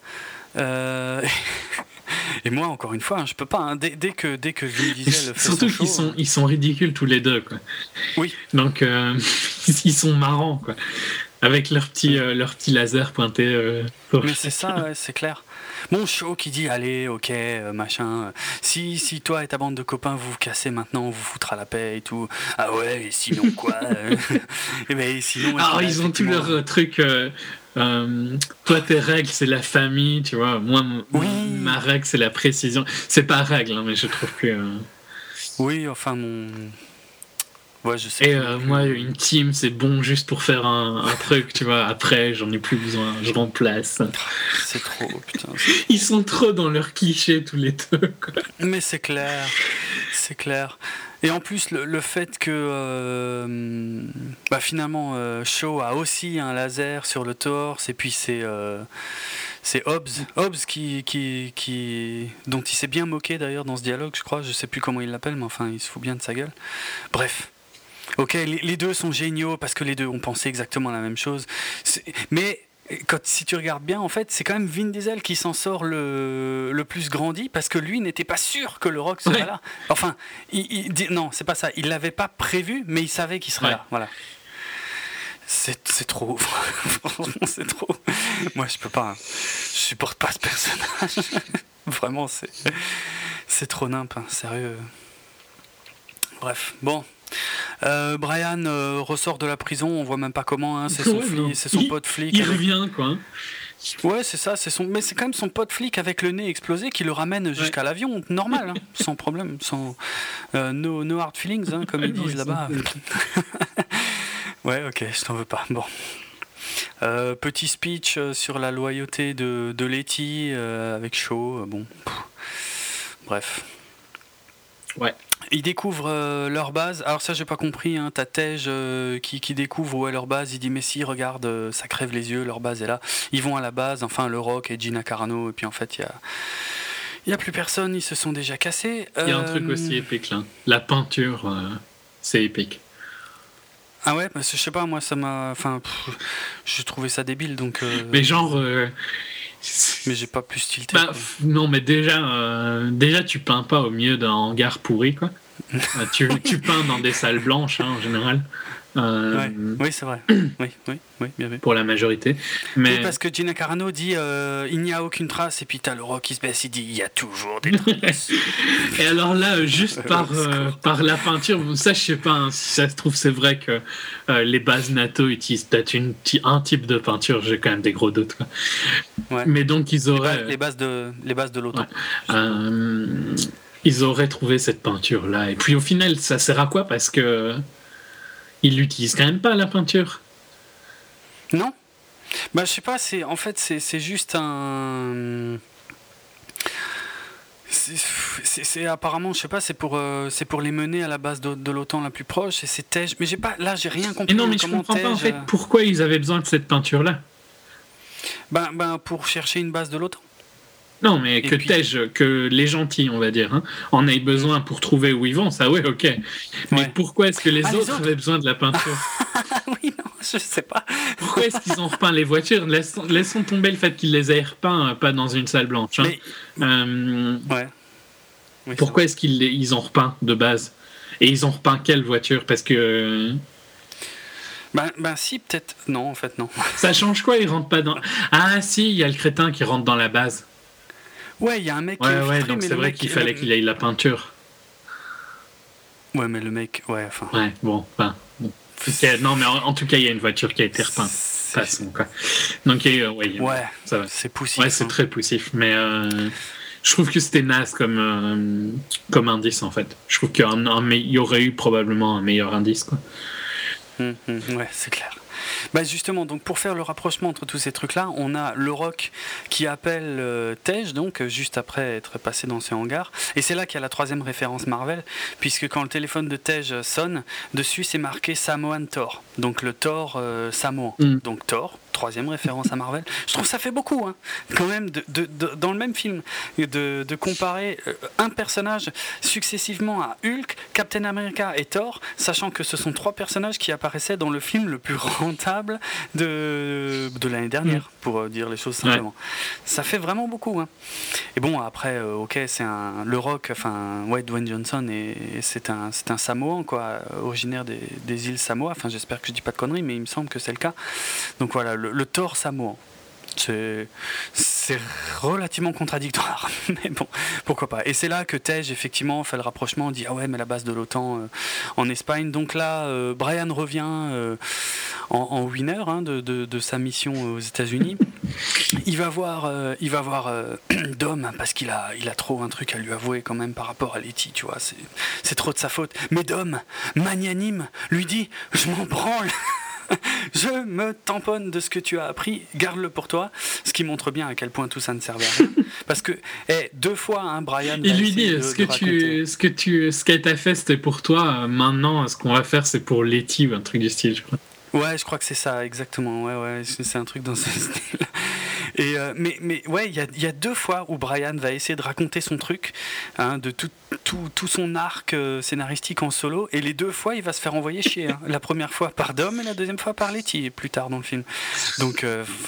Et moi, encore une fois, je peux pas. Hein, dès que Vin Diesel fait surtout son show, qu'ils sont ridicules tous les deux, quoi. Oui. Donc ils sont marrants, quoi. Avec leur petit laser pointé. Mais c'est ça, c'est clair. Bon, Shaw qui dit allez, ok, machin. Si toi et ta bande de copains vous vous cassez maintenant, on vous foutra la paix et tout. Ah ouais, et sinon quoi Et ben sinon. Alors ils ont tous leurs trucs. Toi tes règles c'est la famille, tu vois. Moi ma règle c'est la précision. C'est pas règle, hein, mais je trouve que. Oui, enfin mon. Ouais, je sais. Et moi, une team, c'est bon juste pour faire un truc, tu vois. Après, j'en ai plus besoin, je remplace. C'est trop, putain. Ils sont trop dans leurs clichés, tous les deux, quoi. Mais c'est clair. Et en plus, le fait que finalement, Shaw a aussi un laser sur le torse, et puis c'est Hobbs dont il s'est bien moqué d'ailleurs dans ce dialogue, je crois. Je sais plus comment il l'appelle, mais enfin, il se fout bien de sa gueule. Bref. Ok, les deux sont géniaux parce que les deux ont pensé exactement la même chose. Mais si tu regardes bien, en fait, c'est quand même Vin Diesel qui s'en sort le plus grandi parce que lui n'était pas sûr que le Rock serait là. Enfin, non, c'est pas ça. Il l'avait pas prévu, mais il savait qu'il serait là. Voilà. C'est trop. Franchement, c'est trop. Moi, je peux pas. Hein. Je supporte pas ce personnage. Vraiment, c'est trop nimp. Hein. Sérieux. Bref, bon. Brian ressort de la prison, on voit même pas comment, hein, c'est son pote flic. Il revient, quoi. Ouais, c'est ça, mais c'est quand même son pote flic avec le nez explosé qui le ramène jusqu'à l'avion, normal, hein, sans problème, sans no hard feelings, hein, comme ils disent là-bas. Ouais, ok, je t'en veux pas. Bon. Petit speech sur la loyauté de Letty avec Shaw, bon. Bref. Ouais. Ils découvrent leur base. Alors ça, j'ai pas compris. Hein. T'as Tej qui découvre où est leur base. Il dit mais si, regarde, ça crève les yeux. Leur base est là. Ils vont à la base. Enfin, le Rock et Gina Carano. Et puis en fait, il y a plus personne. Ils se sont déjà cassés. Il y a un truc aussi épique là. La peinture, c'est épique. Ah ouais, je sais pas. Moi, ça m'a. Enfin, j'ai trouvé ça débile. Donc. Mais genre. Mais j'ai pas plus tilté. Non, mais déjà tu peins pas au milieu d'un hangar pourri, quoi. tu peins dans des salles blanches, hein, en général. Ouais. Oui, c'est vrai. Oui, bien vu. Pour la majorité. Mais... Oui, parce que Gina Carano dit il n'y a aucune trace, et puis t'as le Rock qui se baisse, il dit il y a toujours des traces. Et alors là, juste par la peinture, ça je sais pas, hein, si ça se trouve c'est vrai que les bases NATO utilisent peut-être un type de peinture, j'ai quand même des gros doutes, quoi. Ouais. Mais donc ils auraient... Les bases de l'OTAN. Ouais. Ils auraient trouvé cette peinture là, et puis au final ça sert à quoi, parce que ils l'utilisent quand même pas, la peinture. Non, je sais pas, c'est juste un... C'est apparemment, je sais pas, c'est pour les mener à la base de l'OTAN la plus proche, et c'est Tej, mais j'ai rien compris. Mais non, mais je comprends pas en fait pourquoi ils avaient besoin de cette peinture là. Pour chercher une base de l'OTAN. Non, mais que les gentils, on va dire, hein, en aient besoin pour trouver où ils vont, ça ouais, ok. Mais pourquoi est-ce que les autres avaient besoin de la peinture? Oui, non, je sais pas. Pourquoi est-ce qu'ils ont repeint les voitures? Laissons tomber le fait qu'ils les aient repeints, pas dans une salle blanche. Hein. Ouais. Oui, pourquoi est-ce qu'ils ont repeint de base? Et ils ont repeint quelle voiture? Parce que... si, peut-être. Non, en fait, non. Ça change quoi? Ils rentrent pas dans... Ah si, il y a le crétin qui rentre dans la base. Ouais, il y a un mec qui donc c'est vrai qu'il fallait qu'il ait la peinture. Ouais, mais le mec... Ouais, enfin... Ouais, bon. Non, mais en tout cas, il y a une voiture qui a été repeinte. Passons, quoi. Donc, ça va. C'est poussif. Ouais, c'est très poussif, mais... je trouve que c'était naze comme indice, en fait. Je trouve qu'il y aurait eu probablement un meilleur indice, quoi. Ouais, c'est clair. Justement, donc pour faire le rapprochement entre tous ces trucs-là, on a le Rock qui appelle Tej, donc juste après être passé dans ses hangars, et c'est là qu'il y a la troisième référence Marvel, puisque quand le téléphone de Tej sonne, dessus c'est marqué Samoan Thor, donc le Thor samoan, donc Thor. Troisième référence à Marvel. Je trouve que ça fait beaucoup, hein, quand même, dans le même film, de comparer un personnage successivement à Hulk, Captain America et Thor, sachant que ce sont trois personnages qui apparaissaient dans le film le plus rentable de l'année dernière, pour dire les choses simplement. Ouais. Ça fait vraiment beaucoup. Hein. Et bon, après, c'est le Rock, Dwayne Johnson, c'est un Samoan, quoi, originaire des îles Samoa. Enfin, j'espère que je dis pas de conneries, mais il me semble que c'est le cas. Donc voilà, le Thor samoan. C'est relativement contradictoire, mais bon, pourquoi pas. Et c'est là que Tej, effectivement, fait le rapprochement, dit ah ouais, mais la base de l'OTAN en Espagne. Donc là, Brian revient en winner, hein, de sa mission aux États-Unis. Il va voir Dom, parce qu'il a trop un truc à lui avouer quand même par rapport à Letty, tu vois. C'est trop de sa faute. Mais Dom, magnanime, lui dit je m'en branle. Je me tamponne de ce que tu as appris, garde-le pour toi, ce qui montre bien à quel point tout ça ne servait à rien. Parce que 2 fois, hein, Brian. Il lui dit ce qu'elle t'a fait, c'était pour toi. Maintenant, ce qu'on va faire, c'est pour Letty ou un truc du style, je crois. Ouais, je crois que c'est ça, exactement. Ouais, c'est un truc dans ce style. Et mais ouais, il y a 2 fois où Brian va essayer de raconter son truc, hein, de tout son arc scénaristique en solo, et les 2 fois il va se faire envoyer chier. Hein. La première fois par Dom et la deuxième fois par Letty, plus tard dans le film. Donc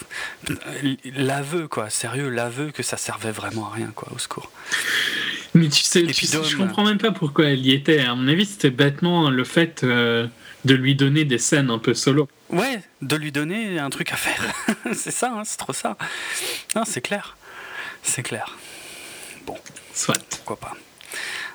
l'aveu, quoi, sérieux, l'aveu que ça servait vraiment à rien, quoi, au secours. Mais tu sais, je comprends même pas pourquoi elle y était. À mon avis, c'était bêtement le fait de lui donner des scènes un peu solo. Ouais, de lui donner un truc à faire. C'est ça, hein, c'est trop ça. Non, c'est clair. C'est clair. Bon, soit. Pourquoi pas.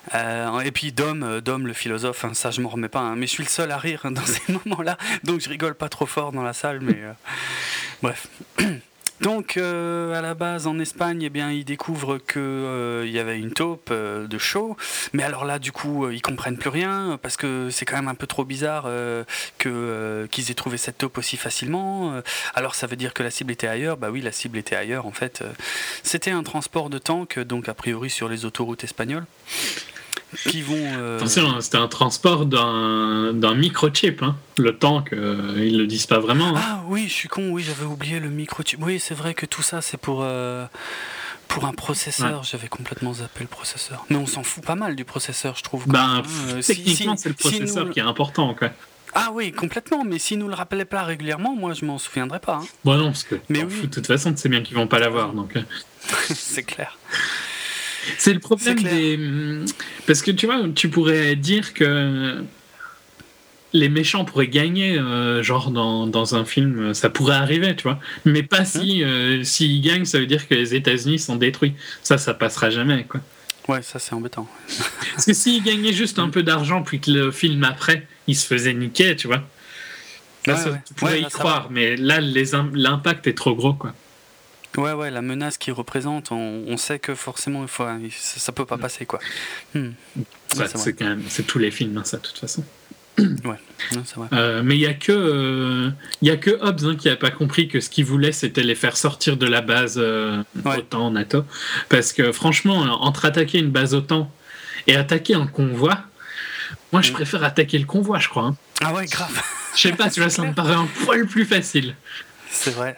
Et puis Dom le philosophe, hein, ça je m'en remets pas, hein, mais je suis le seul à rire dans ces moments-là, donc je rigole pas trop fort dans la salle, mais bref. Donc à la base en Espagne, eh bien, ils découvrent qu'il y avait une taupe de Shaw, mais alors là du coup ils comprennent plus rien parce que c'est quand même un peu trop bizarre qu'ils aient trouvé cette taupe aussi facilement. Alors ça veut dire que la cible était ailleurs. Bah oui, la cible était ailleurs en fait. C'était un transport de tanks, donc a priori sur les autoroutes espagnoles. Qui vont. Attention, c'était un transport d'un microchip. Hein. Le tank, ils le disent pas vraiment. Hein. Ah oui, je suis con, oui, j'avais oublié le microchip. Oui, c'est vrai que tout ça, c'est pour un processeur. Ouais. J'avais complètement zappé le processeur. Mais on s'en fout pas mal du processeur, je trouve. Techniquement, c'est le processeur qui est important, quoi. Ah oui, complètement, mais s'ils nous le rappelaient pas régulièrement, moi, je m'en souviendrais pas. Hein. Bon, non, parce que de toute façon, tu sais bien qu'ils vont pas l'avoir, donc... C'est clair. C'est le problème des... Parce que tu vois, tu pourrais dire que les méchants pourraient gagner, genre dans un film, ça pourrait arriver, tu vois. Mais pas s'ils gagnent, ça veut dire que les États-Unis sont détruits. Ça passera jamais, quoi. Ouais, ça c'est embêtant. Parce que s'ils gagnaient juste un peu d'argent, puis que le film après, il se faisait niquer, tu vois. Là, tu pourrais y croire, mais là, l'impact est trop gros, quoi. Ouais, la menace qu'il représente, on sait que forcément, ça peut pas passer, quoi. C'est tous les films, hein, ça, de toute façon. Ouais, non, c'est vrai. Mais il y a que Hobbs qui a pas compris que ce qu'il voulait, c'était les faire sortir de la base OTAN, NATO. Parce que franchement, entre attaquer une base OTAN et attaquer un convoi, moi, je préfère attaquer le convoi, je crois. Hein. Ah ouais, grave. Je sais pas, tu vois, ça me paraît un poil plus facile. C'est vrai.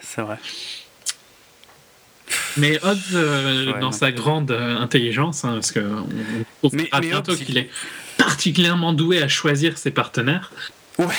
Mais Hobbs, dans sa grande intelligence, hein, parce qu'on trouvera bientôt qu'il est particulièrement doué à choisir ses partenaires. Ouais.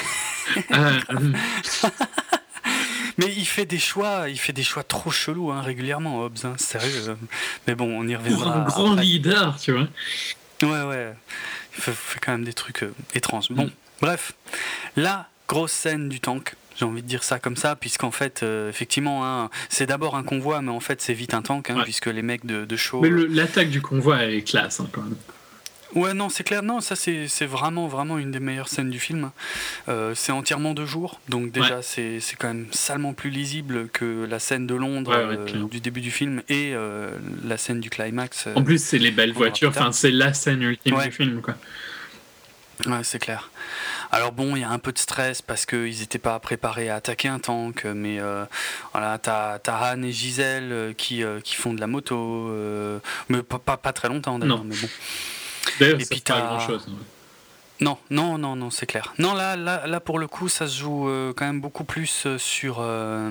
Mais il fait des choix trop chelous, hein, régulièrement, Hobbs, hein, sérieux. Mais bon, on y reviendra. Pour un grand leader, tu vois. Ouais. Il fait quand même des trucs étranges. Bon, bref. La grosse scène du tank. J'ai envie de dire ça comme ça, puisqu'en fait, effectivement, hein, c'est d'abord un convoi, mais en fait, c'est vite un tank, hein, puisque les mecs de Shaw... Mais l'attaque du convoi est classe, hein, quand même. Ouais, non, c'est clair. Non, ça, c'est vraiment une des meilleures scènes du film. C'est entièrement de jour, donc déjà, c'est quand même salement plus lisible que la scène de Londres du début du film et la scène du climax. En plus, c'est les belles voitures, enfin, c'est la scène ultime du film, quoi. Ouais, c'est clair. Alors bon, il y a un peu de stress parce qu'ils n'étaient pas préparés à attaquer un tank, mais voilà, t'as Han et Gisèle qui font de la moto, mais pas très longtemps d'ailleurs, mais bon. D'ailleurs, et puis pas grand-chose. Non, c'est clair. Non, là pour le coup, ça se joue quand même beaucoup plus sur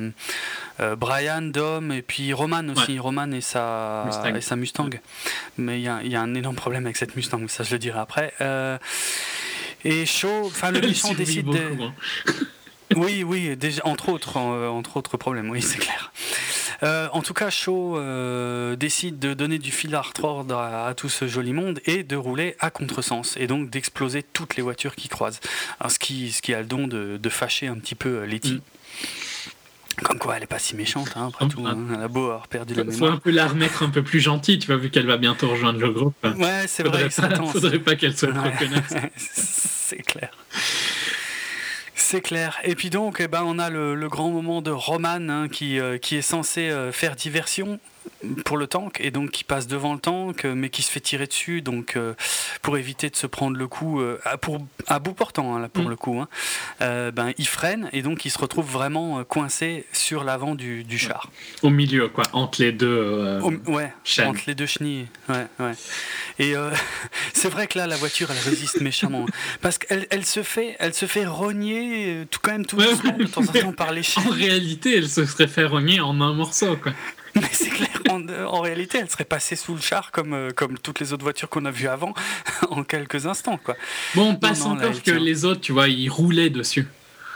Brian, Dom et puis Roman aussi. Ouais. Roman et sa Mustang. Ouais. Mais il y a un énorme problème avec cette Mustang, ça je le dirai après. Et Shaw, enfin le méchant décide de... Oui, déjà, entre autres problèmes, oui, c'est clair. En tout cas, Shaw décide de donner du fil à retordre à tout ce joli monde et de rouler à contresens et donc d'exploser toutes les voitures qui croisent. Alors, ce qui a le don de fâcher un petit peu Letty. Comme quoi, elle est pas si méchante, hein, après tout. Hein, elle a beau avoir perdu la mémoire. Faut un peu la remettre un peu plus gentille, tu vois, vu qu'elle va bientôt rejoindre le groupe. Ouais, c'est vrai. Faudrait pas qu'elle soit trop connasse. C'est clair. C'est clair. Et puis donc, on a le grand moment de Roman, hein, qui est censé faire diversion pour le tank, et donc qui passe devant le tank, mais qui se fait tirer dessus, donc pour éviter de se prendre le coup, à bout portant, hein, là, pour le coup, hein, il freine, et donc il se retrouve vraiment coincé sur l'avant du char. Au milieu, quoi, entre les deux chaînes. Entre les deux chenilles. Ouais. Et c'est vrai que là, la voiture, elle résiste méchamment, parce qu'elle se fait rogner quand même tout doucement, de temps en temps, par les chaînes. En réalité, elle se serait fait rogner en un morceau, quoi. Mais c'est clair, en réalité, elle serait passée sous le char comme toutes les autres voitures qu'on a vues avant, en quelques instants, quoi. Bon, on passe encore que les autres, tu vois, ils roulaient dessus.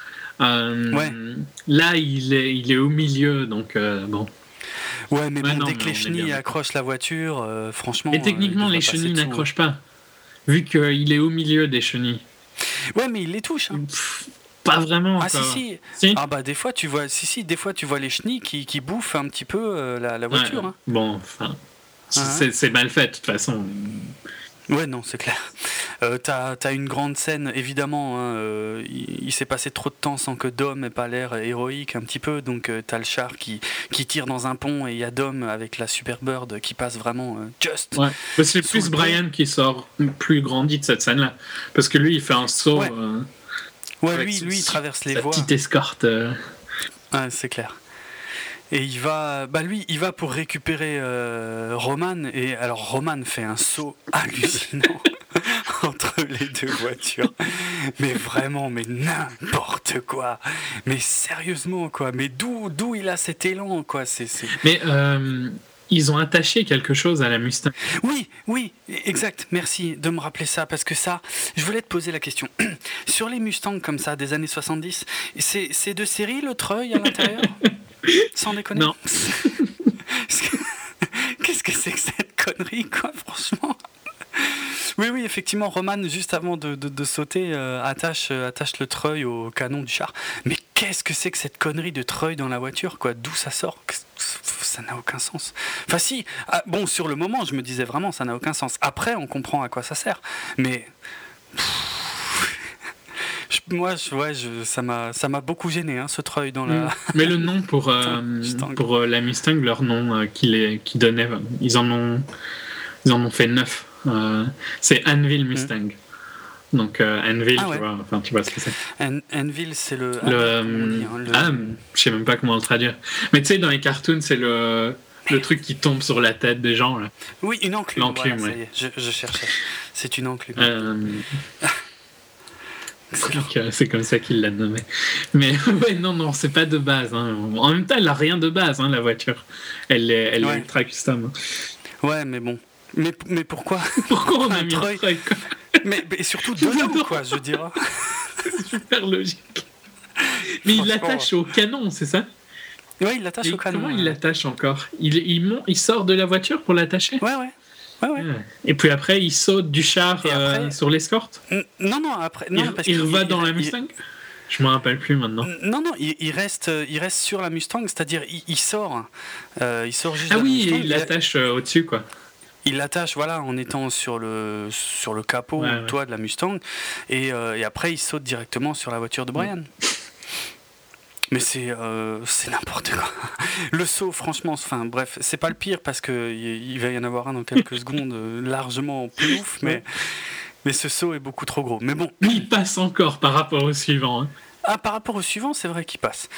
Là, il est au milieu, donc bon. Ouais, mais dès que les chenilles accrochent la voiture, franchement... Et techniquement, les chenilles n'accrochent pas, vu qu'il est au milieu des chenilles. Ouais, mais il les touche, hein. Pas vraiment. Ah si. Ah bah des fois tu vois les chenilles qui bouffent un petit peu la voiture. Ouais. Hein. Bon, enfin, c'est mal fait de toute façon. Ouais, non, c'est clair. T'as une grande scène, évidemment. Hein, il s'est passé trop de temps sans que Dom ait pas l'air héroïque un petit peu. Donc t'as le char qui tire dans un pont et il y a Dom avec la Superbird qui passe vraiment juste. Ouais. C'est plus Brian qui sort plus grandi de cette scène-là. Parce que lui, il fait un saut. Ouais, lui, il traverse les voies. Petite escorte. Ouais, c'est clair. Et il va pour récupérer Roman. Et alors Roman fait un saut hallucinant entre les deux voitures. Mais vraiment, mais n'importe quoi. Mais sérieusement, quoi. Mais d'où il a cet élan, quoi. Mais ils ont attaché quelque chose à la Mustang. Oui, exact. Merci de me rappeler ça, parce que ça, je voulais te poser la question. Sur les Mustangs comme ça, des années 70, c'est de série le treuil à l'intérieur? Sans déconner. Non. Qu'est-ce que c'est que cette connerie, quoi, franchement? Oui, effectivement, Roman, juste avant de sauter, attache le treuil au canon du char. Mais qu'est-ce que c'est que cette connerie de treuil dans la voiture, quoi? D'où ça sort? Ça n'a aucun sens. Enfin si, bon, sur le moment, je me disais vraiment, ça n'a aucun sens. Après, on comprend à quoi ça sert. Mais... ça m'a beaucoup gêné, hein, ce treuil dans la... Mais le nom pour la Mustang, leur nom qu'ils donnaient, ils en ont fait 9. C'est Anvil Mustang. Donc Anvil, tu vois ce que c'est. Anvil, c'est le... je sais même pas comment le traduire. Mais tu sais, dans les cartoons, c'est le truc qui tombe sur la tête des gens. Là. Oui, une enclume. L'enclume, voilà, ça y est, je cherchais. C'est une enclume. C'est comme ça qu'il l'a nommé. Mais ouais, non, c'est pas de base. Hein. En même temps, elle a rien de base, hein, la voiture. Elle est ultra custom. Ouais, mais bon. Mais pourquoi? Pourquoi on a mis un treuil, quoi? mais surtout dedans, quoi, je dirais. C'est super logique. Mais il l'attache au canon, c'est ça? Ouais, il l'attache au canon. Comment il l'attache encore? Il sort de la voiture pour l'attacher? Ouais. Et puis après, il saute du char sur l'escorte? Non, après... il va dans la Mustang? Je me rappelle plus maintenant. Non, il reste sur la Mustang, c'est-à-dire il sort. Il sort juste. Ah oui, il l'attache au-dessus, quoi. Il l'attache, voilà, en étant sur le capot ou le toit de la Mustang, et après il saute directement sur la voiture de Brian. Mais c'est n'importe quoi. Le saut, franchement, bref, c'est pas le pire parce que il va y en avoir un dans quelques secondes largement plus ouf, mais ce saut est beaucoup trop gros. Mais bon. Il passe encore par rapport au suivant. Hein. Ah, par rapport au suivant, c'est vrai qu'il passe.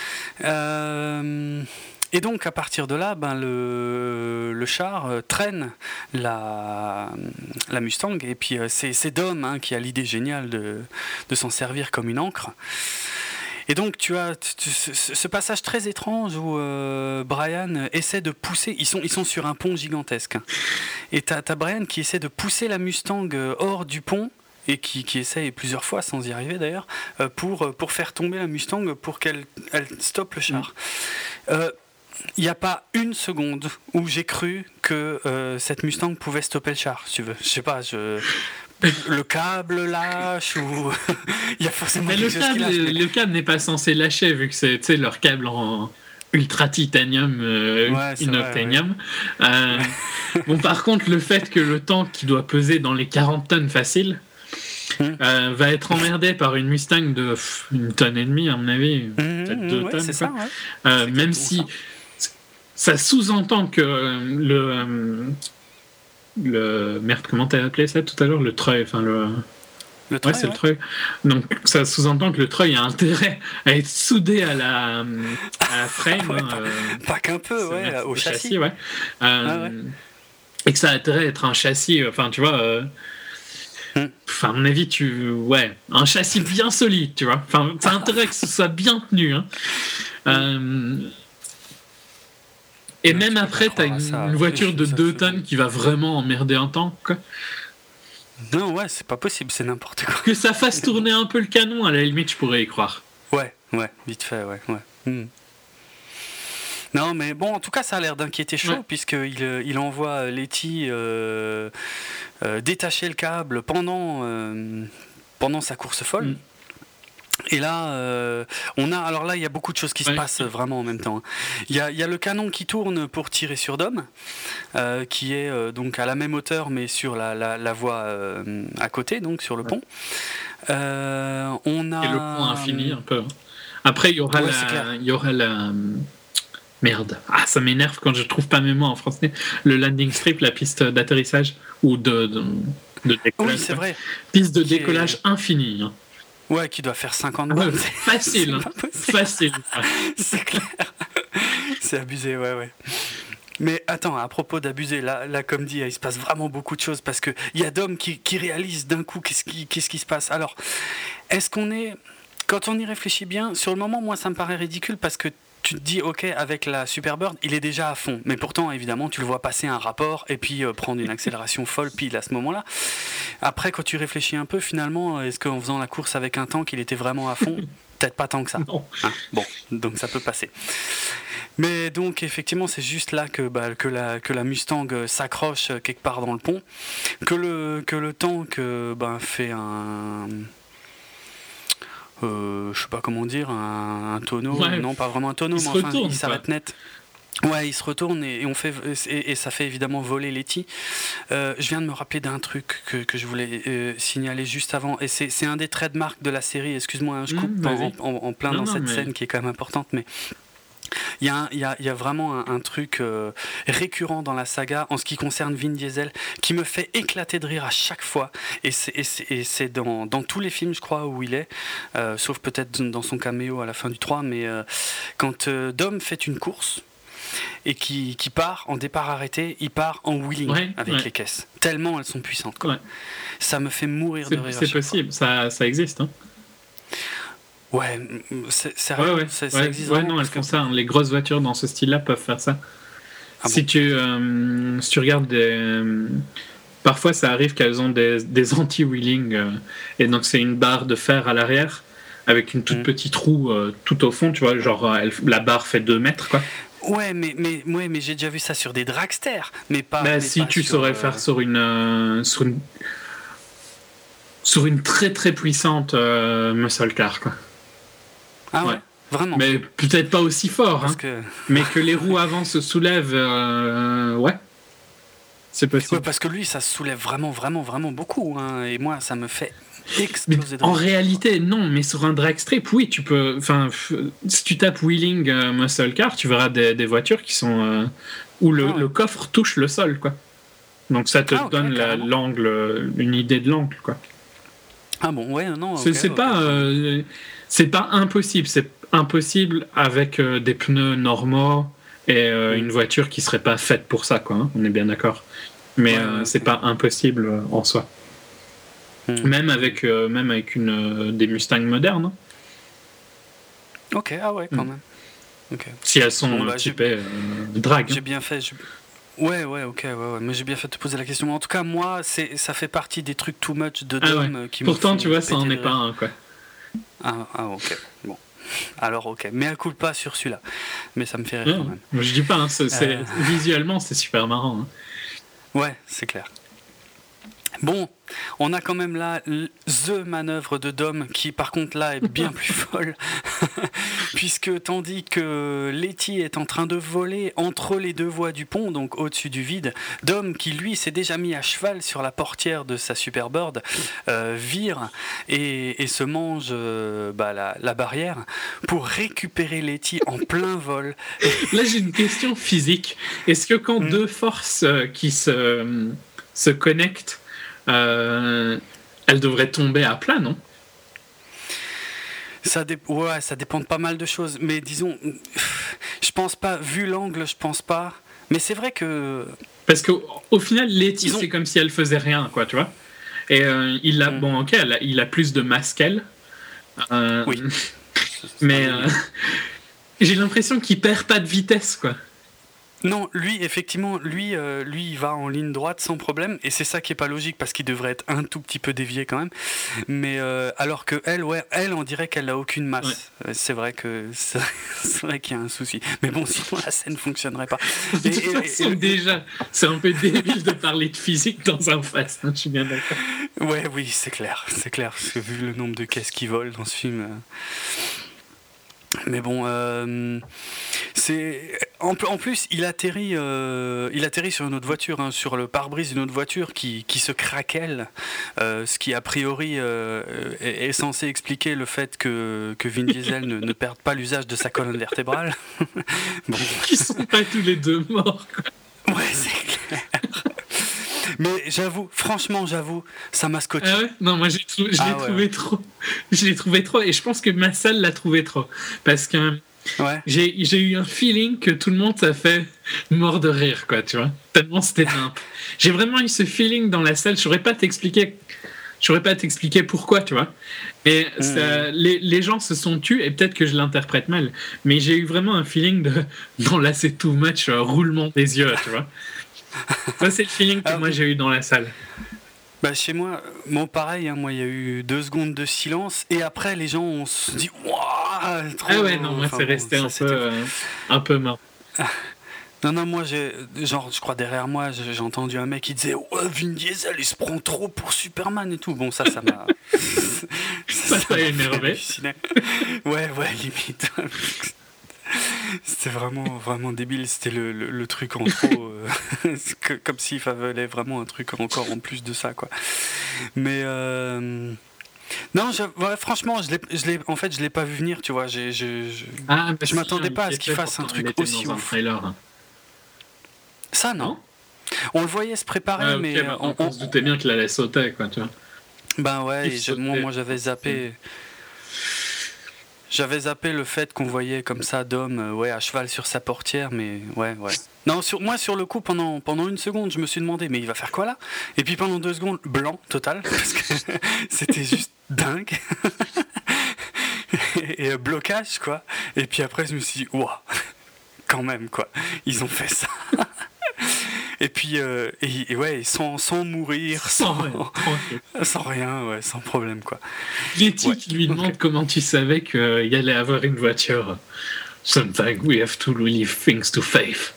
Et donc, à partir de là, le char traîne la Mustang. Et puis, c'est Dom qui a l'idée géniale de s'en servir comme une ancre. Et donc, tu as ce passage très étrange où Brian essaie de pousser... Ils sont sur un pont gigantesque. Et t'as Brian qui essaie de pousser la Mustang hors du pont, et qui essaye plusieurs fois, sans y arriver d'ailleurs, pour faire tomber la Mustang, pour qu'elle stoppe le char. Il n'y a pas une seconde où j'ai cru que cette Mustang pouvait stopper le char, si tu veux. Je sais pas, le câble lâche ou il y a forcément quelque chose qui lâche. Le câble n'est pas censé lâcher vu que c'est leur câble en ultra titanium, inoctanium. Bon, par contre, le fait que le tank qui doit peser dans les 40 tonnes facile va être emmerdé par une Mustang de 1,5 tonne à mon avis, peut-être 2 tonnes. C'est ça, même si ça sous-entend que le merde, comment t'as appelé ça tout à l'heure, le treuil, le treuil, c'est le treuil. Donc ça sous-entend que le treuil a intérêt à être soudé à la frame, pas qu'un peu, au châssis, et que ça a intérêt à être un châssis, tu vois. À mon avis, un châssis bien solide, tu vois. Ça a intérêt que ce soit bien tenu. Et même après, t'as une voiture de 2 tonnes qui va vraiment emmerder un tank, quoi. Non, c'est pas possible, c'est n'importe quoi. Que ça fasse tourner un peu le canon, à la limite, je pourrais y croire. Ouais, vite fait, Non, mais bon, en tout cas, ça a l'air d'inquiéter chaud, puisqu'il envoie Letty détacher le câble pendant sa course folle. Et là, alors là, il y a beaucoup de choses qui se passent vraiment en même temps. Il y a le canon qui tourne pour tirer sur Dom, qui est donc à la même hauteur, mais sur la voie à côté, donc sur le pont. On a... Et le pont infini, un peu. Après, il y aura la... Merde. Ah, ça m'énerve quand je trouve pas mes mots en français. Le landing strip, la piste d'atterrissage ou de décollage. Oui, c'est vrai. Piste de décollage infinie. Hein. Ouais, qui doit faire 50 bornes. Facile. Facile. C'est clair. C'est abusé, ouais. Mais attends, à propos d'abuser, là, comme dit, il se passe vraiment beaucoup de choses parce qu'il y a Dom qui réalise d'un coup qu'est-ce qui se passe. Alors, est-ce qu'on est... Quand on y réfléchit bien, sur le moment, moi, ça me paraît ridicule parce que tu te dis, ok, avec la Superbird, il est déjà à fond. Mais pourtant, évidemment, tu le vois passer un rapport et puis prendre une accélération folle pile à ce moment-là. Après, quand tu réfléchis un peu, finalement, est-ce qu'en faisant la course avec un tank, il était vraiment à fond ? Peut-être pas tant que ça. Hein, bon, donc ça peut passer. Mais donc, effectivement, c'est juste là que la Mustang s'accroche quelque part dans le pont, que le tank fait un... je sais pas comment dire, un tonneau, non pas vraiment un tonneau, mais enfin il s'arrête net. Ouais, il se retourne et ça fait évidemment voler Letty. Je viens de me rappeler d'un truc que je voulais signaler juste avant, et c'est un des trademarks de la série. Excuse-moi, je coupe en plein dans cette scène qui est quand même importante, mais il y a vraiment un truc récurrent dans la saga en ce qui concerne Vin Diesel qui me fait éclater de rire à chaque fois, et c'est dans tous les films, je crois, où il est, sauf peut-être dans son caméo à la fin du 3, mais quand Dom fait une course et qui part en départ arrêté, il part en wheeling avec les caisses, tellement elles sont puissantes, quoi. Ça me fait mourir de rire. C'est possible, ça existe, hein. Ouais, c'est sérieux, ça existe vraiment. Non, elles font ça, hein. Les grosses voitures dans ce style-là peuvent faire ça. Si tu regardes parfois ça arrive qu'elles ont des anti-wheeling, et donc c'est une barre de fer à l'arrière avec une toute petite roue tout au fond, tu vois, genre la barre fait 2 mètres, quoi. Ouais, mais j'ai déjà vu ça sur des dragsters, mais pas. Si tu saurais faire sur une très très puissante muscle car, quoi. Ah ouais, vraiment. Mais peut-être pas aussi fort, hein. Mais que les roues avant se soulèvent, c'est possible. Ouais, parce que lui, ça se soulève vraiment, vraiment, vraiment beaucoup, hein, et moi, ça me fait exploser de rire. En réalité, non, mais sur un drag strip, oui, tu peux. Enfin, si tu tapes wheeling muscle car, tu verras des voitures qui sont où le coffre touche le sol, quoi. Donc ça te donne l'angle, une idée de l'angle, quoi. Ah bon, ouais, non. C'est pas impossible. C'est impossible avec des pneus normaux et une voiture qui serait pas faite pour ça, quoi. Hein, on est bien d'accord. Mais c'est pas impossible en soi. Même avec des Mustangs modernes. Hein. Ok, ah ouais, quand même. Okay. Si elles sont typées drag. J'ai bien fait. Ouais, mais j'ai bien fait de te poser la question. En tout cas, moi, ça fait partie des trucs too much de Dom qui Pourtant, tu vois, ça en est pas un, quoi. Ah, ok. Bon. Alors, ok. Mais elle coule pas sur celui-là. Mais ça me fait rire quand même. Je dis pas, hein, visuellement, c'est super marrant. Hein. Ouais, c'est clair. Bon, on a quand même là the manœuvre de Dom qui par contre là est bien plus folle puisque tandis que Letty est en train de voler entre les 2 voies du pont, donc au-dessus du vide, Dom qui lui s'est déjà mis à cheval sur la portière de sa Superbird vire et se mange la barrière pour récupérer Letty en plein vol. Là j'ai une question physique. Est-ce que quand 2 forces qui se connectent, elle devrait tomber à plat, non ? Ça dépend de pas mal de choses, mais disons, je pense pas, vu l'angle, je pense pas, mais c'est vrai que... Parce qu'au final, Letty, c'est comme si elle faisait rien, quoi, tu vois ? Et il a plus de masse qu'elle. Oui. Mais j'ai l'impression qu'il perd pas de vitesse, quoi. Non, lui, effectivement, il va en ligne droite sans problème, et c'est ça qui est pas logique parce qu'il devrait être un tout petit peu dévié quand même. Mais alors que elle, on dirait qu'elle a aucune masse. Ouais. C'est vrai qu'il y a un souci. Mais bon, sinon la scène fonctionnerait pas. Déjà, c'est un peu débile de parler de physique dans un fast. Hein, je suis bien d'accord. Ouais, oui, c'est clair, parce que vu le nombre de caisses qui volent dans ce film. Mais bon, c'est en plus il atterrit sur une autre voiture, hein, sur le pare-brise d'une autre voiture qui se craquelle, ce qui a priori est censé expliquer le fait que Vin Diesel ne perde pas l'usage de sa colonne vertébrale. Bon. Qui sont pas tous les deux morts, quoi. Ouais, c'est clair. Mais franchement, ça m'a scotché. Ah ouais? Non, moi je l'ai trouvé trop. Je l'ai trouvé trop et je pense que ma salle l'a trouvé trop. Parce que j'ai eu un feeling que tout le monde s'est fait mort de rire, quoi, tu vois. Tellement c'était nimp. J'ai vraiment eu ce feeling dans la salle, je saurais pas t'expliquer pourquoi, tu vois. Et les gens se sont tus et peut-être que je l'interprète mal, mais j'ai eu vraiment un feeling de non, là c'est too much, roulement des yeux, tu vois. Ça, c'est le feeling que moi j'ai eu dans la salle. Bah, chez moi, pareil, hein, moi il y a eu 2 secondes de silence et après les gens on se dit waouh, trop. Ah ouais, non, moi c'est resté un peu mort. Non, moi je crois derrière moi j'ai entendu un mec qui disait Vin Diesel il se prend trop pour Superman et tout. Bon, ça m'a. ça m'a énervé. Ouais, limite. C'était vraiment débile, c'était le truc en trop, comme s'il fallait vraiment un truc encore en plus de ça, quoi. Mais non, franchement, je l'ai pas vu venir, tu vois. Je m'attendais pas à ce qu'il fasse un truc aussi ouf. Ça, non. On le voyait se préparer, mais on se doutait bien qu'il allait sauter, quoi, tu vois. Ben ouais, moi j'avais zappé. J'avais zappé le fait qu'on voyait comme ça Dom à cheval sur sa portière, mais ouais. Non, sur le coup, pendant 1 seconde, je me suis demandé, mais il va faire quoi là? Et puis pendant 2 secondes, blanc total, parce que c'était juste dingue. et blocage, quoi. Et puis après, je me suis dit, ouah, quand même, quoi. Ils ont fait ça. Et puis, sans mourir, sans rien, sans problème, quoi. Letty qui lui demande comment tu savais qu'il allait avoir une voiture. Sometimes we have to leave things to faith.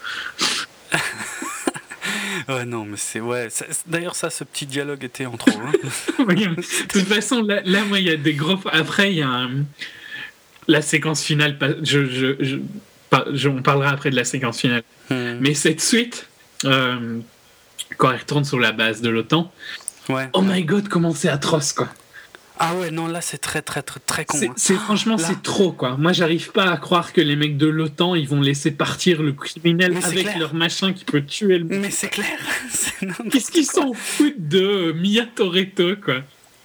Ouais, non, mais d'ailleurs, ce petit dialogue était en trop. Hein. De toute façon, là, moi, il y a des gros. Après, il y a la séquence finale. On parlera après de la séquence finale. Mais cette suite. Quand elle retourne sur la base de l'OTAN, oh my god, comment c'est atroce, quoi. Ah ouais, non, là c'est très très très très con. Franchement, là, c'est trop, quoi. Moi, j'arrive pas à croire que les mecs de l'OTAN ils vont laisser partir le criminel avec leur machin qui peut tuer le. Mais c'est clair. Qu'est-ce qu'ils s'en foutent de Mia Toretto, quoi.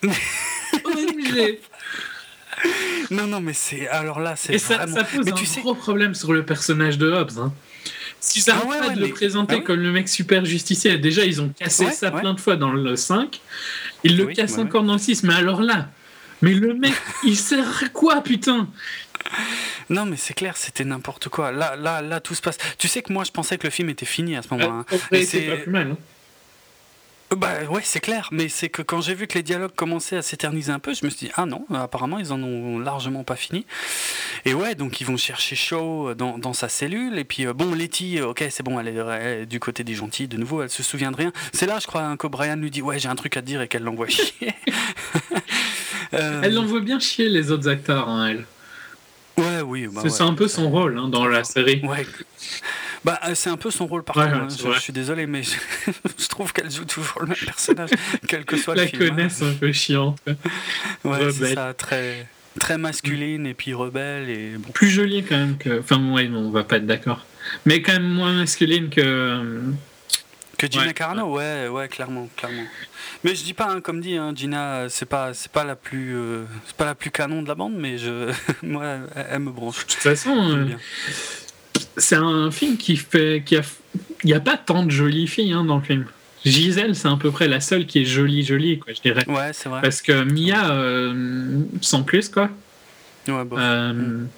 OMG. Non, mais alors là, c'est vraiment. Ça pose un gros problème sur le personnage de Hobbs, hein. Si ça arrête pas de le présenter comme le mec super justicier, déjà ils ont cassé ça plein de fois dans le 5, ils le cassent encore dans le 6, mais alors là, mais le mec, il sert à quoi, putain? Non, mais c'est clair, c'était n'importe quoi. Là, tout se passe. Tu sais que moi, je pensais que le film était fini à ce moment-là. C'est pas plus mal, hein. Bah ouais, c'est clair, mais c'est que quand j'ai vu que les dialogues commençaient à s'éterniser un peu, je me suis dit ah non, apparemment ils en ont largement pas fini. Et ouais, donc ils vont chercher Shaw dans sa cellule, et puis Letty, ok c'est bon, elle est du côté des gentils, de nouveau, elle se souvient de rien. C'est là, je crois, que Brian lui dit ouais j'ai un truc à te dire et qu'elle l'envoie chier. Elle l'envoie bien chier les autres acteurs, hein, elle. Ouais, oui. C'est un peu son rôle, hein, dans la série. Ouais. Bah, c'est un peu son rôle par contre. Hein. Je suis désolé, mais je trouve qu'elle joue toujours le même personnage, quel que soit le film. La connaisse un peu chiante. Ouais, c'est ça, très, très masculine et puis rebelle. Et bon. Plus jolie quand même que. Enfin, on va pas être d'accord. Mais quand même moins masculine que. Que Gina Carano, ouais, clairement. Mais je dis pas, hein, comme dit, hein, Gina, c'est pas la plus canon de la bande, mais moi, elle me branche. De toute façon, c'est un film il y a pas tant de jolies filles, hein, dans le film. Gisèle, c'est à peu près la seule qui est jolie, quoi, je dirais. Ouais, c'est vrai. Parce que Mia, sans plus, quoi. Ouais, bon.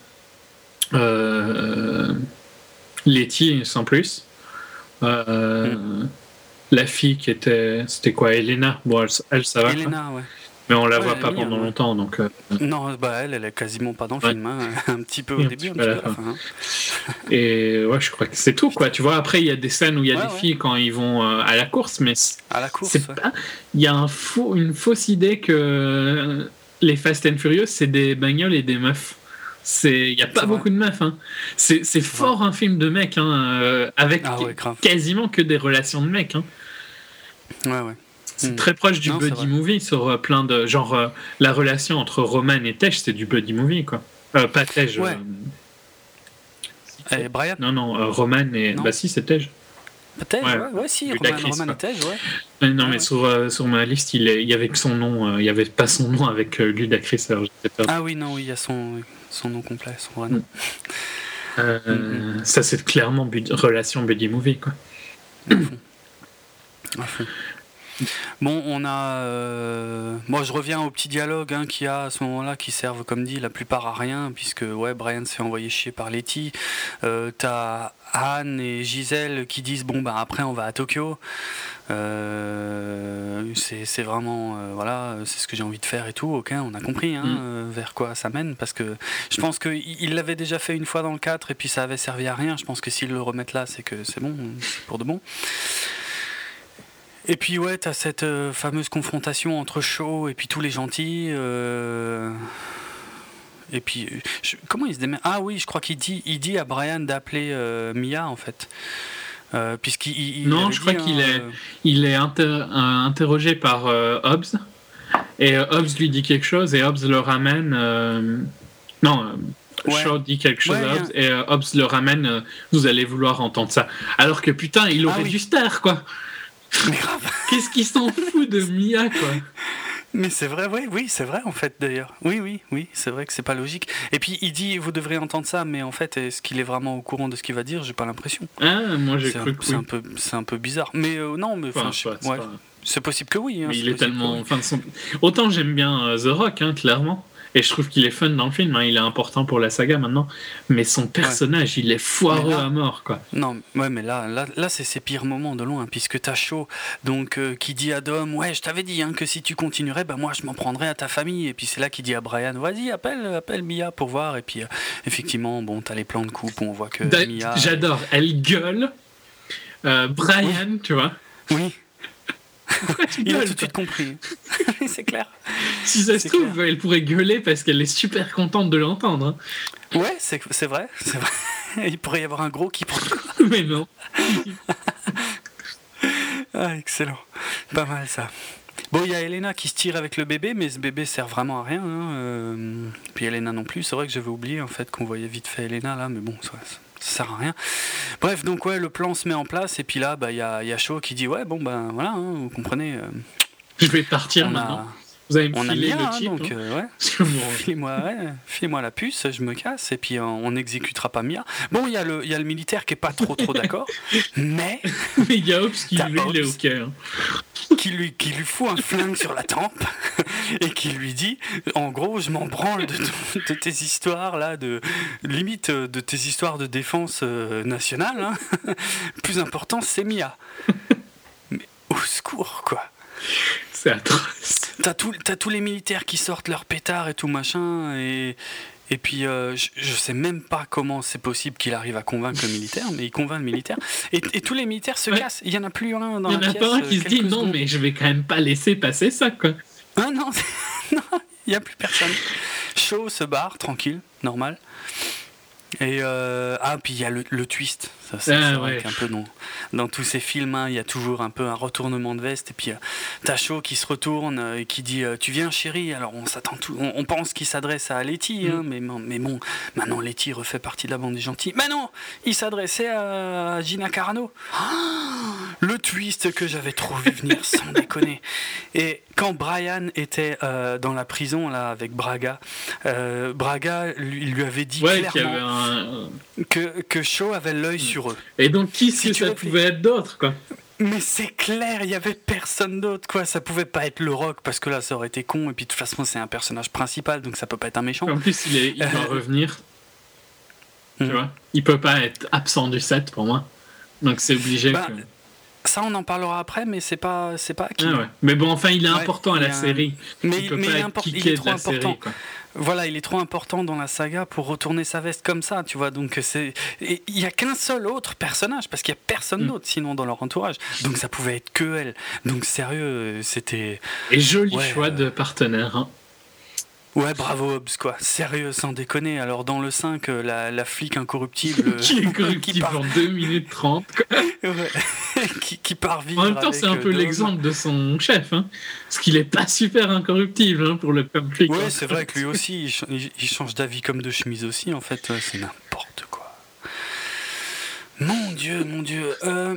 Letty, sans plus. La fille qui était... C'était quoi, Elena? Bon, elle ça va. Elena, ouais. Mais on la voit Ouais, pas oui, pendant ouais. longtemps, donc... Non, bah elle est quasiment pas dans le Ouais. film, hein. Un petit peu au Et un début, un petit petit peu à peu la à la fin. fin. Hein. Et ouais, je crois que c'est tout, quoi. Tu vois, après, il y a des scènes où il y a Ouais, des ouais. filles quand ils vont à la course, mais À la course, c'est ouais. pas... Il y a une fausse idée que les Fast and Furious, c'est des bagnoles et des meufs. Il y a pas C'est vrai. beaucoup de meufs, hein. C'est fort un film de mecs, hein, avec Ah ouais, grave. quasiment que des relations de mecs, hein. Ouais, ouais. C'est très proche du Non, c'est buddy vrai. movie sur plein de... Genre, la relation entre Roman et Tej, c'est du buddy movie, quoi. Pas Tej. Ouais. Et Brian? Non, Roman et... Non. Bah si, c'est Tej. Tej, Ouais, ouais, si, Ludacris, Roman quoi. et Tej, ouais. Non, Ouais, mais ouais. sur ma liste, il y avait que son nom. Il n'y avait pas son nom avec Ludacris. Alors j'étais perdu. Ah oui, non, oui, il y a son nom complet, son vrai nom. Ça, c'est clairement relation buddy movie, quoi. À fond. Bon, on a. Moi, je reviens au petit dialogue qu'il y a à ce moment-là qui servent, comme dit, la plupart à rien, puisque ouais, Brian se fait envoyer chier par Letty. T'as Anne et Gisèle qui disent bon, bah après, on va à Tokyo. C'est vraiment. Voilà, c'est ce que j'ai envie de faire et tout. Ok, on a compris vers quoi ça mène, parce que je pense qu'il l'avait déjà fait une fois dans le 4 et puis ça avait servi à rien. Je pense que s'ils le remettent là, c'est que c'est bon, c'est pour de bon. Et puis ouais, t'as cette fameuse confrontation entre Shaw et puis tous les gentils. Et puis, comment il se démerde ? Ah oui, je crois qu'il dit à Brian d'appeler Mia, en fait. Puisqu'il Non, je crois qu'il est interrogé par Hobbs. Et Hobbs lui dit quelque chose et Hobbs le ramène... Shaw dit quelque chose à Hobbs et Hobbs le ramène. Vous allez vouloir entendre ça. Alors que putain, il aurait dû se taire, quoi. Mais grave. Qu'est-ce qu'il s'en fout de Mia, quoi? Mais c'est vrai, oui, c'est vrai en fait d'ailleurs. Oui, c'est vrai que c'est pas logique. Et puis il dit vous devrez entendre ça, mais en fait est-ce qu'il est vraiment au courant de ce qu'il va dire ? J'ai pas l'impression. Ah, moi j'ai cru que oui. C'est un peu bizarre. Mais non, mais c'est possible que oui. Mais il est tellement. Autant j'aime bien The Rock, clairement. Et je trouve qu'il est fun dans le film, il est important pour la saga maintenant. Mais son personnage, il est foireux à mort, quoi. Non, ouais, mais là c'est ses pires moments de loin, puisque t'as Shaw, donc qui dit à Dom, ouais, je t'avais dit que si tu continuerais, bah moi je m'en prendrais à ta famille. Et puis c'est là qu'il dit à Brian, vas-y, appelle Mia pour voir. Et puis effectivement, bon, t'as les plans de coupe où on voit que Mia. J'adore, elle gueule. Brian, tu vois. Oui. Il a tout de suite compris. C'est clair. Si ça se trouve, elle pourrait gueuler parce qu'elle est super contente de l'entendre. Ouais, c'est vrai. Il pourrait y avoir un gros qui prend. Mais non. Ah, excellent. Pas mal ça. Bon, il y a Elena qui se tire avec le bébé, mais ce bébé sert vraiment à rien. Puis Elena non plus. C'est vrai que j'avais oublié en fait qu'on voyait vite fait Elena là, mais bon, ça sert à rien. Bref, donc ouais, le plan se met en place et puis là, bah il y a Shaw qui dit ouais, bon ben voilà, vous comprenez. Je vais partir maintenant. Vous avez me filé le chip, donc ouais. Filez-moi la puce, je me casse et puis on n'exécutera pas Mia. Bon, il y a le militaire qui est pas trop d'accord, mais il y a Hobbs qui lui il est au cœur. Qui lui fout un flingue sur la tempe et qui lui dit en gros je m'en branle de tes histoires là de tes histoires de défense nationale plus important c'est Mia. Mais au secours quoi. C'est atroce. T'as tous les militaires qui sortent leurs pétards et tout machin et puis je sais même pas comment c'est possible qu'il arrive à convaincre le militaire, mais il convainc le militaire. Et tous les militaires se cassent. Il y en a plus un dans la pièce. Il y en a pas un qui se dit non, mais je vais quand même pas laisser passer ça, quoi. Ah non, il y a plus personne. Shaw se barre, tranquille, normal. Et puis il y a le twist. Ça, c'est vrai qu'un peu dans tous ces films, il y a toujours un peu un retournement de veste. Et puis t'as Shaw qui se retourne et qui dit tu viens chérie. Alors on pense qu'il s'adresse à Letty, mais bon, maintenant Letty refait partie de la bande des gentils. Mais non, il s'adressait à Gina Carano. Le twist que j'avais trop vu venir, sans déconner. Et quand Brian était dans la prison là avec Braga, il lui avait dit clairement que Shaw avait l'œil sur eux. Et donc qui est-ce que ça pouvait être d'autre, quoi? Mais c'est clair, il y avait personne d'autre, quoi. Ça pouvait pas être le Rock parce que là ça aurait été con. Et puis de toute façon c'est un personnage principal, donc ça peut pas être un méchant. En plus il va revenir. Tu vois, il peut pas être absent du set pour moi. Donc c'est obligé que... Ça, on en parlera après, mais c'est pas acquis. Ah ouais. Mais bon, enfin, il est Ouais, important à la série. Mais Il peut il pas est être important, il kické est de trop la important. série, quoi. Voilà, il est trop important dans la saga pour retourner sa veste comme ça, tu vois. Donc il y a qu'un seul autre personnage parce qu'il y a personne d'autre sinon dans leur entourage. Donc ça pouvait être que elle. Donc sérieux, c'était. Et joli choix de partenaire. Hein. Ouais, bravo Hobbs, quoi. Sérieux, sans déconner. Alors dans le 5, la flic incorruptible qui est corruptible en 2 minutes 30. Quoi. Ouais. qui part vivre. En même temps, c'est un peu l'exemple de son chef. Hein. Parce qu'il est pas super incorruptible hein, pour le flic. Ouais, c'est vrai que lui aussi, il change d'avis comme de chemise aussi. En fait, c'est n'importe quoi. Mon Dieu, mon Dieu.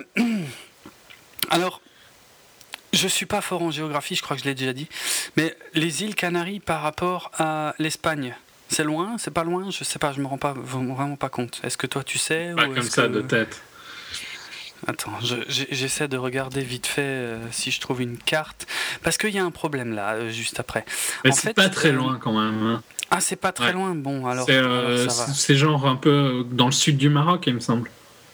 Alors, je suis pas fort en géographie, je crois que je l'ai déjà dit. Mais les îles Canaries par rapport à l'Espagne, c'est loin, c'est pas loin, je sais pas, je me rends pas vraiment pas compte. Est-ce que toi tu sais Pas ou comme ça de tête. Attends, j'essaie de regarder vite fait si je trouve une carte. Parce qu'il y a un problème là, juste après. Mais en c'est fait, pas très loin quand même. Hein. Ah, c'est pas très loin, bon, alors, alors ça va. C'est genre un peu dans le sud du Maroc, il me semble.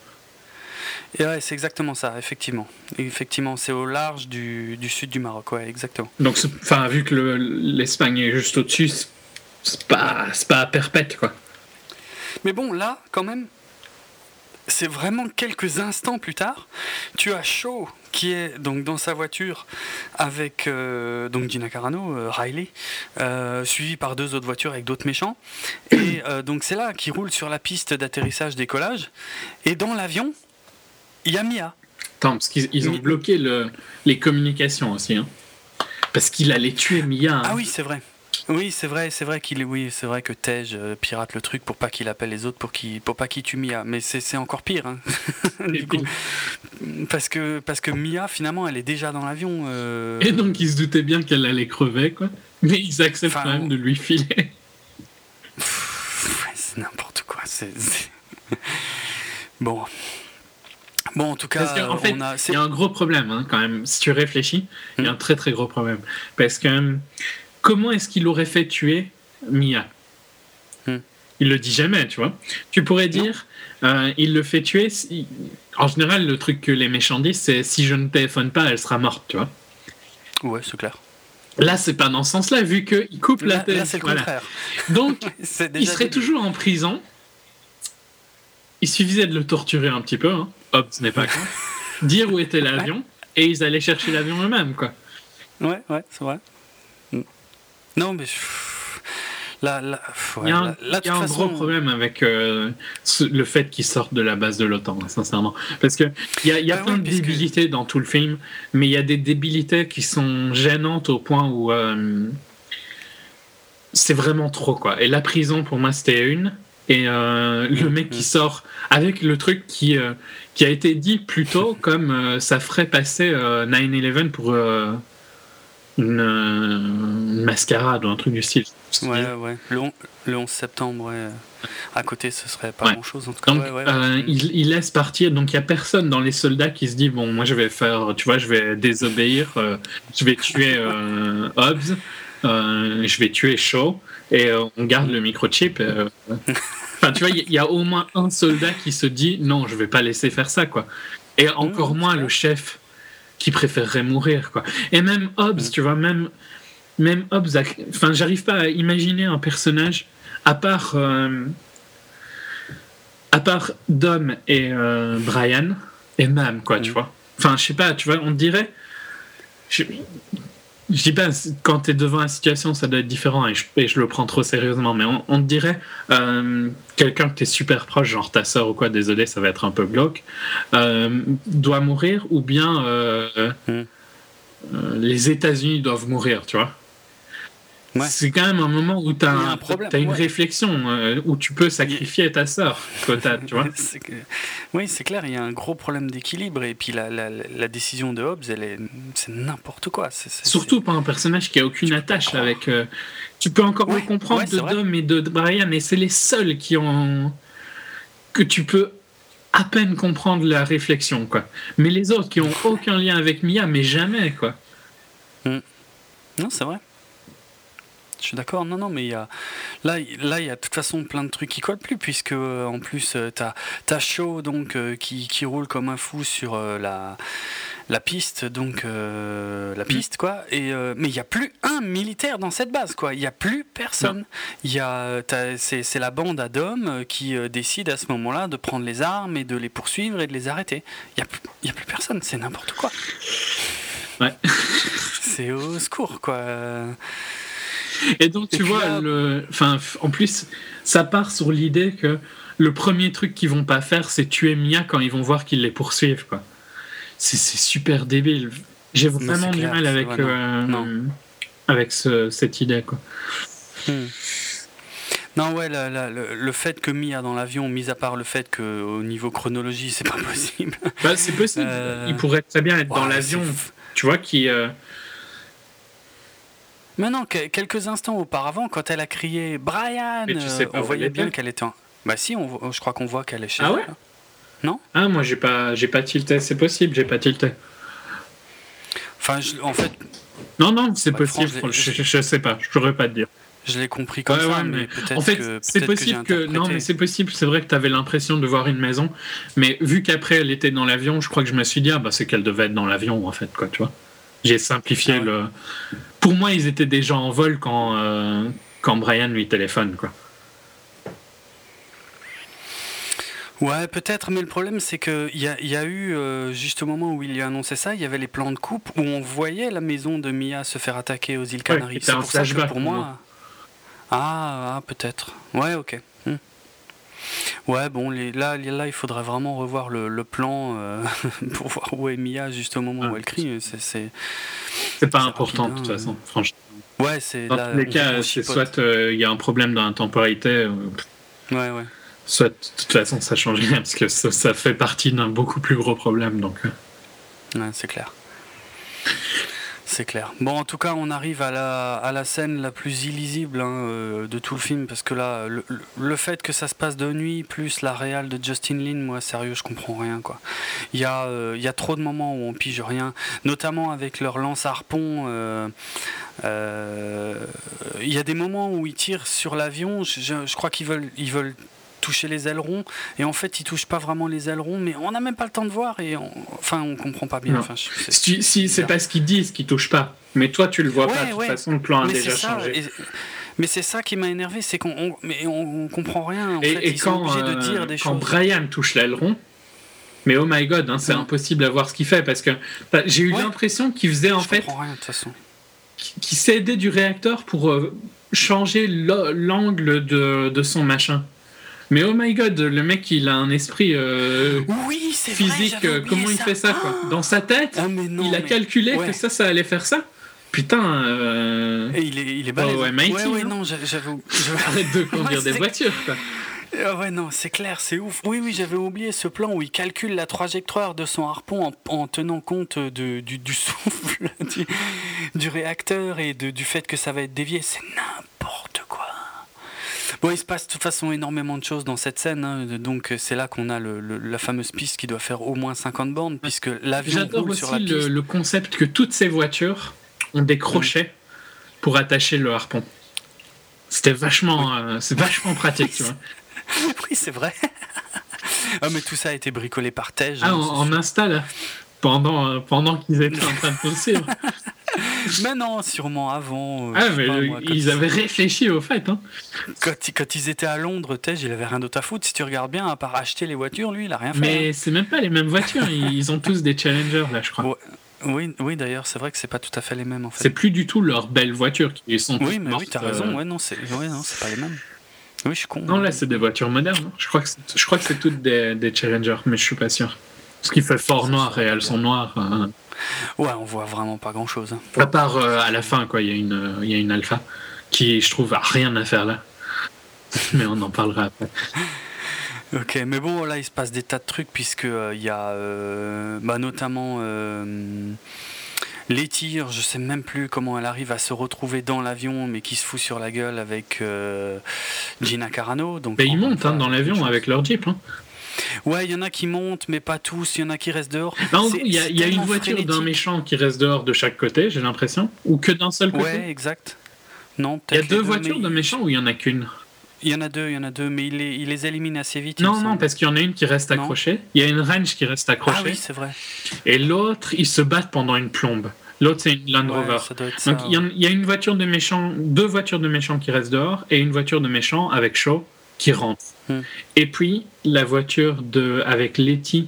Et ouais, c'est exactement ça, effectivement. Effectivement, c'est au large du sud du Maroc, ouais, exactement. Donc, vu que l'Espagne est juste au-dessus, c'est pas à perpète, quoi. Mais bon, là, quand même, c'est vraiment quelques instants plus tard, tu as Shaw qui est donc dans sa voiture avec donc Gina Carano, Riley, suivi par 2 autres voitures avec d'autres méchants. Et donc c'est là qu'ils roulent sur la piste d'atterrissage-décollage. Et dans l'avion, il y a Mia. Attends, parce qu'ils ont bloqué les communications aussi. Hein. Parce qu'il allait tuer Mia. Hein. Ah oui, c'est vrai. Oui, c'est vrai que Tej pirate le truc pour pas qu'il appelle les autres, pour pas qu'il tue Mia. Mais c'est encore pire. Hein. Du coup, parce que Mia, finalement, elle est déjà dans l'avion. Et donc, ils se doutaient bien qu'elle allait crever, quoi. Mais ils acceptent quand même de lui filer. C'est n'importe quoi. Bon. Bon, en tout cas, parce qu'en fait, il y a un gros problème hein, quand même. Si tu réfléchis, il y a un très très gros problème. Parce que comment est-ce qu'il aurait fait tuer Mia ? Il le dit jamais, tu vois. Tu pourrais dire, il le fait tuer. En général, le truc que les méchants disent, c'est si je ne téléphone pas, elle sera morte, tu vois. Ouais, c'est clair. Là, c'est pas dans ce sens-là, vu qu'il coupe la tête. Là, c'est le contraire. Donc, il serait toujours en prison. Il suffisait de le torturer un petit peu, hein. Hop, ce n'est pas con. Dire où était l'avion, et ils allaient chercher l'avion eux-mêmes, quoi. Ouais, c'est vrai. Non, mais là, il y a un gros problème avec le fait qu'ils sortent de la base de l'OTAN, sincèrement. Parce qu'il y a plein de débilités dans tout le film, mais il y a des débilités qui sont gênantes au point où c'est vraiment trop, quoi. Et la prison, pour moi, c'était une. Et le mec qui sort avec le truc qui a été dit plus tôt comme ça ferait passer 9/11 pour une mascarade ou un truc du style. Ouais. Le 11 septembre, ouais. À côté, ce serait pas grand-chose. En tout cas, donc, il laisse partir. Donc, il n'y a personne dans les soldats qui se dit bon, moi, je vais désobéir. Je vais tuer Hobbs. Je vais tuer Shaw. Et on garde le microchip. Enfin, tu vois, il y a au moins un soldat qui se dit non, je vais pas laisser faire ça, quoi. Et encore moins le chef qui préférerait mourir, quoi. Et même Hobbs, tu vois, même Hobbs, enfin, j'arrive pas à imaginer un personnage à part Dom et Brian et même, quoi, tu vois. Enfin, je sais pas, tu vois, on dirait. Je dis pas, quand t'es devant la situation, ça doit être différent et je le prends trop sérieusement, mais on te dirait quelqu'un que t'es super proche, genre ta sœur ou quoi, désolé, ça va être un peu glauque, doit mourir ou bien les États-Unis doivent mourir, tu vois. Ouais. C'est quand même un moment où t'as une réflexion où tu peux sacrifier ta sœur, tu vois. Oui, c'est clair, il y a un gros problème d'équilibre et puis la décision de Hobbs, c'est n'importe quoi. Surtout pour un personnage qui a aucune attache avec. Tu peux encore le comprendre de Dom et de Brian, et c'est les seuls que tu peux à peine comprendre la réflexion, quoi. Mais les autres qui ont aucun lien avec Mia, mais jamais, quoi. Non, c'est vrai. Je suis d'accord, non, mais il y a Là, il y a de toute façon plein de trucs qui collent plus, puisque en plus, t'as Shaw donc, qui roule comme un fou sur la piste, donc la piste, quoi. Mais il n'y a plus un militaire dans cette base, quoi. Il n'y a plus personne. C'est la bande à Dom qui décide à ce moment-là de prendre les armes et de les poursuivre et de les arrêter. Il n'y a plus personne, c'est n'importe quoi. Ouais. C'est au secours, quoi. Et donc, tu vois, en plus, ça part sur l'idée que le premier truc qu'ils vont pas faire, c'est tuer Mia quand ils vont voir qu'ils les poursuivent, quoi. C'est super débile. J'ai vraiment du mal avec, avec cette idée, quoi. Non, ouais, le fait que Mia dans l'avion, mis à part le fait qu'au niveau chronologie, c'est pas possible. Bah, c'est possible. Il pourrait très bien être dans l'avion, tu vois, qui... Mais non, quelques instants auparavant, quand elle a crié Brian, on voyait bien qu'elle était en... Bah si, je crois qu'on voit qu'elle est chez elle. Ah ouais ? Non ? Ah, moi j'ai pas tilté, c'est possible, j'ai pas tilté. Enfin, en fait... Non, c'est possible, je sais pas, je pourrais pas te dire. Je l'ai compris comme ça, mais peut-être en fait, que... c'est possible que... Non, mais c'est possible, c'est vrai que t'avais l'impression de voir une maison, mais vu qu'après elle était dans l'avion, je crois que je me suis dit, c'est qu'elle devait être dans l'avion, en fait, quoi, tu vois. J'ai simplifié le... Pour moi, ils étaient déjà en vol quand Brian lui téléphone, quoi. Ouais, peut-être, mais le problème, c'est qu'il y a eu, juste au moment où il lui a annoncé ça, il y avait les plans de coupe où on voyait la maison de Mia se faire attaquer aux îles Canaries. Ouais, c'est pour ça que pour moi... Ah, peut-être. Ouais, ok. Ouais, bon, là, il faudrait vraiment revoir le plan pour voir où est Mia juste au moment où elle crie. C'est pas important, de toute façon, franchement. Ouais, c'est... Dans tous les cas, c'est soit il y a un problème dans la temporalité, ouais. Soit, de toute façon, ça change rien, parce que ça fait partie d'un beaucoup plus gros problème, donc... Ouais, c'est clair. C'est clair. Bon, en tout cas, on arrive à la scène la plus illisible de tout le film, parce que là, le fait que ça se passe de nuit, plus la réal de Justin Lin, moi, sérieux, je comprends rien, quoi. Il y a trop de moments où on pige rien, notamment avec leur lance-harpon. Il y a des moments où ils tirent sur l'avion, je crois qu'ils veulent toucher les ailerons, et en fait ils touchent pas vraiment les ailerons, mais on n'a même pas le temps de voir, et on comprend pas bien. Enfin, c'est pas ce qu'ils disent qu'ils touchent pas, mais toi tu le vois pas, de toute façon le plan a déjà changé. Mais c'est ça qui m'a énervé, c'est qu'on comprend rien. En fait, et ils sont obligés de dire des quand choses. Brian touche l'aileron, mais oh my god, c'est impossible à voir ce qu'il fait, parce que j'ai eu l'impression qu'il faisait en fait, rien, de toute façon. Qu'il s'est aidé du réacteur pour changer l'angle de son machin. Mais oh my god, le mec il a un esprit physique, comment il fait ça, quoi. Dans sa tête, il a calculé que ça allait faire ça. Putain. Et il est balèze. Mighty, non, j'avoue. Arrête de conduire des voitures, quoi. Ouais, non, c'est clair, c'est ouf. Oui, j'avais oublié ce plan où il calcule la trajectoire de son harpon en tenant compte du souffle du réacteur et du fait que ça va être dévié. C'est n'importe quoi. Bon, il se passe de toute façon énormément de choses dans cette scène, donc c'est là qu'on a la fameuse piste qui doit faire au moins 50 bornes, puisque l'avion roule sur la piste. J'adore aussi le concept que toutes ces voitures ont des crochets pour attacher le harpon. C'est vachement pratique, tu vois. Oui, c'est vrai. Mais tout ça a été bricolé par Tej. En Insta, là, pendant qu'ils étaient en train de poursuivre. Mais non, sûrement avant. Ils avaient réfléchi au fait. Quand ils étaient à Londres, Tej, il avait rien d'autre à foutre. Si tu regardes bien, à part acheter les voitures, lui, il a rien fait. Mais c'est même pas les mêmes voitures. Ils ont tous des Challengers, là, je crois. Oui, d'ailleurs, c'est vrai que c'est pas tout à fait les mêmes, en fait. C'est plus du tout leurs belles voitures qui sont. Oui, mais t'as raison. Non, c'est pas les mêmes. Oui, je suis con. Non, là, c'est des voitures modernes. Je crois que c'est toutes des Challengers, mais je suis pas sûr. Parce qu'il fait fort noir et elles sont noires. Ouais, on voit vraiment pas grand-chose. À part à la fin, quoi, il y a une alpha qui, je trouve, a rien à faire là. Mais on en parlera après. Ok, mais bon, là, il se passe des tas de trucs, puisque il y a notamment les tirs, je sais même plus comment elle arrive à se retrouver dans l'avion, mais qui se fout sur la gueule avec Gina Carano. Donc, ils montent dans l'avion avec leur Jeep. Ouais, il y en a qui montent, mais pas tous. Il y en a qui restent dehors. Il y a une voiture d'un méchant qui reste dehors de chaque côté, j'ai l'impression. Ou que d'un seul côté. Ouais, exact. Non, Il y a peut-être les deux voitures de méchants ou il y en a qu'une? Il y en a deux, mais il les élimine assez vite. Non, parce qu'il y en a une qui reste accrochée. Il y a une range qui reste accrochée. Ah oui, c'est vrai. Et l'autre, ils se battent pendant une plombe. L'autre, c'est une Land Rover. Ça doit être donc ça, il y a une voiture de méchants, deux voitures de méchants qui restent dehors et une voiture de méchants avec Shaw qui rentre. Et puis la voiture avec Letty,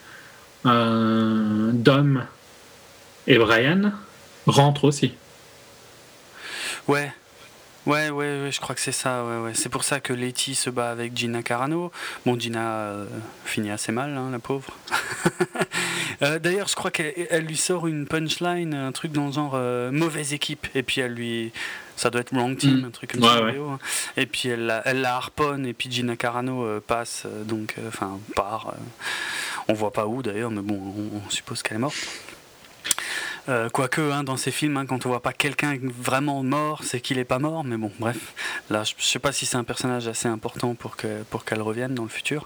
Dom et Brian rentre aussi. Ouais, je crois que c'est ça. Ouais. C'est pour ça que Letty se bat avec Gina Carano. Bon, Gina finit assez mal, hein, la pauvre. D'ailleurs, je crois qu'elle lui sort une punchline, un truc dans le genre mauvaise équipe. Et puis ça doit être wrong team, un truc comme ça. Ouais. Et puis elle la harponne et puis Gina Carano passe, part. On voit pas où d'ailleurs, mais bon, on suppose qu'elle est morte. Quoique, dans ces films, quand on voit pas quelqu'un vraiment mort, c'est qu'il est pas mort. Mais bon, bref. Là, je sais pas si c'est un personnage assez important pour qu'elle revienne dans le futur.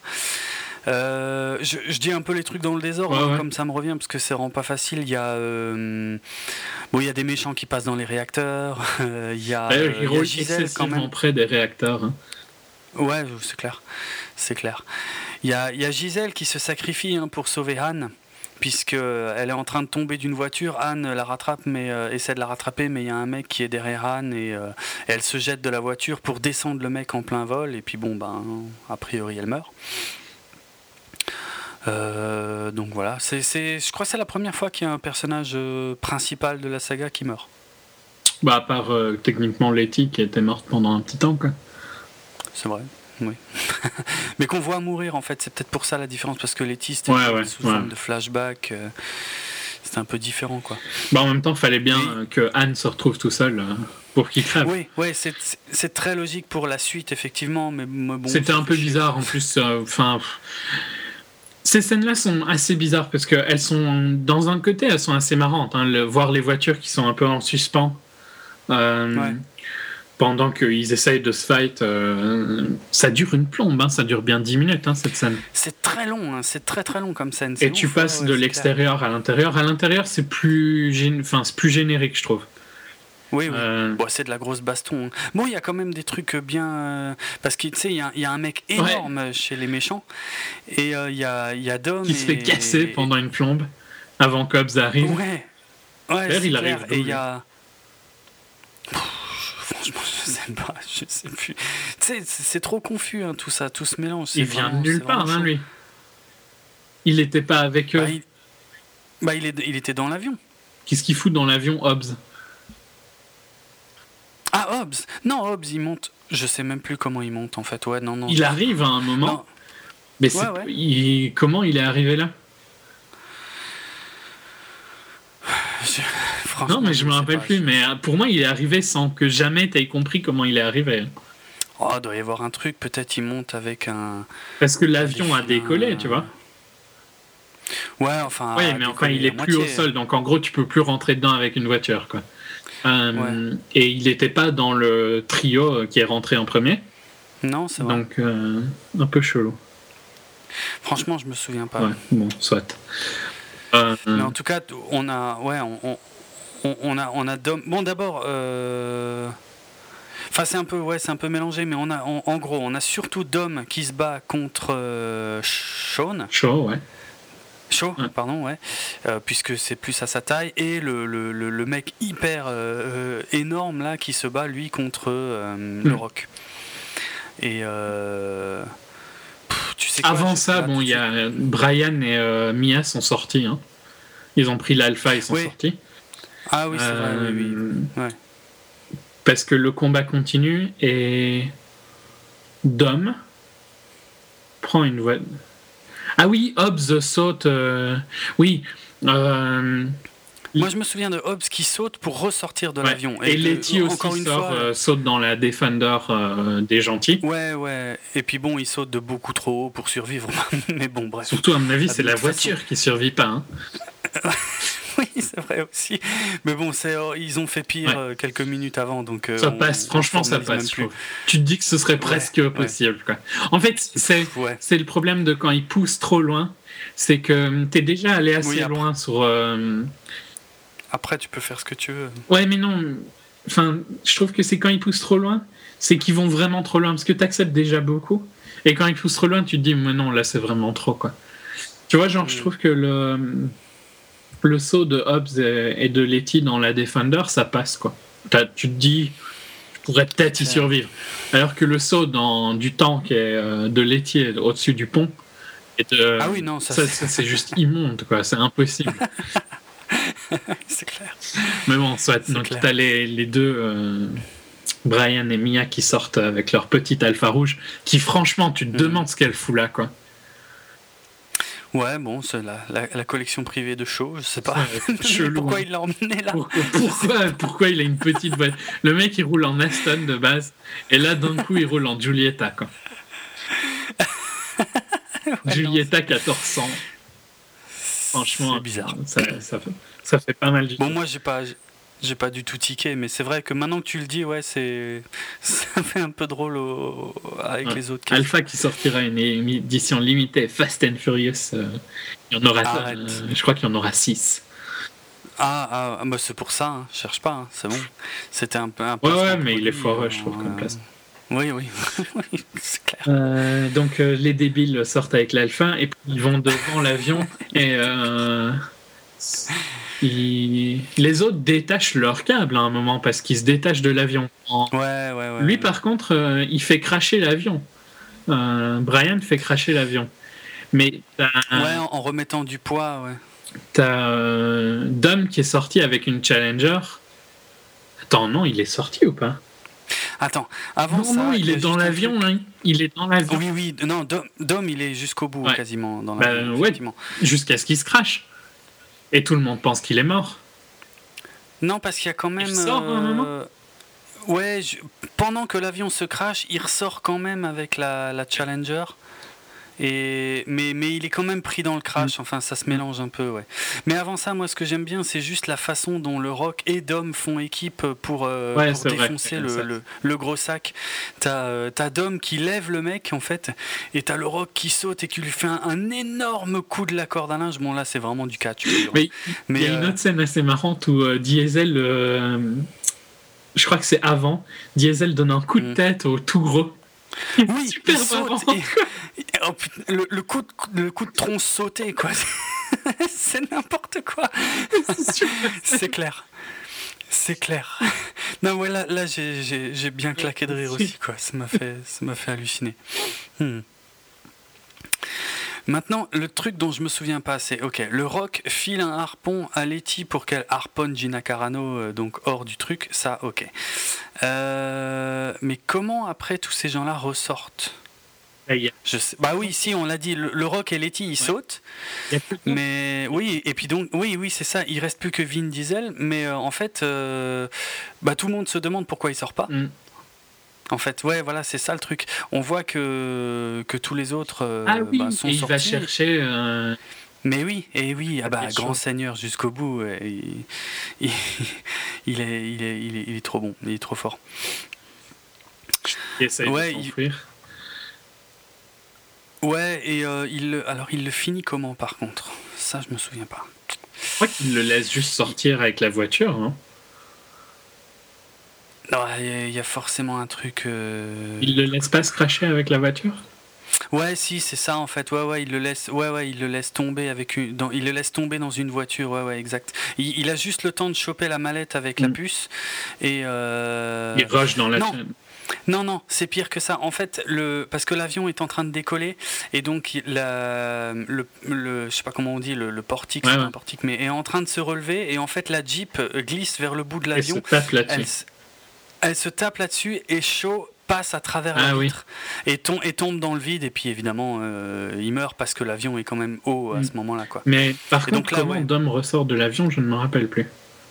Je dis un peu les trucs dans le désordre, comme ça me revient, parce que c'est vraiment pas facile. Il y a des méchants qui passent dans les réacteurs. Il y a Gisèle quand même près des réacteurs. Hein. Ouais, c'est clair. Il y a Gisèle qui se sacrifie pour sauver Anne. Puisqu'elle est en train de tomber d'une voiture, Anne la rattrape, mais essaie de la rattraper, mais il y a un mec qui est derrière Anne et elle se jette de la voiture pour descendre le mec en plein vol, et puis a priori elle meurt. Donc voilà, je crois que c'est la première fois qu'il y a un personnage principal de la saga qui meurt. À part techniquement Letty qui était morte pendant un petit temps, quoi. C'est vrai. Oui. Mais qu'on voit mourir en fait, c'est peut-être pour ça la différence, parce que Letty c'était sous forme de flashback, c'était un peu différent quoi. En même temps, il fallait bien que Anne se retrouve tout seul pour qu'il crève. Oui, c'est très logique pour la suite effectivement, mais bon. C'était un peu bizarre en plus. Ces scènes-là sont assez bizarres parce que elles sont dans un côté, elles sont assez marrantes. Voir les voitures qui sont un peu en suspens. Pendant qu'ils essayent de se fight, ça dure une plombe, ça dure bien 10 minutes cette scène. C'est très long, c'est très très long comme scène. Et tu passes de l'extérieur à l'intérieur. À l'intérieur, c'est plus générique, je trouve. Oui. C'est de la grosse baston. Bon, il y a quand même des trucs bien... parce que tu sais, il y a un mec énorme chez les méchants. Et il y a Dom... Qui se fait casser pendant une plombe avant qu'Hobbs arrive. Ouais, il arrive. Et il y a... Franchement, je sais plus. Tu sais, c'est trop confus tout ça, tout ce mélange. Il vient de nulle part, lui. Il n'était pas avec eux. Il était dans l'avion. Qu'est-ce qu'il fout dans l'avion, Hobbs? Ah, Hobbs. Non, Hobbs, il monte. Je sais même plus comment il monte en fait. Ouais, non. Il arrive à un moment. Non. Mais comment il est arrivé là? Non, mais je me rappelle plus. Mais pour moi, il est arrivé sans que jamais t'aies compris comment il est arrivé. Oh, il doit y avoir un truc. Peut-être il monte avec un. Parce que l'avion a décollé, tu vois. Ouais, enfin. Ouais, mais enfin, il est plus au sol. Donc en gros, tu peux plus rentrer dedans avec une voiture, quoi. Et il n'était pas dans le trio qui est rentré en premier. Non, c'est vrai. Donc un peu chelou. Franchement, je me souviens pas. Ouais, bon, soit. Mais en tout cas, on a Dom. Bon, d'abord, c'est un peu mélangé, mais en gros, on a surtout Dom qui se bat contre Shaw, pardon, puisque c'est plus à sa taille, et le mec hyper énorme là qui se bat lui contre le Rock. Et tu sais quoi, avant ça, il y a Brian et Mia sont sortis. Hein. Ils ont pris l'alpha, ils sont sortis. Ah oui, c'est vrai, oui. Ouais. Parce que le combat continue et Dom prend une voie. Ah oui, Hobbs saute. Oui. Moi, je me souviens de Hobbs qui saute pour ressortir de l'avion. Et Letty aussi saute dans la Defender des gentils. Ouais. Et puis bon, il saute de beaucoup trop haut pour survivre. Mais bon, bref. Surtout, à mon avis, c'est la voiture qui survit pas. Hein. Oui, c'est vrai aussi. Mais bon, ils ont fait pire quelques minutes avant. Donc, ça passe, franchement, ça passe. Tu te dis que ce serait presque possible. Quoi. En fait, c'est le problème de quand ils poussent trop loin. C'est que t'es déjà allé assez loin sur... Après, tu peux faire ce que tu veux. Ouais, mais non. je trouve que c'est quand ils poussent trop loin, c'est qu'ils vont vraiment trop loin, parce que t'acceptes déjà beaucoup, et quand ils poussent trop loin, tu te dis, mais non, là, c'est vraiment trop, quoi. Tu vois, genre, je trouve que le saut de Hobbs et de Letty dans la Defender, ça passe, quoi. Tu te dis, je pourrais peut-être y survivre. Alors que le saut du tank de Letty au-dessus du pont, ah oui, non, ça c'est juste immonde, quoi. C'est impossible. C'est clair. Mais bon, soit. Donc, t'as les deux, Brian et Mia, qui sortent avec leur petite Alpha rouge, qui, franchement, tu te demandes ce qu'elle fout là, quoi. Ouais, bon, c'est la collection privée de Shaw, je sais pas. Chelou, pourquoi il l'a emmené là. Pourquoi il a une petite voiture. Le mec, il roule en Aston de base, et là, d'un coup, il roule en Giulietta, quoi. Ouais, Giulietta 1400. Franchement, c'est bizarre. Ça fait pas mal du Bon, moi, j'ai pas du tout tiqué, mais c'est vrai que maintenant que tu le dis, ouais, ça fait un peu drôle avec les autres. Alpha qui sortira une édition limitée Fast and Furious. Il y en aura, je crois qu'il y en aura 6. Bah c'est pour ça, hein. Je cherche pas, hein. C'est bon. C'était un peu. Ouais, mais il est fort, je trouve, comme place. Oui, c'est clair. Donc les débiles sortent avec l'Alpha et puis ils vont devant l'avion et les autres détachent leur câble à un moment parce qu'ils se détachent de l'avion. Ouais. Lui, par contre, il fait cracher l'avion. Brian fait cracher l'avion. Mais en remettant du poids, ouais. T'as Dom qui est sorti avec une Challenger. Attends, non, il est sorti ou pas? Attends, avant ça... Non, il est dans l'avion, hein. Il est dans l'avion. Oui, non, Dom, il est jusqu'au bout, quasiment, dans l'avion, effectivement. Jusqu'à ce qu'il se crache. Et tout le monde pense qu'il est mort. Non, parce qu'il y a quand même... Il sort un moment. Ouais, pendant que l'avion se crache, il ressort quand même avec la Challenger. Mais il est quand même pris dans le crash, enfin ça se mélange un peu, ouais. Mais avant ça, moi ce que j'aime bien, c'est juste la façon dont le Rock et Dom font équipe pour défoncer le gros sac. T'as Dom qui lève le mec en fait, et t'as le Rock qui saute et qui lui fait un énorme coup de la corde à linge. Bon là c'est vraiment du catch. Mais il y a une autre scène assez marrante où Diesel, je crois que c'est avant, Diesel donne un coup de tête au tout gros. Oui, super saute le coup de tronc sauté, quoi. C'est n'importe quoi. C'est clair. Non, ouais, là j'ai bien claqué de rire aussi, quoi. Ça m'a fait halluciner. Maintenant, le truc dont je me souviens pas, c'est le Rock file un harpon à Letty pour qu'elle harponne Gina Carano, donc hors du truc, ça, mais comment après tous ces gens-là ressortent? Je sais. Bah oui, si on l'a dit, le Rock et Letty ils sautent, mais oui, et puis donc oui c'est ça, il reste plus que Vin Diesel, mais en fait, tout le monde se demande pourquoi il sort pas. En fait, ouais, voilà, c'est ça le truc. On voit que tous les autres sont sortis. Il va chercher. Mais oui, grand seigneur jusqu'au bout. Il est trop bon, il est trop fort. Il essaye de s'enfuir. Ouais, et il le finit comment par contre? Ça, je me souviens pas. Je crois qu'il le laisse juste sortir avec la voiture, hein. Non, il y a forcément un truc. Il le laisse pas se cracher avec la voiture? Ouais, si, c'est ça en fait. Ouais, il le laisse tomber il le laisse tomber dans une voiture. Ouais, exact. Il a juste le temps de choper la mallette avec la puce et. Il rush dans la chaîne. Non, c'est pire que ça. En fait, parce que l'avion est en train de décoller et donc je sais pas comment on dit, le portique, c'est pas un portique, mais est en train de se relever et en fait la Jeep glisse vers le bout de l'avion. Elle se tape là-dessus et Shaw passe à travers la vitre et tombe dans le vide et puis évidemment il meurt parce que l'avion est quand même haut à ce moment-là, quoi. Mais par contre, comment Dom ressort de l'avion, je ne me rappelle plus.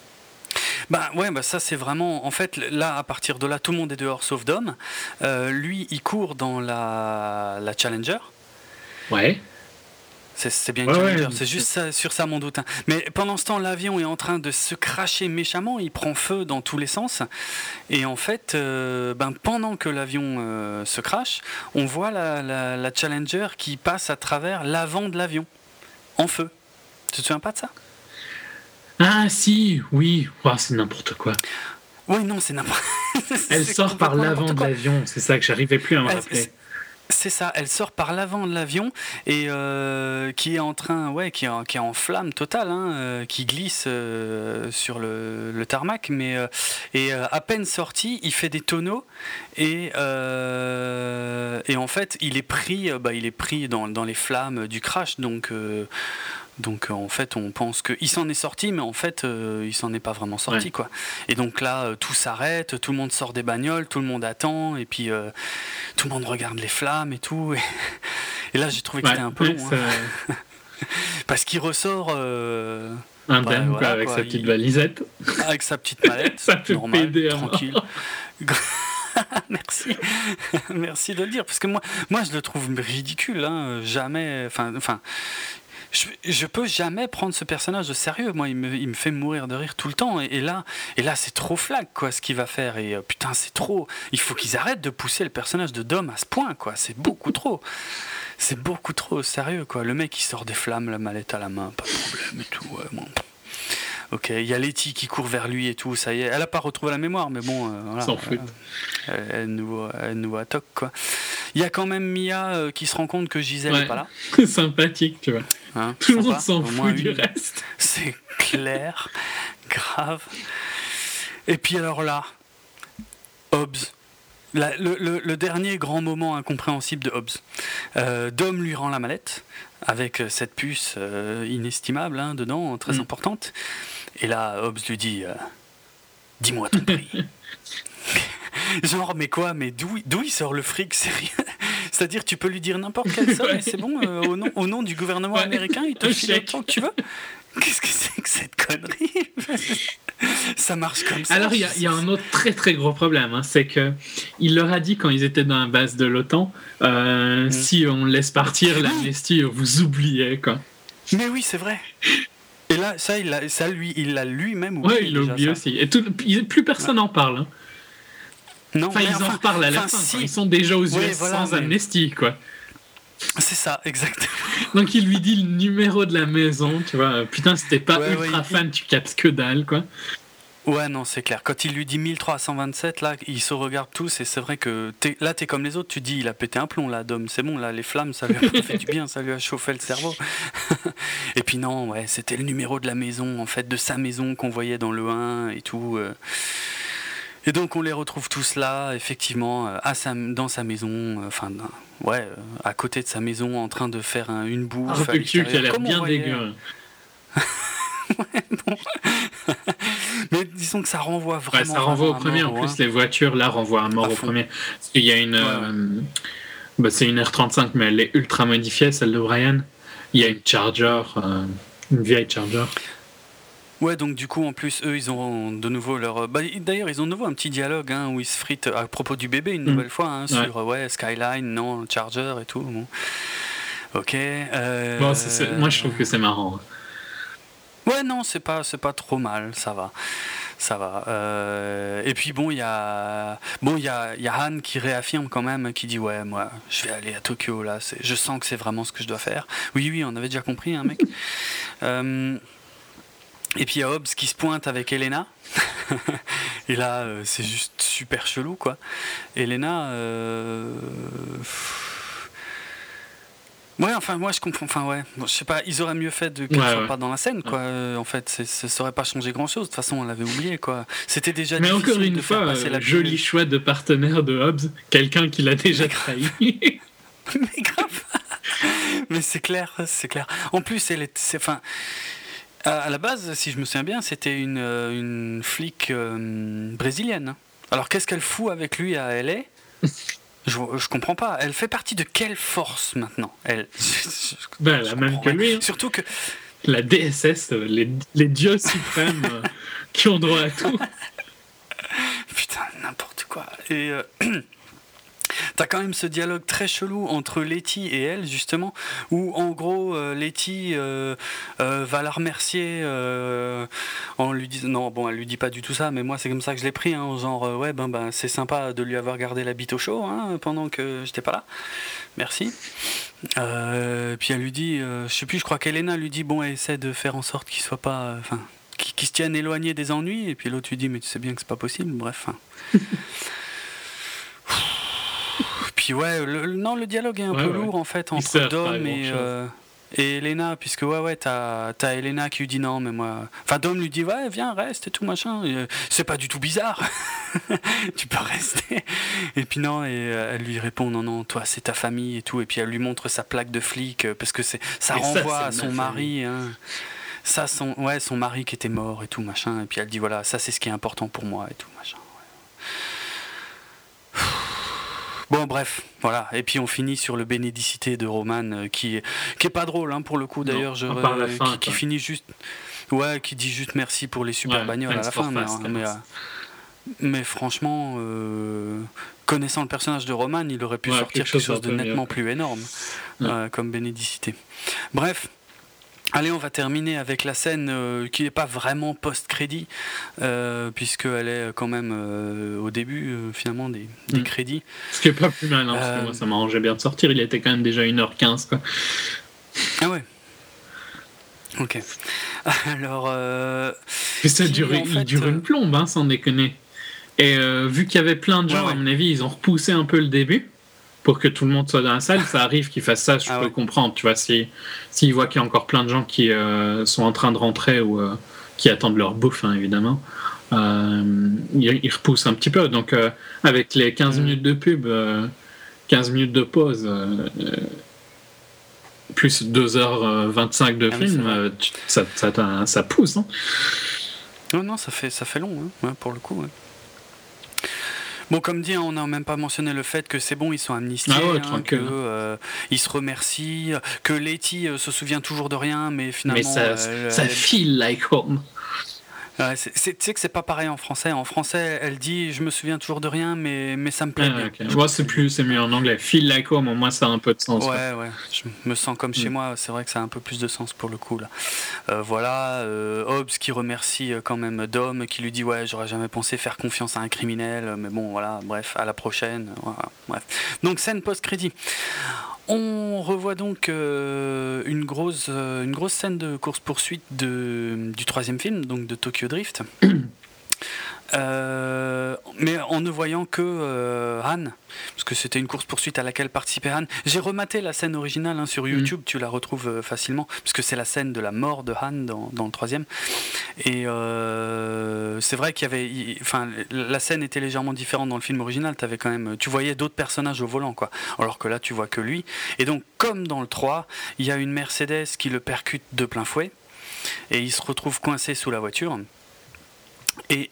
Ça c'est vraiment en fait là, à partir de là, tout le monde est dehors sauf Dom. Lui il court dans la Challenger. Ouais. C'est bien une Challenger, c'est juste ça, sur ça mon doute, hein. Mais pendant ce temps, l'avion est en train de se cracher méchamment, il prend feu dans tous les sens. Et en fait, pendant que l'avion se crache, on voit la Challenger qui passe à travers l'avant de l'avion, en feu. Tu te souviens pas de ça? Ah si, oui, c'est n'importe quoi. Oui, non, c'est n'importe. Elle sort par l'avant de l'avion, c'est ça que j'arrivais plus à me rappeler. C'est ça, elle sort par l'avant de l'avion et qui est en train, qui est en flamme totale, qui glisse sur le tarmac, mais et à peine sorti, il fait des tonneaux et en fait, il est pris dans les flammes du crash, donc en fait on pense qu'il s'en est sorti, mais en fait il s'en est pas vraiment sorti, quoi. Et donc là tout s'arrête, tout le monde sort des bagnoles, tout le monde attend, et puis tout le monde regarde les flammes et tout, et là j'ai trouvé que c'était un peu long, parce qu'il ressort indemne, avec sa petite valisette, avec sa petite mallette, ça fait normal, péder, tranquille. Merci de le dire, parce que moi je le trouve ridicule, jamais, enfin je peux jamais prendre ce personnage au sérieux. Moi, il me fait mourir de rire tout le temps. Et là c'est trop flag, quoi, ce qu'il va faire. Et putain, c'est trop. Il faut qu'ils arrêtent de pousser le personnage de Dom à ce point, quoi. C'est beaucoup trop. C'est beaucoup trop sérieux, quoi. Le mec, il sort des flammes, la mallette à la main, pas de problème et tout. Bon. Ok, il y a Letty qui court vers lui et tout, ça y est. Elle a pas retrouvé la mémoire, mais bon, voilà. S'en fout. Elle nous voit toc, quoi. Il y a quand même Mia qui se rend compte que Gisèle n'est pas là. Sympathique, tu vois. Tout le monde s'en fout du reste. C'est clair, grave. Et puis alors là, Hobbs. Le dernier grand moment incompréhensible de Hobbs. Dom lui rend la mallette avec cette puce inestimable dedans, très importante. Et là, Hobbs lui dit dis-moi ton prix. Genre, mais quoi? Mais d'où il sort le fric? C'est-à-dire, tu peux lui dire n'importe quelle somme, et c'est bon, au nom du gouvernement américain, il te file autant que tu veux. Qu'est-ce que c'est que cette connerie? Ça marche comme ça. Alors, il y a un autre très très gros problème, c'est que il leur a dit quand ils étaient dans la base de l'OTAN, si on laisse partir l'amnistie, vous oubliez, quoi. Mais oui, c'est vrai. Et là, il l'a lui-même oublié. Ouais, il l'a oublié aussi. Et plus personne n'en parle. Non, ils en reparlent à la fin. Si. Ils sont déjà aux US sans amnistie, quoi. C'est ça, exactement. Donc il lui dit le numéro de la maison, tu vois. Putain, si t'es pas ultra fan, tu captes que dalle, quoi. Ouais, non, c'est clair. Quand il lui dit 1327, là, ils se regardent tous, et c'est vrai que t'es comme les autres, tu dis, il a pété un plomb, là, Dom. C'est bon, là, les flammes, ça lui a fait du bien, ça lui a chauffé le cerveau. Et puis non, c'était le numéro de la maison, en fait, de sa maison qu'on voyait dans le 1 et tout. Et donc on les retrouve tous là, effectivement, dans sa maison, à côté de sa maison, en train de faire une bouffe. Un cul qui a l'air bien dégueu. Bon. Mais disons que ça renvoie vraiment. Ça renvoie au premier. En plus, les voitures là renvoient à mort au premier. Parce qu'il y a une. C'est une R35, mais elle est ultra modifiée, celle de Brian. Il y a une Charger, une vieille Charger. Ouais, donc du coup, en plus, eux, ils ont de nouveau leur... d'ailleurs, ils ont de nouveau un petit dialogue où ils se fritent à propos du bébé une nouvelle fois, sur Skyline, non, Charger et tout. Bon. Ok. Moi, je trouve que c'est marrant. Ouais, non, c'est pas trop mal, ça va. Et puis bon, il y a Han qui réaffirme quand même, qui dit ouais, moi, je vais aller à Tokyo là. Je sens que c'est vraiment ce que je dois faire. Oui, on avait déjà compris, mec. Et puis il y a Hobbs qui se pointe avec Elena. Et là, c'est juste super chelou, quoi. Elena... Ouais, enfin, moi je comprends. Enfin, ouais. Bon, je sais pas, ils auraient mieux fait qu'elle soit pas dans la scène, quoi. En fait, ça aurait pas changé grand chose. De toute façon, on l'avait oublié, quoi. C'était déjà mais difficile encore une de fois, faire passer la joli choix de partenaire de Hobbs, quelqu'un qui l'a déjà trahi. Mais grave. Mais c'est clair. En plus, à la base, si je me souviens bien, c'était une flic brésilienne. Alors qu'est-ce qu'elle fout avec lui à LA? Je comprends pas. Elle fait partie de quelle force maintenant? La même que lui. Surtout que la DSS, les dieux suprêmes qui ont droit à tout. Putain, n'importe quoi. Et t'as quand même ce dialogue très chelou entre Letty et elle, justement, où en gros Letty va la remercier en lui disant, non, bon, elle lui dit pas du tout ça, mais moi c'est comme ça que je l'ai pris, genre c'est sympa de lui avoir gardé la bite au chaud pendant que j'étais pas là, merci. Puis elle lui dit, je sais plus, je crois qu'Elena lui dit, bon, elle essaie de faire en sorte qu'il soit pas, qui se tiennent éloignés des ennuis, et puis l'autre lui dit mais tu sais bien que c'est pas possible, bref. Hein. Puis ouais, le dialogue est un peu lourd en fait entre Dom et Elena, puisque t'as Elena qui lui dit non mais moi, enfin Dom lui dit ouais viens reste et tout machin, et, c'est pas du tout bizarre, tu peux rester, et puis non, et elle lui répond non toi c'est ta famille et tout, et puis elle lui montre sa plaque de flic parce que ça renvoie à son mari, hein. Ça son mari qui était mort et tout machin, et puis elle dit voilà ça c'est ce qui est important pour moi et tout machin. Bon bref, voilà, et puis on finit sur le bénédicité de Roman qui est pas drôle hein, pour le coup d'ailleurs, qui finit juste, qui dit juste merci pour les super bagnoles à la fin, mais franchement, connaissant le personnage de Roman, il aurait pu sortir quelque chose de nettement plus énorme comme bénédicité. Bref. Allez, on va terminer avec la scène qui n'est pas vraiment post-crédit, puisqu'elle est quand même au début, finalement, des crédits. Ce qui n'est pas plus mal, hein, parce que moi, ça m'arrangeait bien de sortir. Il était quand même déjà 1h15, quoi. Ah ouais. Ok. Alors... il dure une plombe, hein, sans déconner. Et vu qu'il y avait plein de gens, à mon avis, ils ont repoussé un peu le début. Pour que tout le monde soit dans la salle, ça arrive qu'ils fassent ça, je peux comprendre, tu vois, s'ils voient qu'il y a encore plein de gens qui sont en train de rentrer ou qui attendent leur bouffe, hein, évidemment, ils repoussent un petit peu. Donc, avec les 15 minutes de pub, 15 minutes de pause, plus 2h25 de film, ça pousse. Hein. Non, ça fait long, hein, pour le coup, ouais. Bon, comme dit, on n'a même pas mentionné le fait que c'est bon, ils sont amnistiés, ils se remercient, que Letty se souvient toujours de rien, mais finalement... Mais ça feel like home. Tu sais que c'est pas pareil en français. En français, elle dit je me souviens toujours de rien, mais ça me plaît bien. Okay. Moi, c'est mieux en anglais. Feel like home, au moins ça a un peu de sens. Ouais. Je me sens comme chez moi. C'est vrai que ça a un peu plus de sens pour le coup là. Hobbs qui remercie quand même Dom, qui lui dit ouais, j'aurais jamais pensé faire confiance à un criminel, mais bon voilà, bref, à la prochaine. Voilà, bref. Donc scène post-crédit. On revoit donc une grosse scène de course-poursuite du troisième film, donc de Tokyo Drift. Mais en ne voyant que Han, parce que c'était une course-poursuite à laquelle participait Han. J'ai rematé la scène originale sur YouTube, tu la retrouves facilement, parce que c'est la scène de la mort de Han dans le troisième. Et c'est vrai qu'il y avait, la scène était légèrement différente dans le film original. Tu voyais d'autres personnages au volant, quoi. Alors que là, tu vois que lui. Et donc, comme dans le 3, il y a une Mercedes qui le percute de plein fouet, et il se retrouve coincé sous la voiture. Et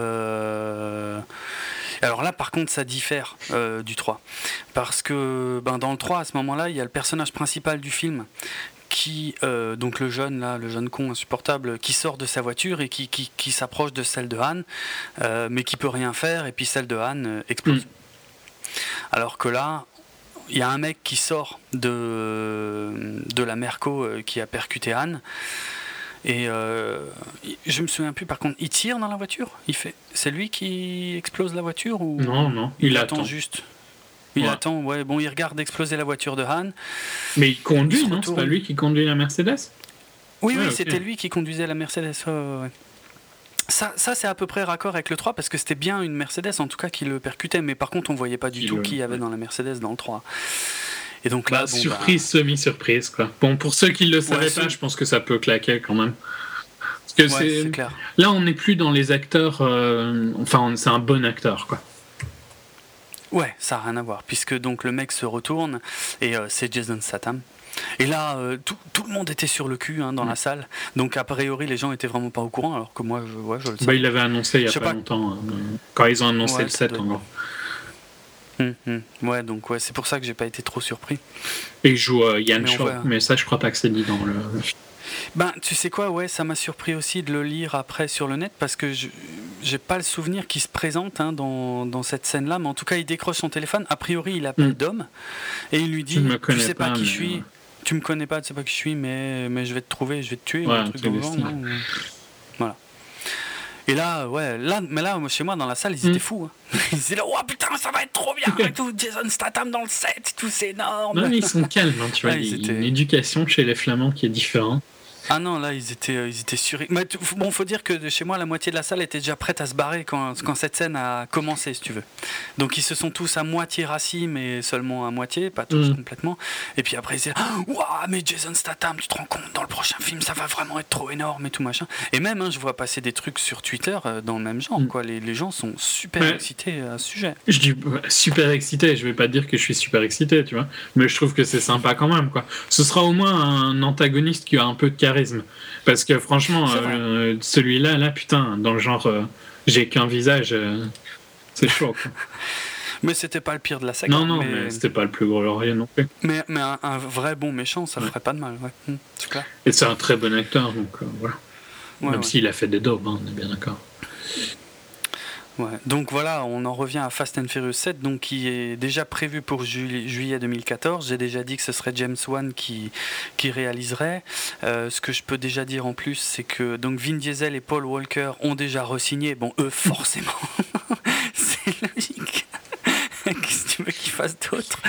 alors là par contre ça diffère du 3 parce que dans le 3 à ce moment là il y a le personnage principal du film qui donc le jeune con insupportable qui sort de sa voiture et qui s'approche de celle de Han mais qui peut rien faire, et puis celle de Han explose. Alors que là il y a un mec qui sort de la Merco qui a percuté Han. Et je me souviens plus, par contre, il tire dans la voiture. C'est lui qui explose la voiture ou non, il attend juste. Il attend, il regarde exploser la voiture de Han. Mais il conduit, non ? C'est pas lui qui conduit la Mercedes ? Oui, c'était lui qui conduisait la Mercedes. Ouais. Ça c'est à peu près raccord avec le 3 parce que c'était bien une Mercedes en tout cas qui le percutait, mais par contre on voyait pas du tout qui y avait dans la Mercedes dans le 3. Et donc là, semi-surprise quoi. Bon, pour ceux qui le savaient pas, je pense que ça peut claquer quand même. Parce que c'est clair. Là, on n'est plus dans les acteurs. C'est un bon acteur quoi. Ouais, ça n'a rien à voir puisque donc le mec se retourne et c'est Jason Statham. Et là, tout le monde était sur le cul dans la salle. Donc a priori, les gens étaient vraiment pas au courant, alors que moi, je le sais. Il l'avait annoncé il y a pas longtemps, quand ils ont annoncé le 7 en gros. Ouais, donc c'est pour ça que j'ai pas été trop surpris. Et il joue Yann Shaw, mais ça je crois pas que c'est dit dans le film. Tu sais quoi, ça m'a surpris aussi de le lire après sur le net parce que j'ai pas le souvenir qu'il se présente dans cette scène-là, mais en tout cas il décroche son téléphone. A priori il appelle Dom et il lui dit tu sais pas qui je suis, tu me connais pas, tu sais pas qui je suis, mais je vais te trouver, je vais te tuer, ou un truc dans le genre. Voilà. Et là, chez moi, dans la salle, ils étaient fous. Hein. Ils disaient là, oh putain, ça va être trop bien, et tout, Jason Statham dans le set, tout, c'est énorme. Non, mais ils sont calmes, tu vois. Il y a une éducation chez les Flamands qui est différente. Ah non, là, ils étaient sur. Mais bon, faut dire que chez moi, la moitié de la salle était déjà prête à se barrer quand cette scène a commencé, si tu veux. Donc ils se sont tous à moitié rassis, mais seulement à moitié, pas tous complètement. Et puis après, ils disaient waouh, mais Jason Statham, tu te rends compte, dans le prochain film, ça va vraiment être trop énorme et tout machin. Et même, je vois passer des trucs sur Twitter dans le même genre, quoi. Les gens sont super excités à ce sujet. Je dis super excité, je vais pas dire que je suis super excité, tu vois, mais je trouve que c'est sympa quand même, quoi. Ce sera au moins un antagoniste qui a un peu de charisme, parce que franchement, celui-là, là, putain, dans le genre, j'ai qu'un visage, c'est chaud, quoi. Mais c'était pas le pire de la saga. Non, mais c'était pas le plus glorieux non plus. Mais un vrai bon méchant, ça ferait pas de mal, c'est clair. Et c'est un très bon acteur, donc voilà. Même s'il a fait des daubes, on est bien d'accord. Ouais. Donc voilà, on en revient à Fast and Furious 7, donc qui est déjà prévu pour juillet 2014. J'ai déjà dit que ce serait James Wan qui réaliserait. Ce que je peux déjà dire en plus, c'est que donc Vin Diesel et Paul Walker ont déjà re-signé. Bon, eux, forcément, c'est logique. Qu'est-ce que tu veux qu'ils fassent d'autre?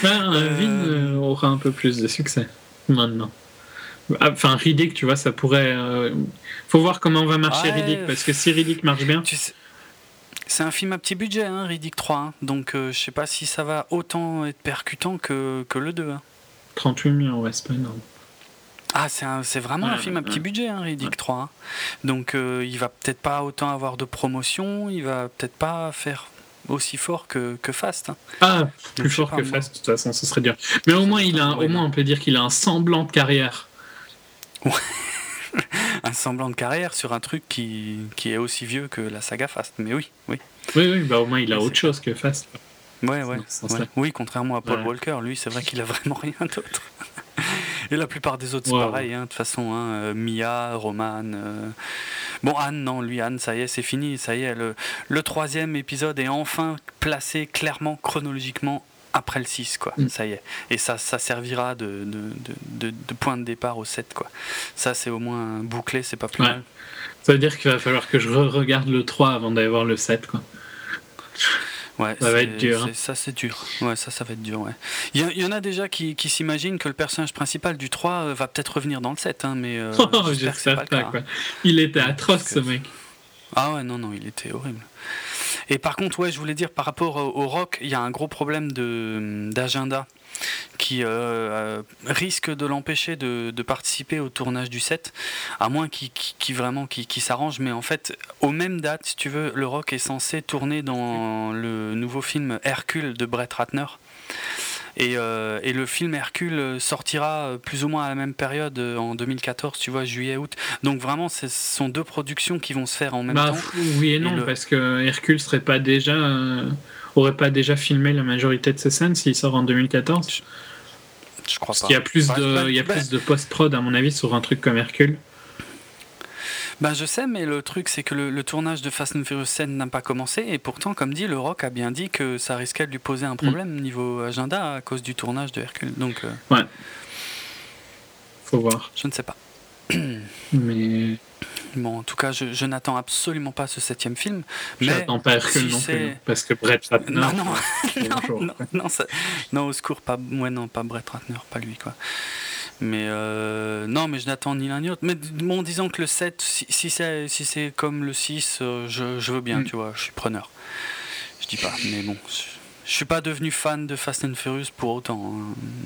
Vin aura un peu plus de succès maintenant. Enfin, Riddick, tu vois, ça pourrait. Faut voir comment va marcher Riddick, parce que si Riddick marche bien. C'est un film à petit budget, Riddick 3. Donc je sais pas si ça va autant être percutant que le 2. 38 millions, ouais, c'est pas énorme. Ah, c'est vraiment un film à petit budget, Riddick 3. Donc il va peut-être pas autant avoir de promotion, il va peut-être pas faire aussi fort que Fast. Ah, plus fort que Fast, de toute façon, ce serait dur. Mais au moins, on peut dire qu'il a un semblant de carrière. Ouais. Un semblant de carrière sur un truc qui est aussi vieux que la saga Fast. Mais oui. Oui, bah au moins il a autre chose que Fast. Ouais. Oui, contrairement à Paul Walker, lui, c'est vrai qu'il a vraiment rien d'autre. Et la plupart des autres, c'est pareil, de toute façon. Mia, Roman. Bon, Anne, non, lui, Anne, ça y est, c'est fini. Ça y est, le 3e épisode est enfin placé clairement, chronologiquement, après le 6, quoi. Ça y est. Et ça servira de point de départ au 7, quoi. Ça, c'est au moins bouclé, c'est pas plus mal. Ça veut dire qu'il va falloir que je regarde le 3 avant d'aller voir le 7, quoi. Ouais, ça va être dur. Ça, c'est dur. Ouais, ça va être dur, ouais. Il y en a déjà qui s'imaginent que le personnage principal du 3 va peut-être revenir dans le 7, mais j'espère que c'est pas le cas. Quoi. Il était atroce, ce mec. Ah ouais, non, il était horrible. Et par contre, je voulais dire, par rapport au Rock, il y a un gros problème d'agenda qui risque de l'empêcher de participer au tournage du 7, à moins qu'il s'arrange. Mais en fait, aux mêmes dates, si tu veux, le Rock est censé tourner dans le nouveau film Hercule de Brett Ratner. Et le film Hercule sortira plus ou moins à la même période en 2014, tu vois, juillet-août. Donc vraiment, ce sont deux productions qui vont se faire en même temps. Oui et non, parce que Hercule aurait pas déjà filmé la majorité de ses scènes s'il sort en 2014. Je crois pas. Parce qu'il y a plus de post-prod, à mon avis, sur un truc comme Hercule. Je sais, mais le truc, c'est que le tournage de Fast and Furious 7 n'a pas commencé, et pourtant, comme dit, le Rock a bien dit que ça risquait de lui poser un problème niveau agenda à cause du tournage de Hercule. Donc, ouais. Faut voir. Je ne sais pas. Mais... Bon, en tout cas, je n'attends absolument pas ce 7e film. J'attends pas Hercule non plus, parce que Brett Ratner... Non, au secours, pas Brett Ratner, pas lui, quoi. Mais non, mais je n'attends ni l'un ni l'autre. Mais bon, disons que le 7, si c'est comme le 6, je veux bien, tu vois, je suis preneur. Je dis pas, mais bon, je suis pas devenu fan de Fast and Furious pour autant,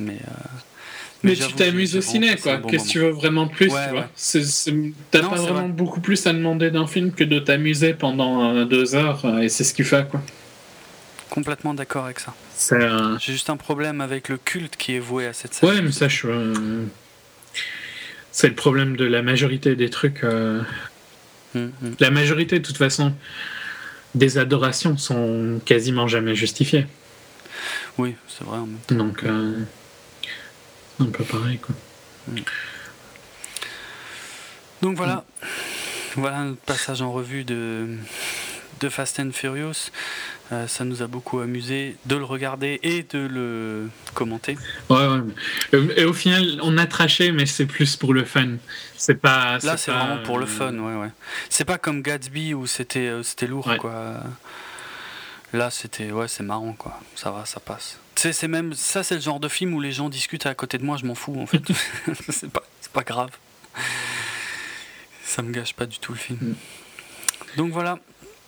mais tu t'amuses au ciné, quoi. Qu'est-ce que tu veux vraiment de plus, tu vois. T'as pas vraiment beaucoup plus à demander d'un film que de t'amuser pendant 2 heures, et c'est ce qu'il fait, quoi. Complètement d'accord avec ça. J'ai juste un problème avec le culte qui est voué à cette série. Ouais, mais ça, c'est le problème de la majorité des trucs. La majorité, de toute façon, des adorations sont quasiment jamais justifiées. Oui, c'est vrai. En même temps. Donc, un peu pareil, quoi. Donc voilà. Voilà notre passage en revue de Fast and Furious. Ça nous a beaucoup amusé de le regarder et de le commenter. Ouais. Et au final, on a traché, mais c'est plus pour le fun. C'est vraiment pour le fun, ouais. C'est pas comme Gatsby où c'était lourd, quoi. Là, c'est marrant, quoi. Ça va, ça passe. C'est le genre de film où les gens discutent à côté de moi, je m'en fous, en fait. c'est pas grave. Ça me gâche pas du tout le film. Donc voilà.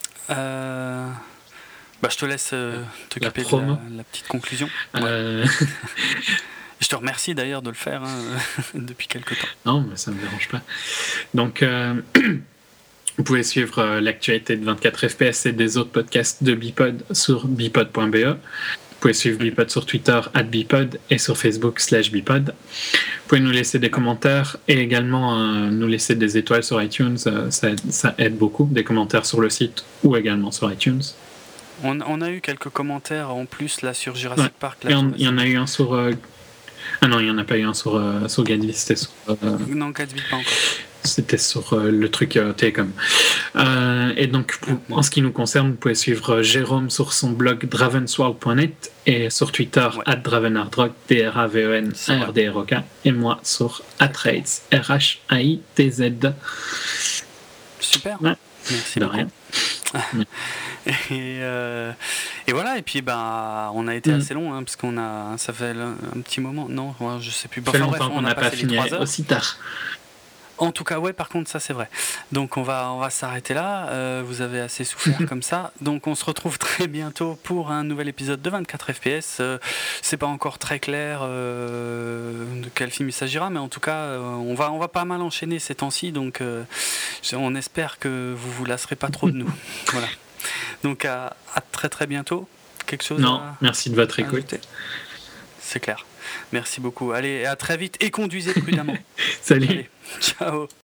Je te laisse t'occuper de la petite conclusion. Ouais. Je te remercie d'ailleurs de le faire depuis quelque temps. Non, mais ça ne me dérange pas. Donc, vous pouvez suivre l'actualité de 24 FPS et des autres podcasts de Bipod sur bipod.be. Vous pouvez suivre Bipod sur Twitter @Bipod et sur Facebook /Bipod. Vous pouvez nous laisser des commentaires et également nous laisser des étoiles sur iTunes. Ça aide beaucoup. Des commentaires sur le site ou également sur iTunes. On a eu quelques commentaires en plus là sur Jurassic Park. Là, il y en a eu un sur... Ah non, il n'y en a pas eu un sur Gatsby. C'était sur... Non, Gatsby pas encore. C'était sur le truc Télécom. Et donc, en ce qui nous concerne, vous pouvez suivre Jérôme sur son blog dravensworld.net et sur Twitter @dravenardrock, DRAVENARDROK, et moi sur @Raitz, RHAITZ. Super. Ouais. Merci de beaucoup. rien. Et voilà, et puis on a été assez long parce ça fait un petit moment. Non, je sais plus. Ça fait longtemps qu'on n'a pas fini aussi tard. En tout cas, ouais, par contre, ça c'est vrai. Donc on va s'arrêter là. Vous avez assez souffert comme ça. Donc on se retrouve très bientôt pour un nouvel épisode de 24 FPS. C'est pas encore très clair de quel film il s'agira, mais en tout cas, on va pas mal enchaîner ces temps-ci. Donc on espère que vous lasserez pas trop de nous. Voilà. Donc à très très bientôt. Quelque chose merci de votre écoute. C'est clair. Merci beaucoup. Allez, à très vite et conduisez prudemment. Salut. Allez, ciao.